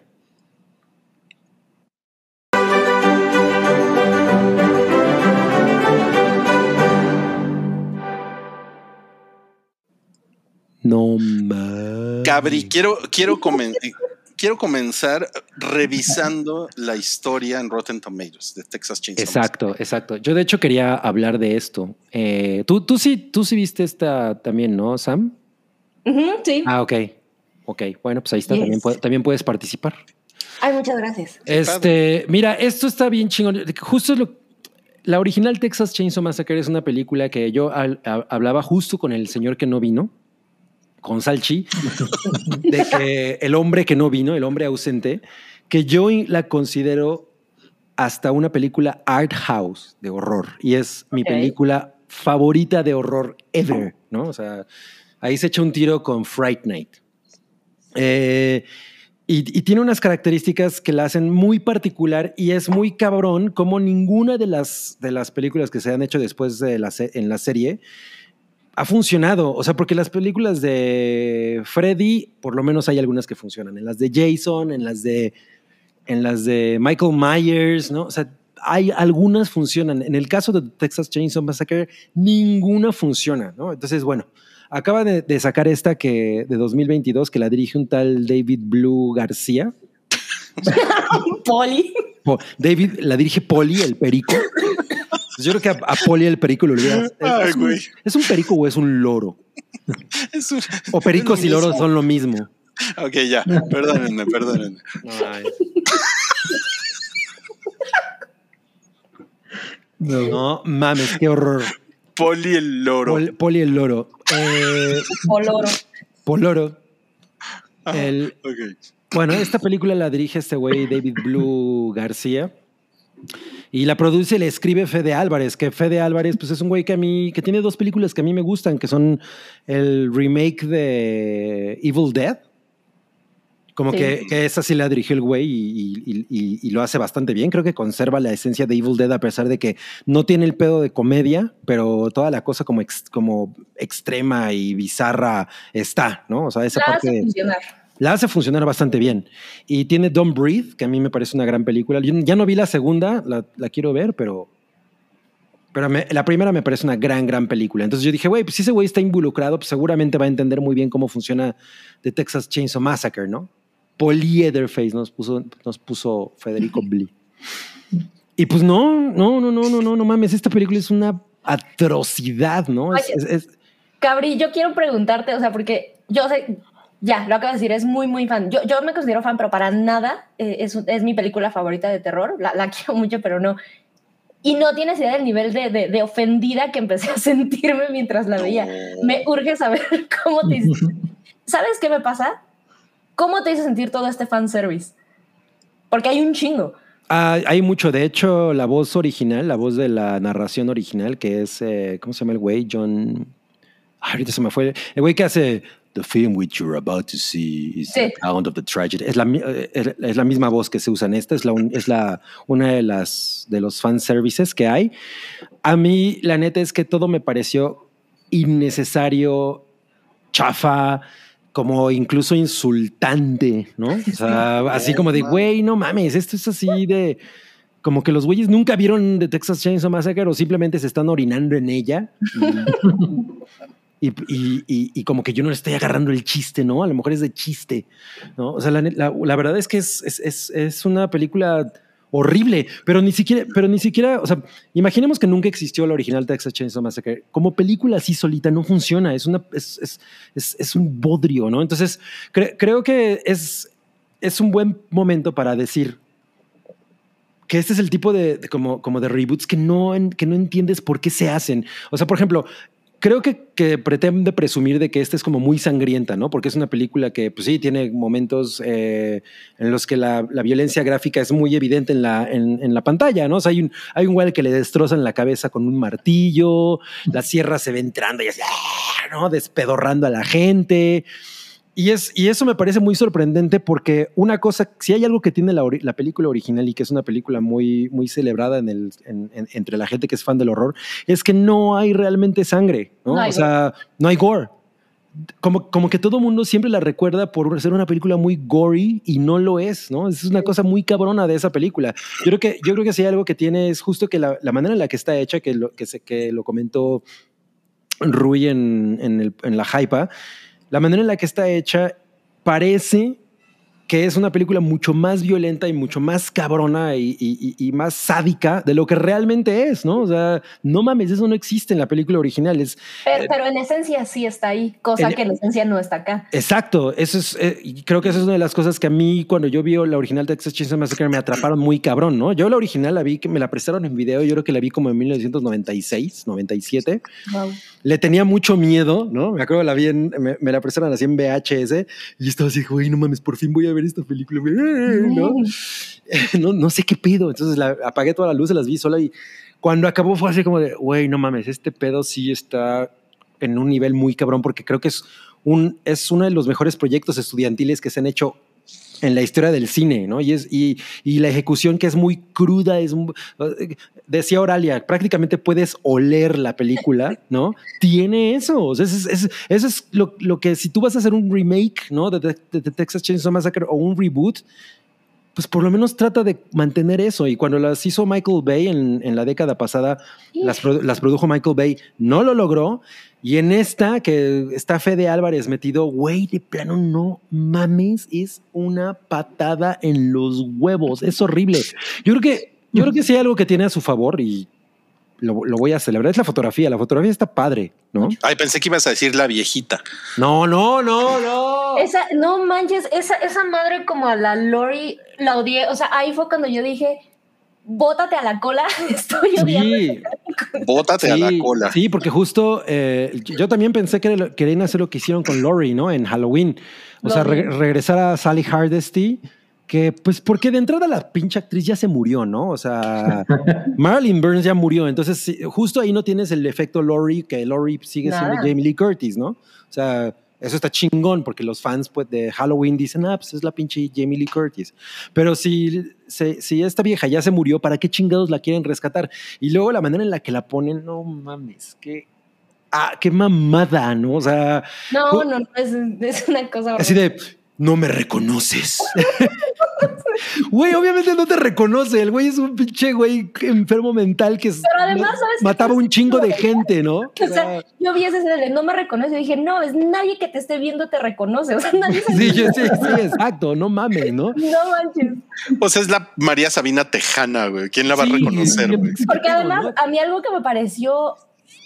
No más. Cabri, quiero, quiero comen- quiero comenzar revisando la historia en Rotten Tomatoes de Texas Chainsaw Exacto, Massacre. exacto. Yo de hecho quería hablar de esto. Eh, tú, tú, sí, tú sí viste esta también, ¿no, Sam? Ujú, sí. Ah, ok. Ok, bueno, pues ahí está. Yes. También, pu- también puedes participar. Ay, muchas gracias. Este, mira, esto está bien chingón. Justo es lo, la original Texas Chainsaw Massacre es una película que yo al- a- hablaba justo con el señor que no vino, con Salchi, de que el hombre que no vino, el hombre ausente, que yo la considero hasta una película art house de horror y es mi Ok. película favorita de horror ever, ¿no? O sea, ahí se echa un tiro con Fright Night. Eh, y, y tiene unas características que la hacen muy particular y es muy cabrón como ninguna de las, de las películas que se han hecho después de la, se- en la serie ha funcionado. O sea, porque las películas de Freddy, por lo menos hay algunas que funcionan. En las de Jason, en las de, en las de Michael Myers, ¿no? O sea, hay algunas funcionan. En el caso de Texas Chainsaw Massacre, ninguna funciona, ¿no? Entonces, bueno, acaba de, de sacar esta que de dos mil veintidós que la dirige un tal David Blue García. Poli. Po- David la dirige Poli, el perico. Pues yo creo que a, a Poli el perico lo olvidas. Es, Ay, es un, güey. ¿es un perico o es un loro? Es un- O pericos es y lo loros mismo. son lo mismo. Ok, ya, perdónenme, perdónenme. Ay, No. no mames, qué horror. Poli el loro. Pol- Poli el loro. Eh, Oloro. Poloro. Ajá, El, ok. bueno, esta película la dirige este güey David Blue García y la produce y la escribe Fede Álvarez, que Fede Álvarez pues es un güey que a mí, que tiene dos películas que a mí me gustan, que son el remake de Evil Dead, como Sí. que, que esa sí la dirigió el güey y, y- y- y lo hace bastante bien. Creo que conserva la esencia de Evil Dead a pesar de que no tiene el pedo de comedia, pero toda la cosa como, ex- como extrema y bizarra está, ¿no? O sea, esa La parte hace de- funcionar. la hace funcionar bastante bien. Y tiene Don't Breathe, que a mí me parece una gran película. Yo ya no vi la segunda, la, la quiero ver, pero, pero me- la primera me parece una gran, gran película. Entonces yo dije, güey, pues si ese güey está involucrado, pues seguramente va a entender muy bien cómo funciona The Texas Chainsaw Massacre, ¿no? Polyetherface nos puso, nos puso Federico Blee. Y pues no, no, no, no, no, no, no mames, esta película es una atrocidad, ¿no? Es, Oye. es- es- Cabri, yo quiero preguntarte, o sea, porque yo sé, ya, lo acabo de decir, es muy, muy fan. Yo, yo me considero fan, pero para nada eh, es, es mi película favorita de terror. La, la quiero mucho, pero no. Y no tienes idea del nivel de, de, de ofendida que empecé a sentirme mientras la veía. Me urge saber cómo te hiciste. ¿Sabes qué me pasa? ¿Cómo te hizo sentir todo este fanservice? Porque hay un chingo. Ah, hay mucho, de hecho, la voz original, la voz de la narración original, que es, eh, ¿cómo se llama el güey? John... Ah, ahorita se me fue. El güey que hace The film which you're about to see is Sí. the account of the tragedy. Es la, mi- eh, es la misma voz que se usa en esta, es, la, un- es la, una de, las, de los fanservices que hay. A mí, la neta es que todo me pareció innecesario, chafa, como incluso insultante, ¿no? O sea, así como de, güey, no mames, esto es así de... Como que los güeyes nunca vieron The Texas Chainsaw Massacre o simplemente se están orinando en ella. Y, y, y, y como que yo no le estoy agarrando el chiste, ¿no? A lo mejor es de chiste, ¿no? O sea, la, la, la verdad es que es, es, es, es una película horrible, pero ni siquiera, pero ni siquiera, o sea, imaginemos que nunca existió la original Texas Chainsaw Massacre. Como película así solita no funciona, es, una, es, es, es, es un bodrio, ¿no? Entonces, cre, creo que es, es un buen momento para decir que este es el tipo de, de como, como de reboots que no, en, que no entiendes por qué se hacen. O sea, por ejemplo, creo que, que pretende presumir de que esta es como muy sangrienta, ¿no? Porque es una película que, pues sí, tiene momentos eh, en los que la, la violencia gráfica es muy evidente en la, en, en la pantalla, ¿no? O sea, hay un, hay un güey que le destrozan la cabeza con un martillo, la sierra se ve entrando y así, ¿no? Despedorrando a la gente. Y, es, y eso me parece muy sorprendente porque una cosa, si hay algo que tiene la, ori- la película original y que es una película muy, muy celebrada en el, en, en, entre la gente que es fan del horror, es que no hay realmente sangre, ¿no? No hay O sea, no hay gore. Como, como que todo mundo siempre la recuerda por ser una película muy gory y no lo es, ¿no? Es una cosa muy cabrona de esa película. Yo creo que, yo creo que si hay algo que tiene es justo que la, la manera en la que está hecha, que lo, que se, que lo comentó Rui en, en, el, en la Hypa, la manera en la que está hecha parece que es una película mucho más violenta y mucho más cabrona y, y, y más sádica de lo que realmente es, ¿no? O sea, no mames, eso no existe en la película original. Es, pero, eh, pero en esencia sí está ahí, cosa en, que en esencia no está acá. Exacto, eso es, eh, creo que esa es una de las cosas que a mí cuando yo vi la original Texas Chainsaw Massacre me atraparon muy cabrón, ¿no? Yo la original la vi, que me la prestaron en video, yo creo que la vi como en mil novecientos noventa y seis, noventa y siete. Wow. Le tenía mucho miedo, ¿no? Me acuerdo, la vi en, me, me la prestaron así en V H S y estaba así, güey, no mames, por fin voy a ver esta película, ¿no? no, no sé qué pedo. Entonces la, apagué toda la luz, se las vi sola y cuando acabó fue así como de, güey, no mames, este pedo sí está en un nivel muy cabrón porque creo que es, un, es uno de los mejores proyectos estudiantiles que se han hecho en la historia del cine, ¿no? Y, es, y, y la ejecución que es muy cruda, es muy, decía Oralia, prácticamente puedes oler la película, ¿no? Tiene eso, o sea, eso es, es, eso es lo, lo que si tú vas a hacer un remake, ¿no? De, de, de Texas Chainsaw Massacre o un reboot, pues por lo menos trata de mantener eso. Y cuando las hizo Michael Bay en, en la década pasada, las, las produjo Michael Bay, no lo logró. Y en esta, que está Fede Álvarez metido, güey, de plano no mames, es una patada en los huevos. Es horrible. Yo creo que, yo creo que sí hay algo que tiene a su favor y lo, lo voy a celebrar. Es la fotografía. La fotografía está padre, ¿no? Ay, pensé que ibas a decir la viejita. No, no, no, no. Esa, no manches, esa, esa madre como a la Lori la odié. O sea, ahí fue cuando yo dije, bótate a la cola, estoy odiando. Sí. Bótate sí, a la cola. Sí, porque justo eh, yo también pensé que lo, querían hacer lo que hicieron con Laurie, ¿no? En Halloween. O sea, re regresar a Sally Hardesty, que pues porque de entrada la pinche actriz ya se murió, ¿no? O sea, Marilyn Burns ya murió. Entonces, justo ahí no tienes el efecto Laurie, que Laurie sigue Nada. siendo Jamie Lee Curtis, ¿no? O sea, eso está chingón porque los fans pues, de Halloween dicen, ah, pues es la pinche Jamie Lee Curtis. Pero si, si, si esta vieja ya se murió, ¿para qué chingados la quieren rescatar? Y luego la manera en la que la ponen, no mames, qué, ah, qué mamada, ¿no? O sea... No, no, no, es, es una cosa... Así de, no me reconoces. Güey, obviamente no te reconoce. El güey es un pinche güey enfermo mental que Pero además, ¿sabes mataba un chingo de gente, ¿no? O sea, yo vi ese de no me reconoce y dije, no, es nadie que te esté viendo te reconoce. O sea, nadie se sí, yo, sí, sí, exacto, no mames, ¿no? No manches. O sea, es la María Sabina Tejana, güey. ¿Quién la va sí, a reconocer, güey? Porque además, a mí algo que me pareció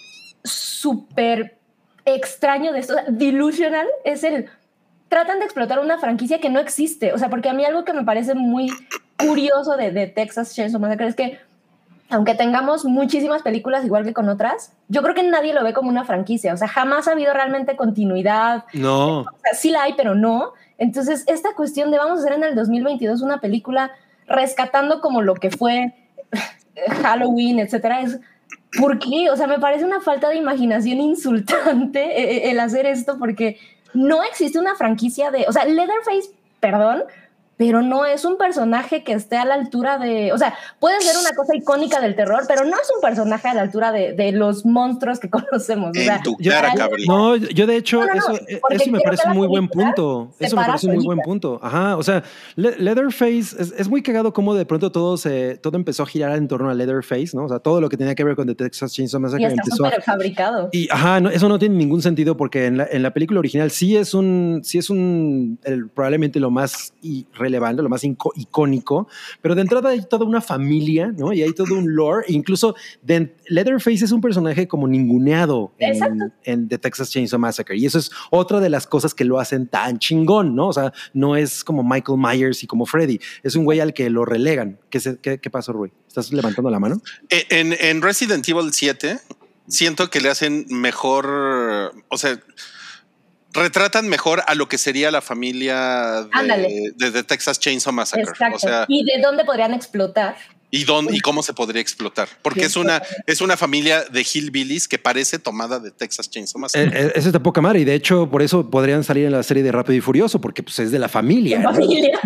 súper extraño de esto, delusional, es el... Tratan de explotar una franquicia que no existe. O sea, porque a mí algo que me parece muy curioso de, de Texas Chainsaw Massacre es que, aunque tengamos muchísimas películas igual que con otras, yo creo que nadie lo ve como una franquicia. O sea, jamás ha habido realmente continuidad. No. O sea, sí la hay, pero no. Entonces, esta cuestión de vamos a hacer en el dos mil veintidós una película rescatando como lo que fue Halloween, etcétera, es... ¿Por qué? O sea, me parece una falta de imaginación insultante el hacer esto porque... No existe una franquicia de... O sea, Leatherface, perdón, pero no es un personaje que esté a la altura de... O sea, puede ser una cosa icónica del terror, pero no es un personaje a la altura de, de los monstruos que conocemos. O sea, en tu cara, cabrón. No, yo de hecho, no, no, eso, no, eso me parece un muy buen punto. Eso me parece un muy buen punto. Ajá, o sea, Le Leatherface, es, es muy cagado cómo de pronto todo, se, todo empezó a girar en torno a Leatherface, ¿no? O sea, todo lo que tenía que ver con The Texas Chainsaw Massacre y está empezó súper a... fabricado. Y ajá, no, eso no tiene ningún sentido porque en la, en la película original sí es un, sí es un, el, probablemente lo más relevante, lo más icónico, pero de entrada hay toda una familia, ¿no? Y hay todo un lore, incluso de, Leatherface es un personaje como ninguneado en, en The Texas Chainsaw Massacre, y eso es otra de las cosas que lo hacen tan chingón, ¿no? O sea, no es como Michael Myers y como Freddy, es un güey al que lo relegan. ¿Qué, se, qué, qué pasó, Rui? ¿Estás levantando la mano? En, en Resident Evil siete siento que le hacen mejor, o sea, retratan mejor a lo que sería la familia de, de, de Texas Chainsaw Massacre. Exacto. O sea, y de dónde podrían explotar. Y, dónde, y cómo se podría explotar. Porque sí, es, una, es una familia de hillbillies que parece tomada de Texas Chainsaw Massacre. Eh, eso está poca madre. Y de hecho, por eso podrían salir en la serie de Rápido y Furioso, porque pues, es de la familia. ¿De ¿no? familia?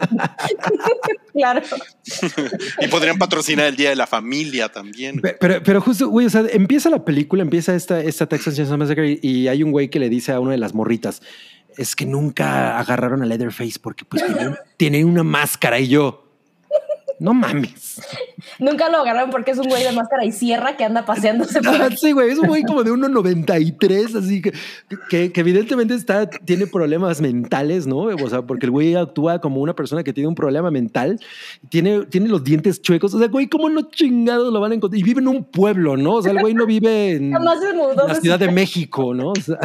Claro. Y podrían patrocinar el Día de la Familia también. Pero, pero, pero justo, güey, o sea, empieza la película, empieza esta, esta Texas Chainsaw Massacre y, y hay un güey que le dice a una de las morritas, es que nunca agarraron a Leatherface porque pues tienen, tienen una máscara. Y yo... No mames. Nunca lo agarraron porque es un güey de máscara y sierra que anda paseándose por Ah, ahí. sí, güey, es un güey como de uno noventa y tres, así que, que, que evidentemente está, tiene problemas mentales, ¿no? O sea, porque el güey actúa como una persona que tiene un problema mental, tiene, tiene los dientes chuecos. O sea, güey, ¿cómo no chingados lo van a encontrar? Y vive en un pueblo, ¿no? O sea, el güey no vive en Jamás se mudó la de Ciudad su- de México, ¿no? O sea,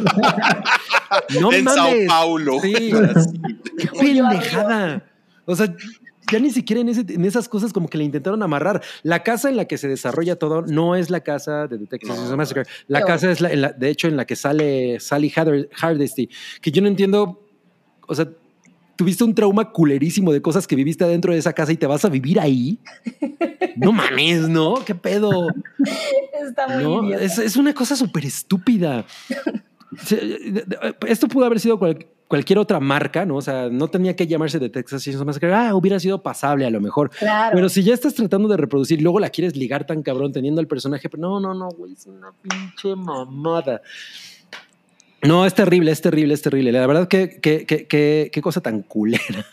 no en Sao mames. Paulo. Sí, qué Huyó pendejada. O sea, ya ni siquiera en, ese, en esas cosas como que le intentaron amarrar. La casa en la que se desarrolla todo no es la casa de The Texas Chainsaw Massacre. La No. casa es, la, en la- de hecho, en la que sale Sally Hard- Hardesty, que yo no entiendo, o sea, tuviste un trauma culerísimo de cosas que viviste adentro de esa casa y te vas a vivir ahí. No mames, ¿no? ¿Qué pedo? Está muy ¿No? idiota. Es, es una cosa súper estúpida. Se- Esto pudo haber sido cual- cualquier otra marca, ¿no? O sea, no tenía que llamarse The Texas Chainsaw Massacre. Ah, hubiera sido pasable a lo mejor. Claro. Pero si ya estás tratando de reproducir y luego la quieres ligar tan cabrón teniendo al personaje, pero no, no, no, güey, es una pinche mamada. No, es terrible, es terrible, es terrible. La verdad que, que, que, que- qué cosa tan culera.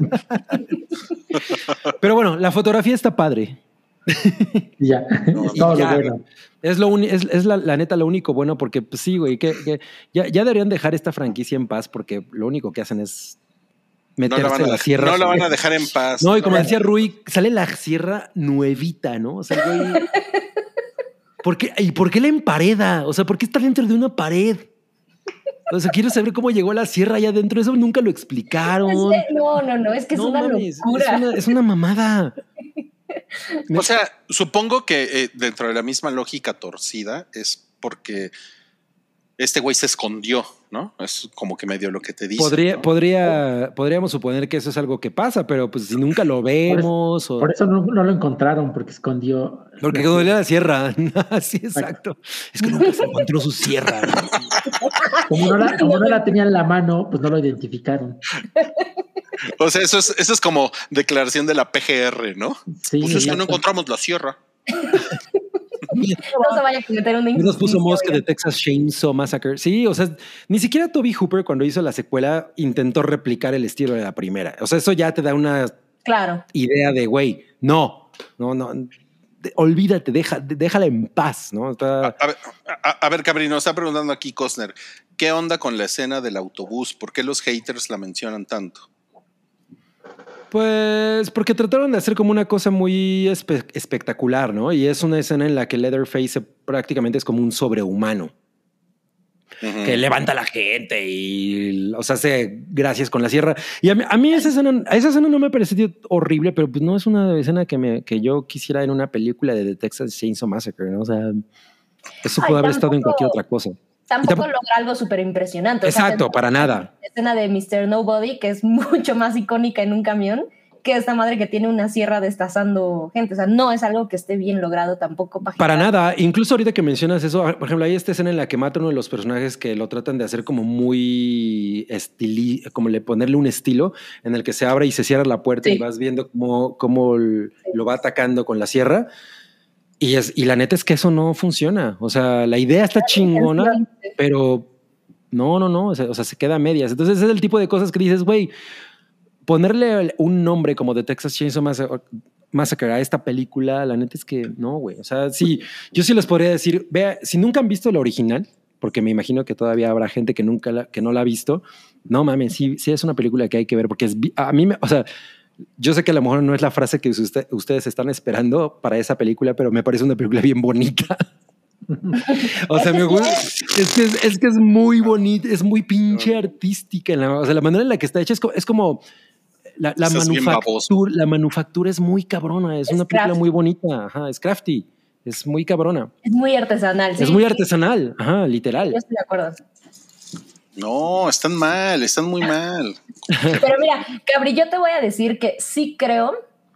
Pero bueno, la fotografía está padre. Y ya, No, es todo ya. lo bueno. Es, lo uni- es, es la, la neta lo único bueno porque pues sí, güey, que, que ya, ya deberían dejar esta franquicia en paz porque lo único que hacen es No meterse la, van a la dejar, sierra. no la van a dejar en paz. No, y como decía Rui, sale la sierra nuevita, ¿no? O sea, güey. ¿Por qué? ¿Y por qué la empareda? O sea, ¿por qué está dentro de una pared? O sea, quiero saber cómo llegó la sierra allá adentro. Eso nunca lo explicaron. Es que- no, no, no, es que No es una mames, locura. Es una, es una mamada. O sea, supongo que eh, dentro de la misma lógica torcida es porque este güey se escondió, ¿no? Es como que medio lo que te dice. Podría, ¿no? podría, podríamos suponer que eso es algo que pasa, pero pues si nunca lo vemos. o- Por eso no, no lo encontraron, porque escondió. Porque cuando le da la sierra. Sí, exacto. Es que nunca se encontró su sierra. Como no, la, como no la tenía en la mano, pues no lo identificaron. O sea, eso es, eso es como declaración de la P G R, ¿no? Sí, Pues es que no exacto. encontramos la sierra. No se vaya a cometer una Y nos puso injusticia, Mosque de oigan. Texas Chainsaw Massacre. Sí, o sea, ni siquiera Toby Hooper cuando hizo la secuela intentó replicar el estilo de la primera. O sea, eso ya te da una Claro. idea de, güey, no, no, no, de- olvídate, deja, de- déjala en paz, ¿no? Está- A ver, a, a ver, Cabri, nos está preguntando aquí Costner, ¿qué onda con la escena del autobús? ¿Por qué los haters la mencionan tanto? Pues porque trataron de hacer como una cosa muy espe- espectacular, ¿no? Y es una escena en la que Leatherface se- prácticamente es como un sobrehumano. Ujú. Que levanta a la gente y, o sea, hace gracias con la sierra. Y a mí, a mí esa, escena, esa escena no me pareció horrible, pero pues no es una escena que, me, que yo quisiera en una película de The Texas Chainsaw Massacre, ¿no? O sea, eso Ay, pudo haber estado en tampoco- cualquier otra cosa. Tampoco tampoco- logra algo súper impresionante. O sea, Exacto, tenemos para nada. la escena de mister Nobody, que es mucho más icónica en un camión, que esta madre que tiene una sierra destazando gente. O sea, no es algo que esté bien logrado tampoco. Para nada. Incluso ahorita que mencionas eso, por ejemplo, hay esta escena en la que mata uno de los personajes que lo tratan de hacer como muy estili, como le ponerle un estilo en el que se abre y se cierra la puerta Sí. y vas viendo cómo, cómo l- lo va atacando con la sierra. Y, es, y la neta es que eso no funciona. O sea, la idea está chingona, pero no, no, no. O sea, o sea, se queda a medias. Entonces, es el tipo de cosas que dices, güey, ponerle un nombre como The Texas Chainsaw Massacre, Massacre a esta película, la neta es que no, güey. O sea, sí, yo sí les podría decir, vea, si nunca han visto la original, porque me imagino que todavía habrá gente que nunca la, que no la ha visto, no mames, sí, sí es una película que hay que ver, porque es, vi- a mí, me, o sea, yo sé que a lo mejor no es la frase que usted- ustedes están esperando para esa película, pero me parece una película bien bonita. O sea, me gusta. Es que es, es que es muy bonita, es muy pinche artística. En la, o sea, la manera en la que está hecha es, co- es como la, la Estás bien manufactura. La manufactura es muy cabrona. Es, Es una película crafty. muy bonita. Ajá, es crafty. Es muy cabrona. Es muy artesanal. Es sí, muy sí, artesanal. Ajá, literal. Yo estoy de acuerdo. No, están mal, están muy mal. Pero mira, Cabri, yo te voy a decir que sí creo.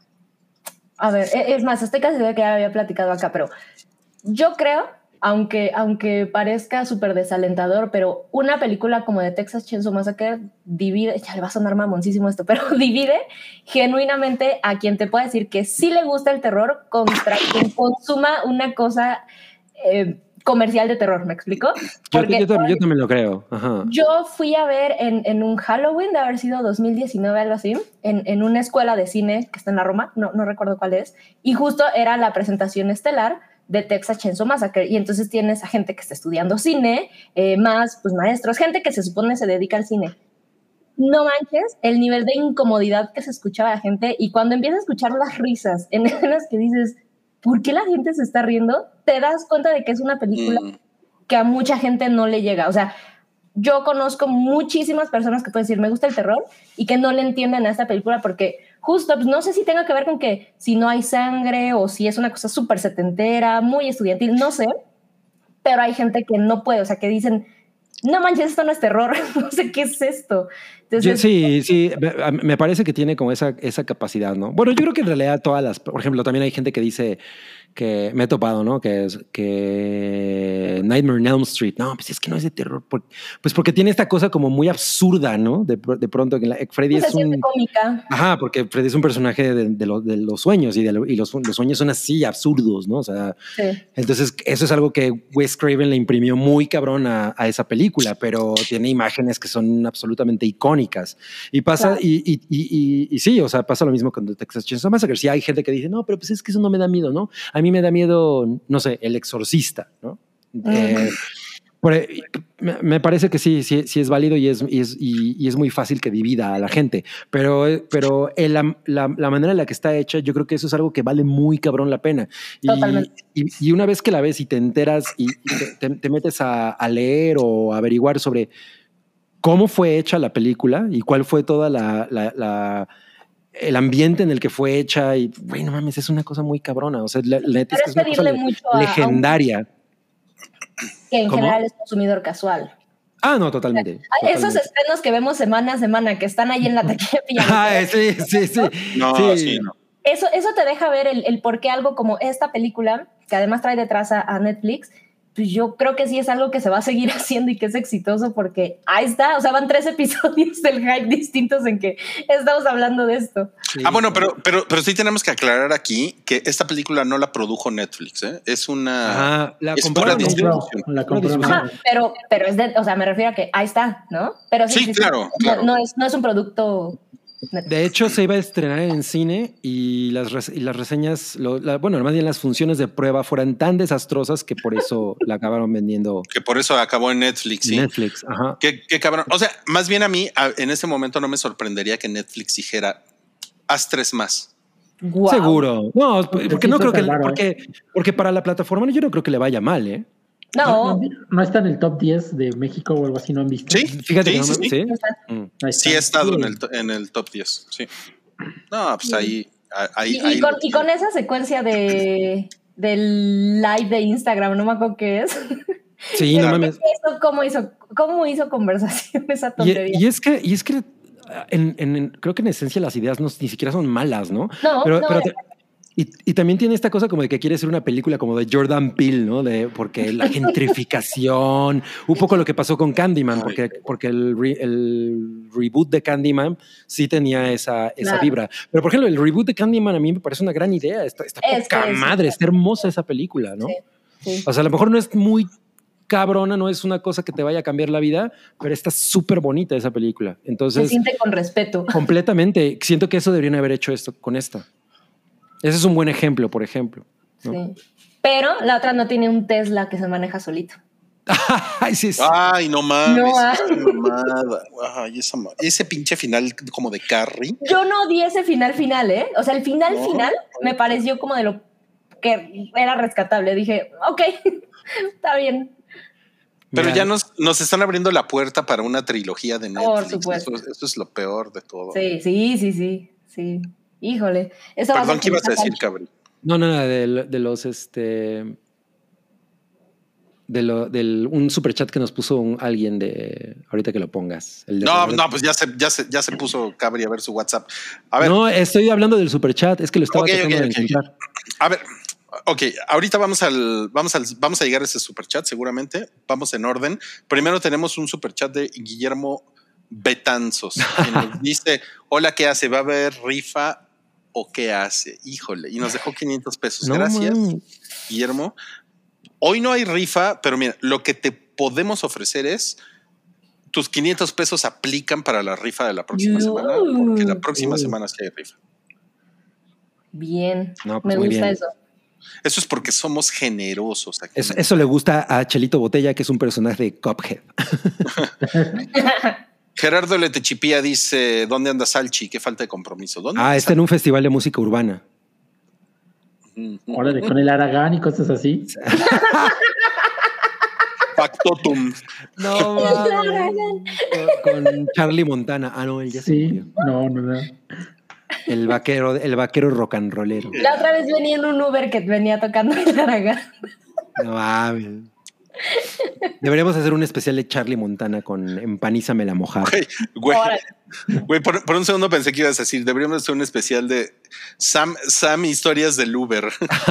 A ver, e- es más, estoy casi segura que ya había platicado acá, pero yo creo, aunque, aunque parezca súper desalentador, pero una película como de Texas Chainsaw Massacre divide, ya le va a sonar mamoncísimo esto, pero divide genuinamente a quien te pueda decir que sí le gusta el terror contra quien consuma una cosa eh, comercial de terror, ¿me explico? Yo, Porque yo, también, yo también lo creo. Ajá. yo fui a ver en, en un Halloween de haber sido dos mil diecinueve, algo así, en, en una escuela de cine que está en la Roma, no, no recuerdo cuál es, y justo era la presentación estelar de Texas Chainsaw Massacre, y entonces tienes a gente que está estudiando cine, eh, más pues maestros, gente que se supone se dedica al cine. No manches el nivel de incomodidad que se escuchaba la gente, y cuando empiezas a escuchar las risas en escenas que dices, ¿por qué la gente se está riendo? Te das cuenta de que es una película mm. que a mucha gente no le llega. O sea, yo conozco muchísimas personas que pueden decir, me gusta el terror, y que no le entienden a esta película porque justo, pues, no sé si tenga que ver con que si no hay sangre o si es una cosa súper setentera, muy estudiantil, no sé, pero hay gente que no puede, o sea, que dicen, no manches, esto no es terror, no sé qué es esto. Entonces, yo, sí, sí, me, me parece que tiene como esa, esa capacidad, ¿no? Bueno, yo creo que en realidad todas las, por ejemplo, también hay gente que dice que me he topado, ¿no? Que es que Nightmare on Elm Street, no, pues es que no es de terror, por, pues porque tiene esta cosa como muy absurda, ¿no? De, de pronto, que la, Freddy pues es un... cómica. Ajá, porque Freddy es un personaje de, de, lo, de los sueños y, de lo, y los, los sueños son así absurdos, ¿no? O sea, sí. Entonces eso es algo que Wes Craven le imprimió muy cabrón a, a esa película, pero tiene imágenes que son absolutamente icónicas. Y pasa, claro. y, y, y, y, y sí, o sea, pasa lo mismo con The Texas Chainsaw Massacre. Sí hay gente que dice, no, pero pues es que eso no me da miedo, ¿no? A mí me da miedo, no sé, El Exorcista, ¿no? Uh-huh. Eh, por, me, me parece que sí, sí, sí es válido y es, y, es, y, y es muy fácil que divida a la gente, pero, pero el, la, la, la manera en la que está hecha, yo creo que eso es algo que vale muy cabrón la pena. Y, Totalmente. Y, y una vez que la ves y te enteras y, y te, te, te metes a, a leer o a averiguar sobre cómo fue hecha la película y cuál fue toda la... la, la el ambiente en el que fue hecha y, güey, no mames, es una cosa muy cabrona. O sea, la, la neta es que es una cosa le, legendaria. A un, que en ¿Cómo? General es consumidor casual. Ah, no, totalmente. O sea, esos totalmente. Estrenos que vemos semana a semana, que están ahí en la taquilla. Ah, sí, sí, sí. No, sí. sí, no. Eso, eso te deja ver el, el por qué algo como esta película, que además trae detrás a, a Netflix, pues yo creo que sí es algo que se va a seguir haciendo y que es exitoso porque ahí está, o sea, van tres episodios del hype distintos en que estamos hablando de esto. Sí. Ah, bueno, pero, pero, pero sí tenemos que aclarar aquí que esta película no la produjo Netflix, ¿eh? Es una... Ajá, la es pura distribución. La compraron. Ajá, pero, pero es de, o sea, me refiero a que ahí está, ¿no? Pero sí, sí, sí, claro, sí, claro. No, no, es, no es un producto... De hecho, se iba a estrenar en cine y las, res, y las reseñas, lo, la, bueno, más bien las funciones de prueba fueran tan desastrosas que por eso la acabaron vendiendo. Que por eso acabó en Netflix, sí. Netflix, ajá. Qué, qué cabrón. O sea, más bien a mí, a, en ese momento no me sorprendería que Netflix dijera, haz tres más. Wow. Seguro. No, porque no creo que, porque, porque para la plataforma yo no creo que le vaya mal, ¿eh? No. no. No está en el top diez de México o algo así, ¿no han visto? Sí, fíjate sí, que no, sí, sí. sí. Mm. Sí he estado en el, en el top diez, sí. No, pues sí. ahí... ahí, y, ahí y, con, y con esa secuencia de del live de Instagram, no me acuerdo qué es. Sí, no mames. Eso, ¿cómo, hizo, ¿Cómo hizo conversación esa tontería? Y, y es que, y es que en, en, creo que en esencia las ideas no, ni siquiera son malas, ¿no? No, pero, no. Pero te, Y, y también tiene esta cosa como de que quiere ser una película como de Jordan Peele, ¿no? De, porque la gentrificación, un poco lo que pasó con Candyman, porque, porque el, re, el reboot de Candyman sí tenía esa, esa claro. vibra. Pero, por ejemplo, el reboot de Candyman a mí me parece una gran idea. Está, está es poca que madre, es, está hermosa esa película, ¿no? Sí, sí. O sea, a lo mejor no es muy cabrona, no es una cosa que te vaya a cambiar la vida, pero está súper bonita esa película. Entonces, se siente con respeto. Completamente. Siento que eso deberían haber hecho esto con esta. Ese es un buen ejemplo, por ejemplo, ¿no? Sí. Pero la otra no tiene un Tesla que se maneja solito. Ay, sí, sí. Ay, no mames. No, Ay, esa, ese pinche final como de Carrie. Yo no odié ese final final, ¿eh? O sea, el final no, final no. me pareció como de lo que era rescatable. Dije, ok, está bien. Pero Mira. ya nos, nos están abriendo la puerta para una trilogía de Netflix. Por supuesto. Eso, eso es lo peor de todo. Sí, sí, sí, sí, sí. Híjole. Eso Perdón, ¿qué ibas a decir, Cabri? No, no, no, de, de los, este... De lo, del un superchat que nos puso un, alguien de... Ahorita que lo pongas. El de no, Robert. no, pues ya se, ya, se, ya se puso Cabri a ver su WhatsApp. A ver. No, estoy hablando del superchat. Es que lo estaba okay, tratando okay, de okay. encontrar. A ver, ok. Ahorita vamos al, vamos al, vamos a llegar a ese superchat seguramente. Vamos en orden. Primero tenemos un superchat de Guillermo Betanzos. Que nos dice, hola, ¿qué hace? ¿Va a haber rifa o qué hace? Híjole. Y nos dejó quinientos pesos. No, Gracias, man. Guillermo. Hoy no hay rifa, pero mira, lo que te podemos ofrecer es tus quinientos pesos aplican para la rifa de la próxima Uh. semana, porque la próxima Uh. semana sí hay rifa. Bien, No, pues me muy gusta bien. eso. Eso es porque somos generosos aquí. Eso, eso le gusta a Chelito Botella, que es un personaje de Cuphead. Gerardo Letechipía dice, ¿dónde anda Salchi? Qué falta de compromiso. ¿Dónde Ah, anda está en un festival de música urbana. Salchi? Órale, con el Aragán y cosas así. Factotum. No, con, con Charlie Montana. Ah, no, él ya se Sí, murió. no, no, no. El vaquero, el vaquero rock and rollero. La otra vez venía en un Uber que venía tocando el Aragán. No mames. Deberíamos hacer un especial de Charlie Montana con Empanízame la mojada. Güey, güey, Órale. güey, por, por un segundo pensé que ibas a decir, deberíamos hacer un especial de Sam, Sam historias del Uber.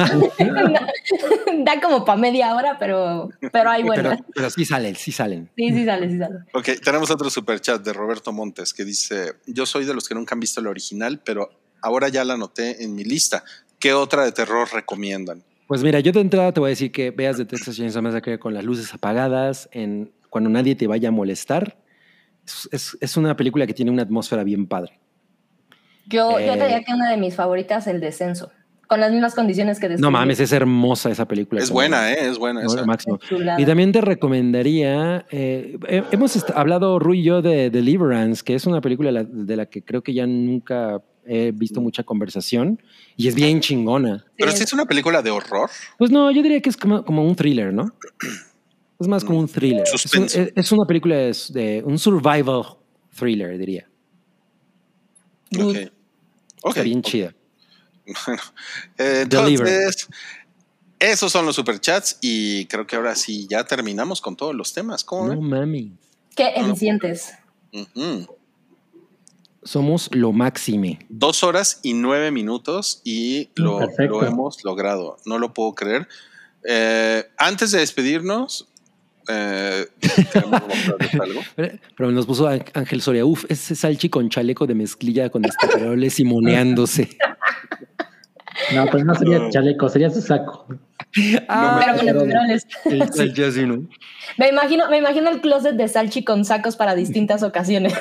Da como para media hora, pero, pero hay Pero, buenas. pero sí salen, sí salen. Sí, sí sale, sí sale. Ok, tenemos otro superchat de Roberto Montes que dice, yo soy de los que nunca han visto la original, pero ahora ya la anoté en mi lista. ¿Qué otra de terror recomiendan? Pues mira, yo de entrada te voy a decir que veas The Texas Chainsaw Massacre con las luces apagadas, en, cuando nadie te vaya a molestar. Es, es, es una película que tiene una atmósfera bien padre. Yo, Eh. yo te diría que una de mis favoritas, El Descenso. Con las mismas condiciones que No describí. mames, es hermosa esa película. Es Como- buena, ¿eh? Es buena no, esa. máximo. Chulada. Y también te recomendaría, eh, he- hemos est- hablado Rui y yo de Deliverance, que es una película de la, de la que creo que ya nunca he visto mucha conversación y es bien chingona. Pero Sí, si es una película de horror. Pues no, yo diría que es como, como un thriller, ¿no? Es más como un thriller. Es, un- Suspenso. es- es una película de, de un survival thriller, diría. Ok. Ok. Está bien ok. chida. Bueno, eh, entonces, Deliver. esos son los superchats y creo que ahora sí ya terminamos con todos los temas. ¿Cómo No ven? mami. Qué eficientes. Ujú. Somos lo máxime. Dos horas y nueve minutos y lo, Perfecto. lo hemos logrado. No lo puedo creer. Eh, antes de despedirnos, eh, queremos mostrarles algo. Pero pero nos puso Á- Ángel Soria. Uf, ese salchi con chaleco de mezclilla con estaperoles simoneándose. No, pues no sería chaleco, sería su saco. Ah, Pero con los estaperoles. el salchi así, ¿no? Me imagino, me imagino el closet de Salchi con sacos para distintas ocasiones.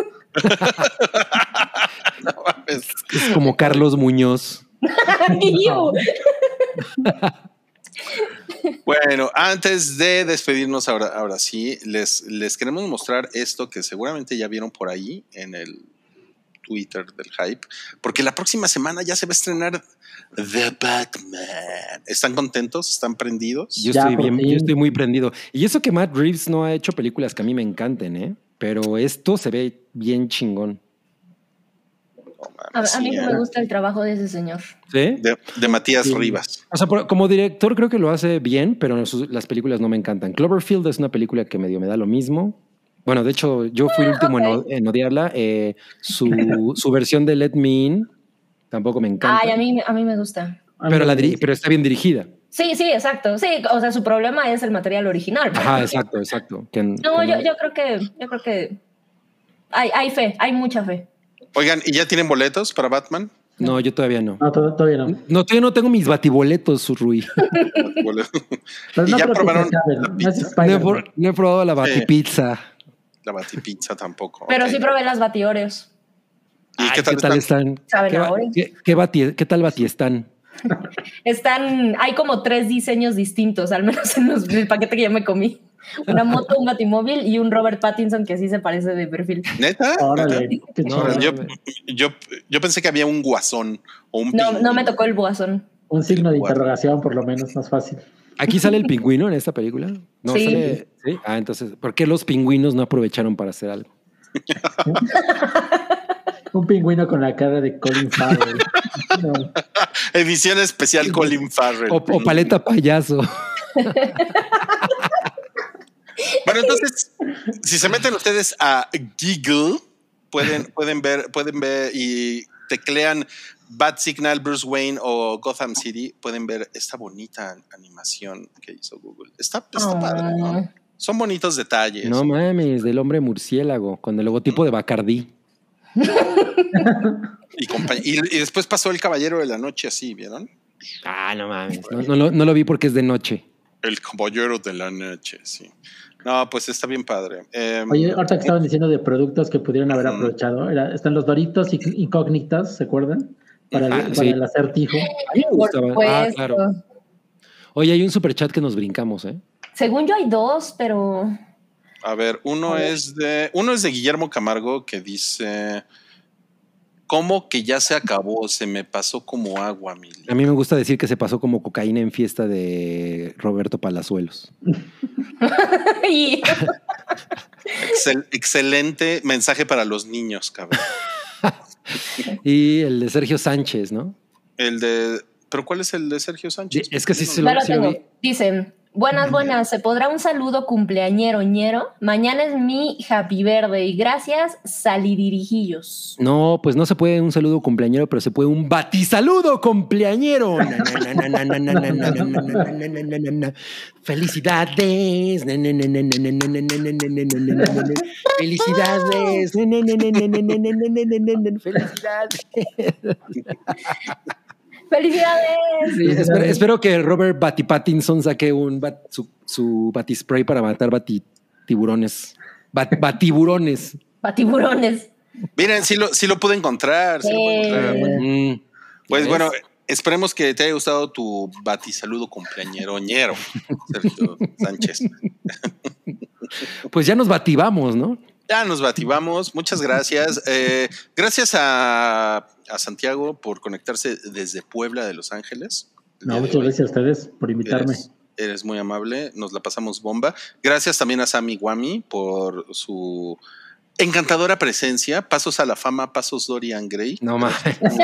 No mames. Es como Carlos Muñoz. Iu. Bueno, antes de despedirnos ahora, ahora sí, les, les queremos mostrar esto que seguramente ya vieron por ahí en el Twitter del Hype, porque la próxima semana ya se va a estrenar The Batman. ¿Están contentos? ¿Están prendidos? Yo Ya, estoy por bien, fin. yo estoy muy prendido. Y eso que Matt Reeves no ha hecho películas que a mí me encanten, ¿eh? Pero esto se ve bien chingón. No A, mames, a mí sí, no ¿eh? me gusta el trabajo de ese señor. ¿Sí? de, de Matías Sí. Rivas. O sea, por- como director creo que lo hace bien, pero sus- las películas no me encantan. Cloverfield es una película que medio me da lo mismo. Bueno, de hecho, yo fui el último en, ok. o- en odiarla. Eh, su, su versión de Let Me In tampoco me encanta. Ay, a mí, a mí me gusta. A mí pero, la me diri- gusta. pero está bien dirigida. Sí, sí, exacto. Sí, o sea, su problema es el material original. pero- Ajá, exacto, exacto. Que- No, que yo, yo creo que, yo creo que hay, hay fe, hay mucha fe. Oigan, ¿y ya tienen boletos para Batman? no, yo todavía no. No, to- todavía no. No, todavía no tengo mis batiboletos, Rui. Pero ¿Y no ya creo que probaron se acaben. la No es pizza? No he, Spider-Man. por- no he probado la batipizza. La batipizza tampoco. Pero ok. sí probé las batioreos. ¿Y Ay, qué tal, están? están? Saben ¿Qué, a ba- Oreo. qué- qué bati- qué tal bati están? Están, hay como tres diseños distintos, al menos en, los, en el paquete que yo me comí. Una moto, un batimóvil y un Robert Pattinson que sí se parece de perfil. ¿Neta? Órale, ¿Neta? qué No, chido. Yo, no, yo, yo pensé que había un guasón o un No, no pingüino. me tocó el boazón. Un signo de Guarda. interrogación, por lo menos, más fácil. ¿Aquí sale el pingüino en esta película? No, Sí. sale. ¿Sí? Ah, entonces, ¿por qué los pingüinos no aprovecharon para hacer algo? Un pingüino con la cara de Colin Farrell. No. Edición especial Colin Farrell. O, o paleta payaso. Bueno, entonces, si se meten ustedes a Giggle, pueden, pueden ver, pueden ver y teclean Bat Signal, Bruce Wayne o Gotham City, pueden ver esta bonita animación que hizo Google. Está, está Oh. padre, ¿no? Son bonitos detalles. No mames, del hombre murciélago, con el logotipo de Bacardí. Y, compa- y, y después pasó el Caballero de la Noche así, ¿vieron? Ah, no mames. No, no lo- no lo vi porque es de noche. El caballero de la noche, sí. No, pues está bien padre. Eh, Oye, ahorita que estaban diciendo de productos que pudieron haber Ujú. aprovechado, era, están los Doritos y- incógnitas, ¿se acuerdan? Para, el- Ah, para sí. el acertijo. A mí me Por gustaban. Ah, supuesto. claro. Oye, hay un superchat que nos brincamos, ¿eh? Según yo hay dos, pero a ver, uno A ver. es de uno es de Guillermo Camargo que dice ¿cómo que ya se acabó? Se me pasó como agua, Mili. A mí me gusta decir que se pasó como cocaína en fiesta de Roberto Palazuelos. y Excel- excelente mensaje para los niños, cabrón. Y el de Sergio Sánchez, ¿no? El de ¿pero cuál es el de Sergio Sánchez? Es que sí se ya lo, lo sí lo tengo. vi. Dicen, buenas, buenas, ¿se podrá un saludo cumpleañero ñero? Mañana es mi happy birthday. Gracias, salidirijillos. No, pues no se puede un saludo cumpleañero, pero se puede un batisaludo cumpleañero. Na, na, na, na, na, na, na, na, na, na, na, na, na, na, na. Felicidades. Na, na, na, na, na, na, na, na, na, na, na, na, na. Felicidades. Na, na, na, na, na, na, na, na, na, na, na, na. Felicidades. ¡Felicidades! Sí, espero, espero que Robert Batty Pattinson saque un bat- su, su batispray para matar batitiburones. Bat, batiburones. Patiburones. Miren, sí lo, sí lo pude encontrar. Sí lo pude encontrar. Eh, Mm, Pues ¿ya bueno, ves? esperemos que te haya gustado tu batisaludo cumpleañero ñero, Sergio Sánchez. Pues ya nos bativamos, ¿no? Ya nos bativamos, muchas gracias. Eh, gracias a, a Santiago por conectarse desde Puebla de Los Ángeles. El no, día de muchas hoy. gracias a ustedes por invitarme. Eres, eres muy amable, nos la pasamos bomba. Gracias también a Sammy Guami por su encantadora presencia. Pasos a la fama, pasos Dorian Gray. No más.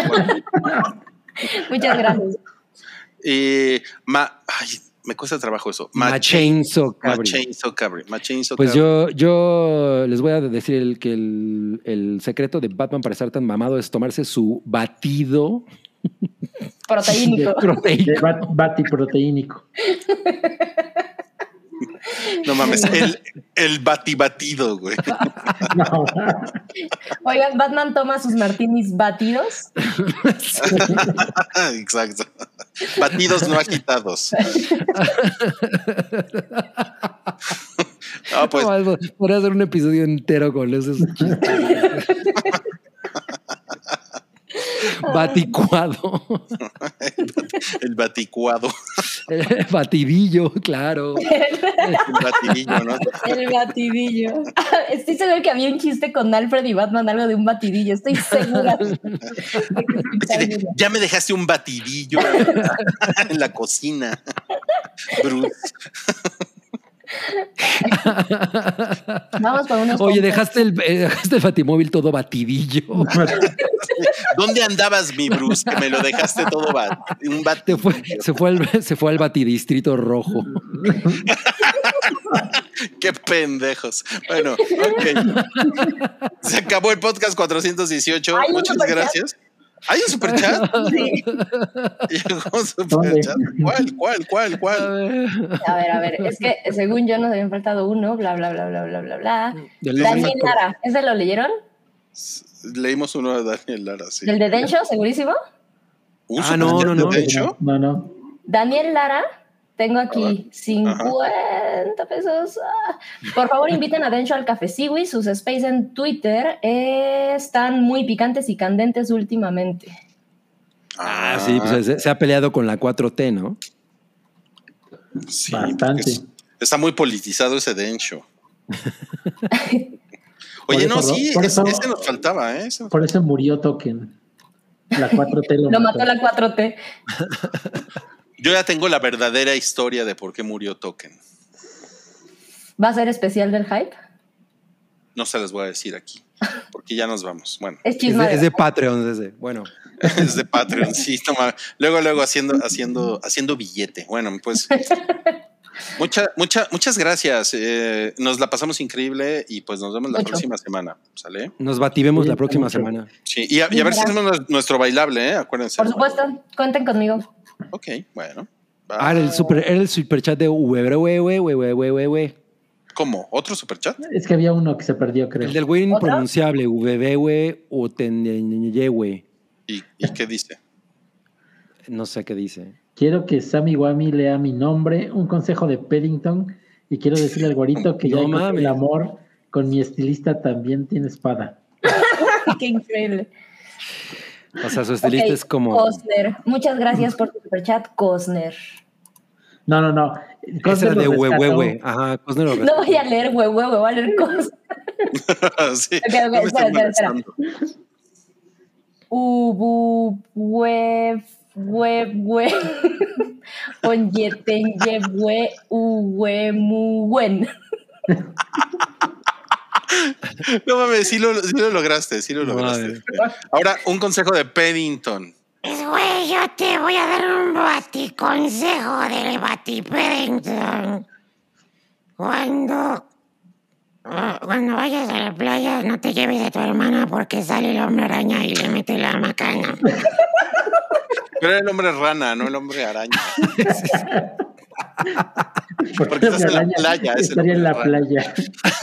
Muchas gracias. Y ma, ay, me cuesta trabajo eso. Machenzo Cabri. Machenzo Cabri. Machenzo Pues Cabri. yo, yo les voy a decir el, que el, el secreto de Batman para estar tan mamado es tomarse su batido Proteínico. proteico. De bat- batiproteínico. No mames, el, el batibatido, güey. No. Oigan, Batman toma sus martinis batidos. Exacto. Batidos no agitados. No, pues, No, podría hacer un episodio entero con esos chistes. Baticuado. el baticuado. Batidillo, claro. El batidillo, ¿no? El batidillo. Estoy segura que había un chiste con Alfred y Batman, algo de un batidillo. Estoy segura. de que sí Así de, sabía. ya me dejaste un batidillo en la cocina. Bruce. Vamos por unos. Oye, compras. dejaste el, eh, dejaste el batimóvil todo batidillo. ¿Dónde andabas, mi Bruce? Que me lo dejaste todo bat un Se batidillo. fue, se, fue al, se fue al batidistrito rojo. Qué pendejos. Bueno, ok. Se acabó el podcast cuatrocientos dieciocho. Hay un Muchas superchat. gracias. ¿Hay un superchat? Sí. Llegó un superchat. ¿Cuál, cuál, cuál, A cuál? ver. A ver, a ver. Es que según yo nos habían faltado uno, bla, bla, bla, bla, bla, bla, bla. Del- Daniel Lara. ¿Ese lo leyeron? Leímos uno de Daniel Lara, sí. ¿Del de Densho, segurísimo? ¿Un Ah, no, superchat no, no. de hecho? No, no. Daniel Lara, tengo aquí cincuenta pesos. Ah. Por favor, inviten a Densho al Café Siwi. Sus space en Twitter eh, están muy picantes y candentes últimamente. Ah, sí, pues se, se ha peleado con la cuatro T, ¿no? Sí, Bastante. porque es- está muy politizado ese Densho. Por Oye, eso, no, ¿no? sí, Por es- eso- ese nos faltaba, ¿eh? Ese nos- Por eso murió Token. La cuatro T lo, Lo mató la cuatro T. Yo ya tengo la verdadera historia de por qué murió Token. ¿Va a ser especial del hype? No se las voy a decir aquí, porque ya nos vamos. Bueno, Es Es chisme. de, es de Patreon ese. Bueno, es de Patreon, sí, toma. Luego, luego haciendo, haciendo, haciendo billete. Bueno, pues mucha, mucha, muchas gracias. Eh, nos la pasamos increíble y pues nos vemos la Mucho. próxima semana. ¿Sale? nos bativemos Sí, la próxima mucho. semana. Sí, y a, y a ver si Gracias. hacemos nuestro bailable, ¿eh? Acuérdense. Por supuesto, cuenten conmigo. Ok, bueno. Ah, era el super, era el superchat de we, we, we, we, we, we, we, we. ¿Cómo? ¿Otro superchat? Es que había uno que se perdió, creo. El del güey ¿Otra? impronunciable, we, o tenyewe. ¿Y, y qué dice? No sé qué dice. quiero que Sammy Wami lea mi nombre, un consejo de Paddington, y quiero decirle al güerito que No ya mames. el amor con mi estilista también tiene espada. Qué increíble. O sea, su estilista Ok, es como... Cosner. Muchas gracias por tu superchat, Cosner. No, no, no. Ese Cosner era de lo hue, rescató. hue, hue. Ajá, Cosner lo No rescató. voy a leer hue, hue, hue, voy a leer Cosner. Sí, Ok, ok, no me espera, están espera, espera. molestando. Ubu, web, web, web. Onyeten, yebwe, uwe, muwen. No mames, sí lo, sí lo lograste, sí lo No lograste. mames. Ahora, un consejo de Paddington. Pues, güey, yo te voy a dar un baticonsejo del Batipaddington. Cuando, uh, cuando vayas a la playa, no te lleves a tu hermana porque sale el hombre araña y le mete la macana. Pero era el hombre rana, no el hombre araña. Porque Porque estás en la araña playa, es el estaría en la hombre rana. playa.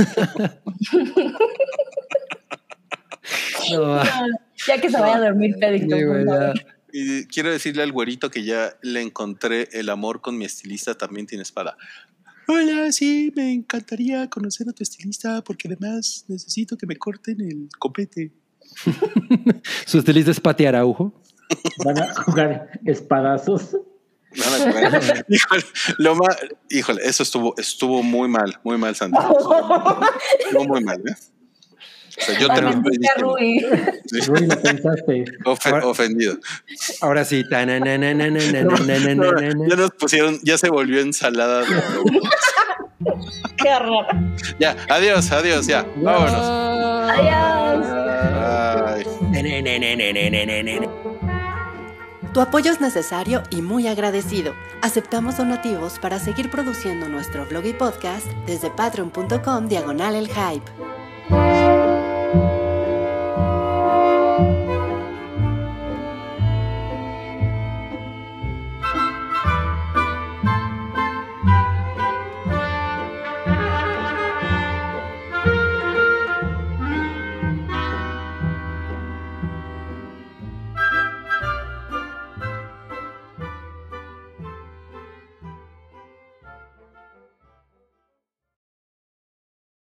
No, Ya que se vaya a dormir, Paddington, sí, por güey, ya. favor. Y quiero decirle al güerito que ya le encontré el amor con mi estilista, también tiene espada. Hola, sí, me encantaría conocer a tu estilista porque además necesito que me corten el copete. Su estilista es Pati Araujo. Van a jugar espadazos. Van a comer. Híjole, lo ma- híjole, eso estuvo, estuvo muy mal, muy mal, Santi. Estuvo muy mal, ¿eh? O sea, yo te lo estoy Ofendiste a diciendo. Rui. Sí, Rui, lo pensaste. ofe- ofendido. Ahora sí. No, ya nos pusieron, ya se volvió ensalada. de- Qué horror. Ya, adiós, adiós, ya. Vámonos. Adiós. Ay. Tu apoyo es necesario y muy agradecido. Aceptamos donativos para seguir produciendo nuestro blog y podcast desde patreon punto com diagonal el hype.